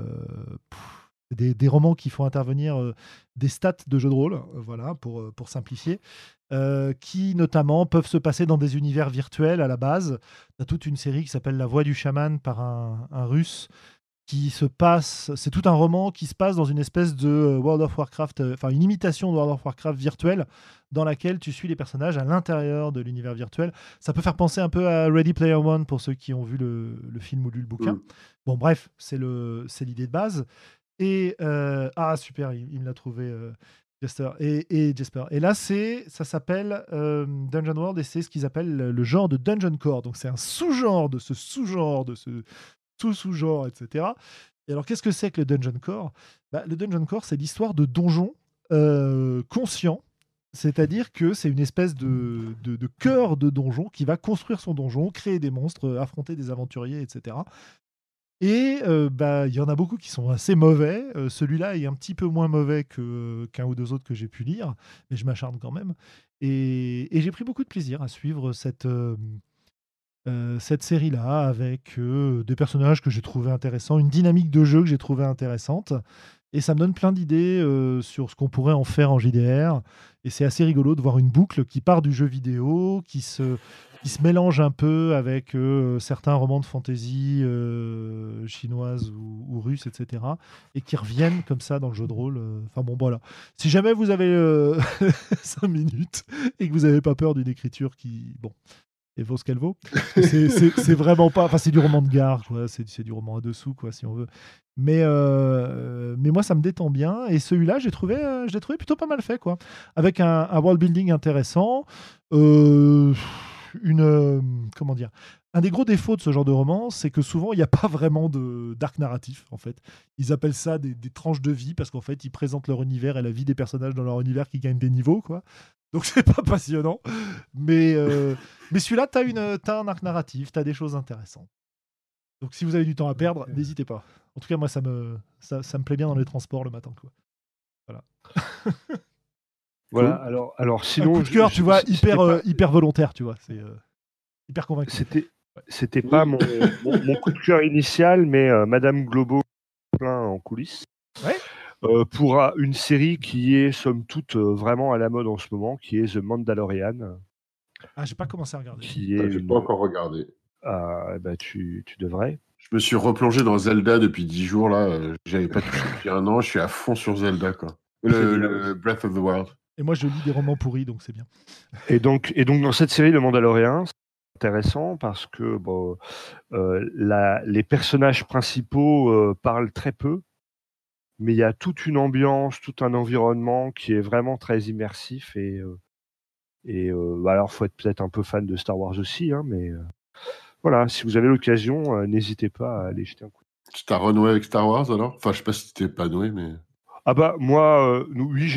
Speaker 1: des romans qui font intervenir des stats de jeux de rôle, voilà, pour simplifier, qui notamment peuvent se passer dans des univers virtuels à la base. Tu as toute une série qui s'appelle La Voix du chaman par un russe qui se passe, c'est tout un roman qui se passe dans une espèce de World of Warcraft, enfin une imitation de World of Warcraft virtuelle dans laquelle tu suis les personnages à l'intérieur de l'univers virtuel. Ça peut faire penser un peu à Ready Player One pour ceux qui ont vu le film ou lu le bouquin. Bon, bref, c'est l'idée de base. Et super, il me l'a trouvé, Jester. Et Jesper. Et là, ça s'appelle Dungeon World, et c'est ce qu'ils appellent le genre de Dungeon Core. Donc c'est un sous-genre de ce sous-genre de ce sous-genre, etc. Et alors, qu'est-ce que c'est que le Dungeon Core? Le Dungeon Core, c'est l'histoire de donjons conscients. C'est-à-dire que c'est une espèce de cœur de donjon qui va construire son donjon, créer des monstres, affronter des aventuriers, etc. Et il y en a beaucoup qui sont assez mauvais. Celui-là est un petit peu moins mauvais qu'un ou deux autres que j'ai pu lire, mais je m'acharne quand même. Et j'ai pris beaucoup de plaisir à suivre cette série-là, avec des personnages que j'ai trouvé intéressants, une dynamique de jeu que j'ai trouvé intéressante. Et ça me donne plein d'idées sur ce qu'on pourrait en faire en JDR. Et c'est assez rigolo de voir une boucle qui part du jeu vidéo, qui se mélange un peu avec certains romans de fantasy chinoise ou russe, etc. Et qui reviennent comme ça dans le jeu de rôle. Enfin bon, voilà. Si jamais vous avez 5 minutes et que vous n'avez pas peur d'une écriture qui... Bon, et vaut ce qu'elle vaut. C'est vraiment pas. Enfin, c'est du roman de gare, quoi. C'est du roman à dessous, quoi, si on veut. Mais moi, ça me détend bien. Et celui-là, je l'ai trouvé plutôt pas mal fait, quoi. Avec un world building intéressant. Comment dire, un des gros défauts de ce genre de roman, c'est que souvent il n'y a pas vraiment d'arc narratif en fait. Ils appellent ça des tranches de vie parce qu'en fait ils présentent leur univers et la vie des personnages dans leur univers qui gagnent des niveaux, quoi. Donc c'est pas passionnant. Mais celui-là, t'as un arc narratif, t'as des choses intéressantes. Donc si vous avez du temps à perdre, n'hésitez pas. En tout cas, moi ça me plaît bien dans les transports le matin, quoi. Voilà.
Speaker 2: Voilà, alors sinon.
Speaker 1: Un coup de cœur, tu vois, hyper volontaire, tu vois. C'est hyper convaincu.
Speaker 2: C'était pas mon coup de cœur initial, mais Madame Globo plein en coulisses.
Speaker 1: Ouais.
Speaker 2: Pour une série qui est, somme toute, vraiment à la mode en ce moment, qui est The Mandalorian.
Speaker 1: Ah, j'ai pas commencé à regarder.
Speaker 3: J'ai pas encore regardé.
Speaker 2: Ah, bah, tu devrais.
Speaker 3: Je me suis replongé dans Zelda depuis 10 jours, là. J'avais pas touché depuis un an. Je suis à fond sur Zelda, quoi. Le Breath of the Wild.
Speaker 1: Et moi, je lis des romans pourris, donc c'est bien.
Speaker 2: Et donc dans cette série, Le Mandalorian, c'est intéressant parce que les personnages principaux parlent très peu, mais il y a toute une ambiance, tout un environnement qui est vraiment très immersif. Alors, faut être peut-être un peu fan de Star Wars aussi, hein, mais voilà, si vous avez l'occasion, n'hésitez pas à aller jeter un coup.
Speaker 3: Tu t'as renoué avec Star Wars alors? Enfin, je sais pas si t'es pas noué, mais.
Speaker 2: Ah bah moi, oui,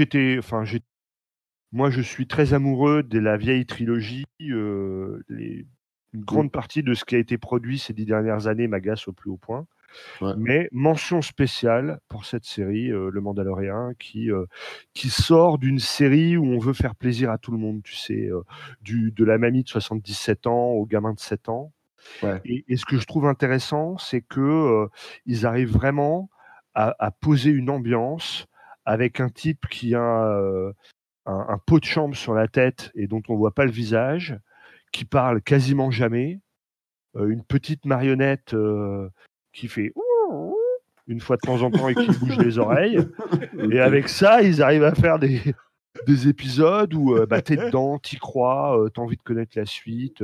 Speaker 2: moi, je suis très amoureux de la vieille trilogie. Une grande partie de ce qui a été produit ces 10 dernières années m'agace au plus haut point.
Speaker 3: Ouais.
Speaker 2: Mais mention spéciale pour cette série, Le Mandalorian, qui sort d'une série où on veut faire plaisir à tout le monde, tu sais, de la mamie de 77 ans au gamin de 7 ans.
Speaker 3: Ouais.
Speaker 2: Et ce que je trouve intéressant, c'est que ils arrivent vraiment à poser une ambiance avec un type qui a un pot de chambre sur la tête et dont on voit pas le visage, qui parle quasiment jamais, une petite marionnette qui fait une fois de temps en temps et qui bouge les oreilles. Et avec ça, ils arrivent à faire des épisodes où t'es dedans, t'y crois, t'as envie de connaître la suite.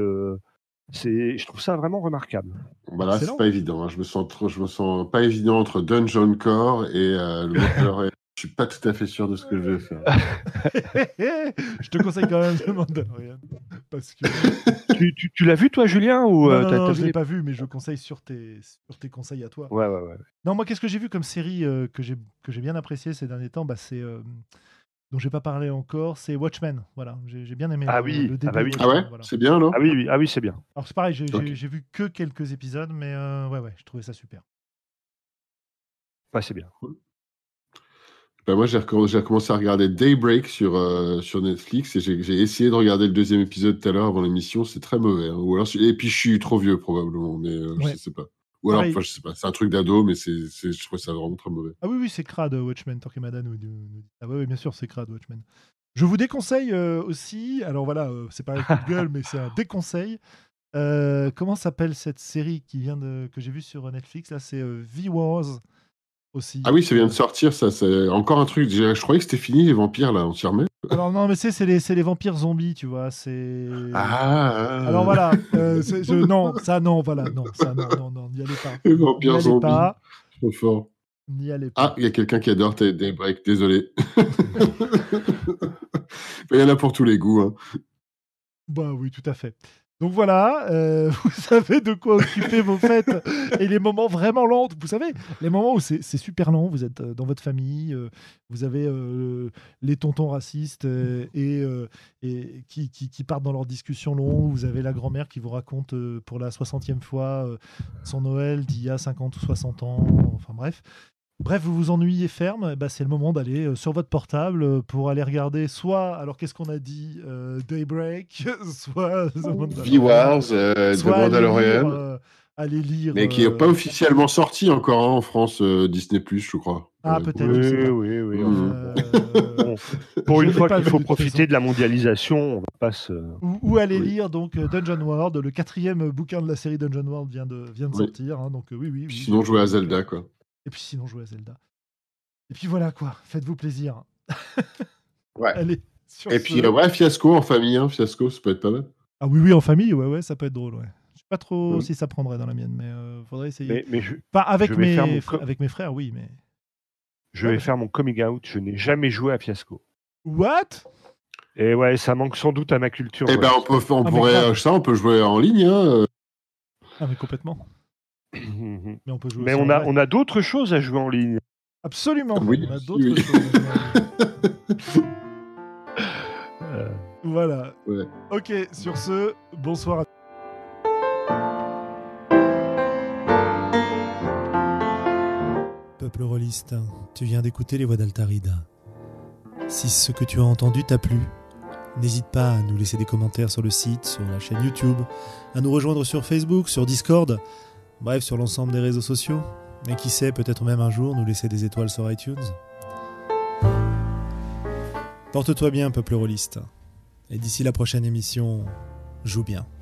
Speaker 2: Je trouve ça vraiment remarquable.
Speaker 3: Bah là, c'est pas évident. Hein. Je me sens pas évident entre Dungeon Core et le Mandalorian. Je suis pas tout à fait sûr de ce que je vais faire.
Speaker 1: Je te conseille quand même le Mandalorian. Parce que...
Speaker 2: tu l'as vu, toi, Julien, ou
Speaker 1: non, je l'ai pas vu, mais je le conseille sur tes conseils à toi.
Speaker 2: Ouais.
Speaker 1: Non, moi, qu'est-ce que j'ai vu comme série que j'ai bien apprécié ces derniers temps, c'est dont j'ai pas parlé encore, c'est Watchmen. Voilà, j'ai bien aimé le début.
Speaker 2: Ah, oui.
Speaker 3: Ah ouais,
Speaker 1: voilà.
Speaker 3: c'est bien, alors.
Speaker 2: Ah oui, c'est bien.
Speaker 1: Alors c'est pareil, j'ai vu que quelques épisodes, mais ouais, je trouvais ça super.
Speaker 2: Ouais, c'est bien.
Speaker 3: Cool. Ben moi, j'ai commencé à regarder Daybreak sur Netflix et j'ai essayé de regarder le deuxième épisode tout à l'heure avant l'émission. C'est très mauvais. Hein. Ou alors, et puis, je suis trop vieux probablement, mais je sais pas. Ou alors, je sais pas. C'est un truc d'ado, mais je trouve ça vraiment très mauvais.
Speaker 1: Ah oui, c'est crade Watchmen. Torquemada nous dit. Ah ouais, bien sûr, c'est crade Watchmen. Je vous déconseille aussi. Alors voilà, c'est pas un coup de gueule, mais c'est un déconseil. Comment s'appelle cette série que j'ai vue sur Netflix là, c'est V-Wars. Aussi.
Speaker 3: Ah oui, ça vient de sortir, ça. C'est encore un truc. Je croyais que c'était fini, les vampires, là. On s'y remet.
Speaker 1: Alors non, mais c'est les vampires zombies, tu vois. Alors voilà. Non, n'y allez pas.
Speaker 3: Les vampires zombies. Trop fort.
Speaker 1: N'y allez
Speaker 3: Ah,
Speaker 1: pas.
Speaker 3: il y a quelqu'un qui adore Daybreak. Désolé. Il y en a pour tous les goûts. Hein.
Speaker 1: Bah oui, tout à fait. Donc voilà, vous savez de quoi occuper vos fêtes et les moments vraiment lents. Vous savez, les moments où c'est super lent, vous êtes dans votre famille, vous avez les tontons racistes et qui partent dans leurs discussions longues, vous avez la grand-mère qui vous raconte pour la 60e fois son Noël d'il y a 50 ou 60 ans, enfin bref. Bref, vous vous ennuyez ferme, c'est le moment d'aller sur votre portable pour aller regarder soit, alors qu'est-ce qu'on a dit, Daybreak, soit The
Speaker 3: V-Wars, The Mandalorian.
Speaker 1: Aller lire.
Speaker 3: Mais qui n'est pas officiellement sorti encore en France, Disney+, je crois.
Speaker 1: Ah, peut-être.
Speaker 2: Oui. Pour une fois qu'il faut profiter de la mondialisation, on va pas se...
Speaker 1: Ou aller lire donc Dungeon World, le 4e bouquin de la série Dungeon World vient de sortir. Hein, donc oui.
Speaker 3: Sinon, jouer à Zelda, quoi.
Speaker 1: Et puis sinon, jouer à Zelda. Et puis voilà, quoi. Faites-vous plaisir.
Speaker 3: Ouais.
Speaker 1: Allez,
Speaker 3: et puis, Fiasco en famille. Hein. Fiasco, ça peut être pas mal.
Speaker 1: Ah oui, en famille, ouais, ça peut être drôle, ouais. Je sais pas trop si ça prendrait dans la mienne, mais faudrait essayer. Pas avec mes frères, oui, mais...
Speaker 2: Je vais faire mon coming out, je n'ai jamais joué à Fiasco.
Speaker 1: What?
Speaker 2: Et ouais, ça manque sans doute à ma culture.
Speaker 3: Eh ben, on peut jouer en ligne, hein.
Speaker 1: Ah, mais complètement. Mais on peut jouer
Speaker 2: mais on a d'autres choses à jouer en ligne.
Speaker 1: Absolument,
Speaker 3: oui,
Speaker 1: on a d'autres choses à jouer. Voilà.
Speaker 3: Ouais.
Speaker 1: Ok, sur ce, bonsoir à Peuple rôliste, tu viens d'écouter les voix d'Altarida. Si ce que tu as entendu t'a plu, n'hésite pas à nous laisser des commentaires sur le site, sur la chaîne YouTube, à nous rejoindre sur Facebook, sur Discord, bref, sur l'ensemble des réseaux sociaux. Et qui sait, peut-être même un jour nous laisser des étoiles sur iTunes. Porte-toi bien, peuple rôliste. Et d'ici la prochaine émission, joue bien.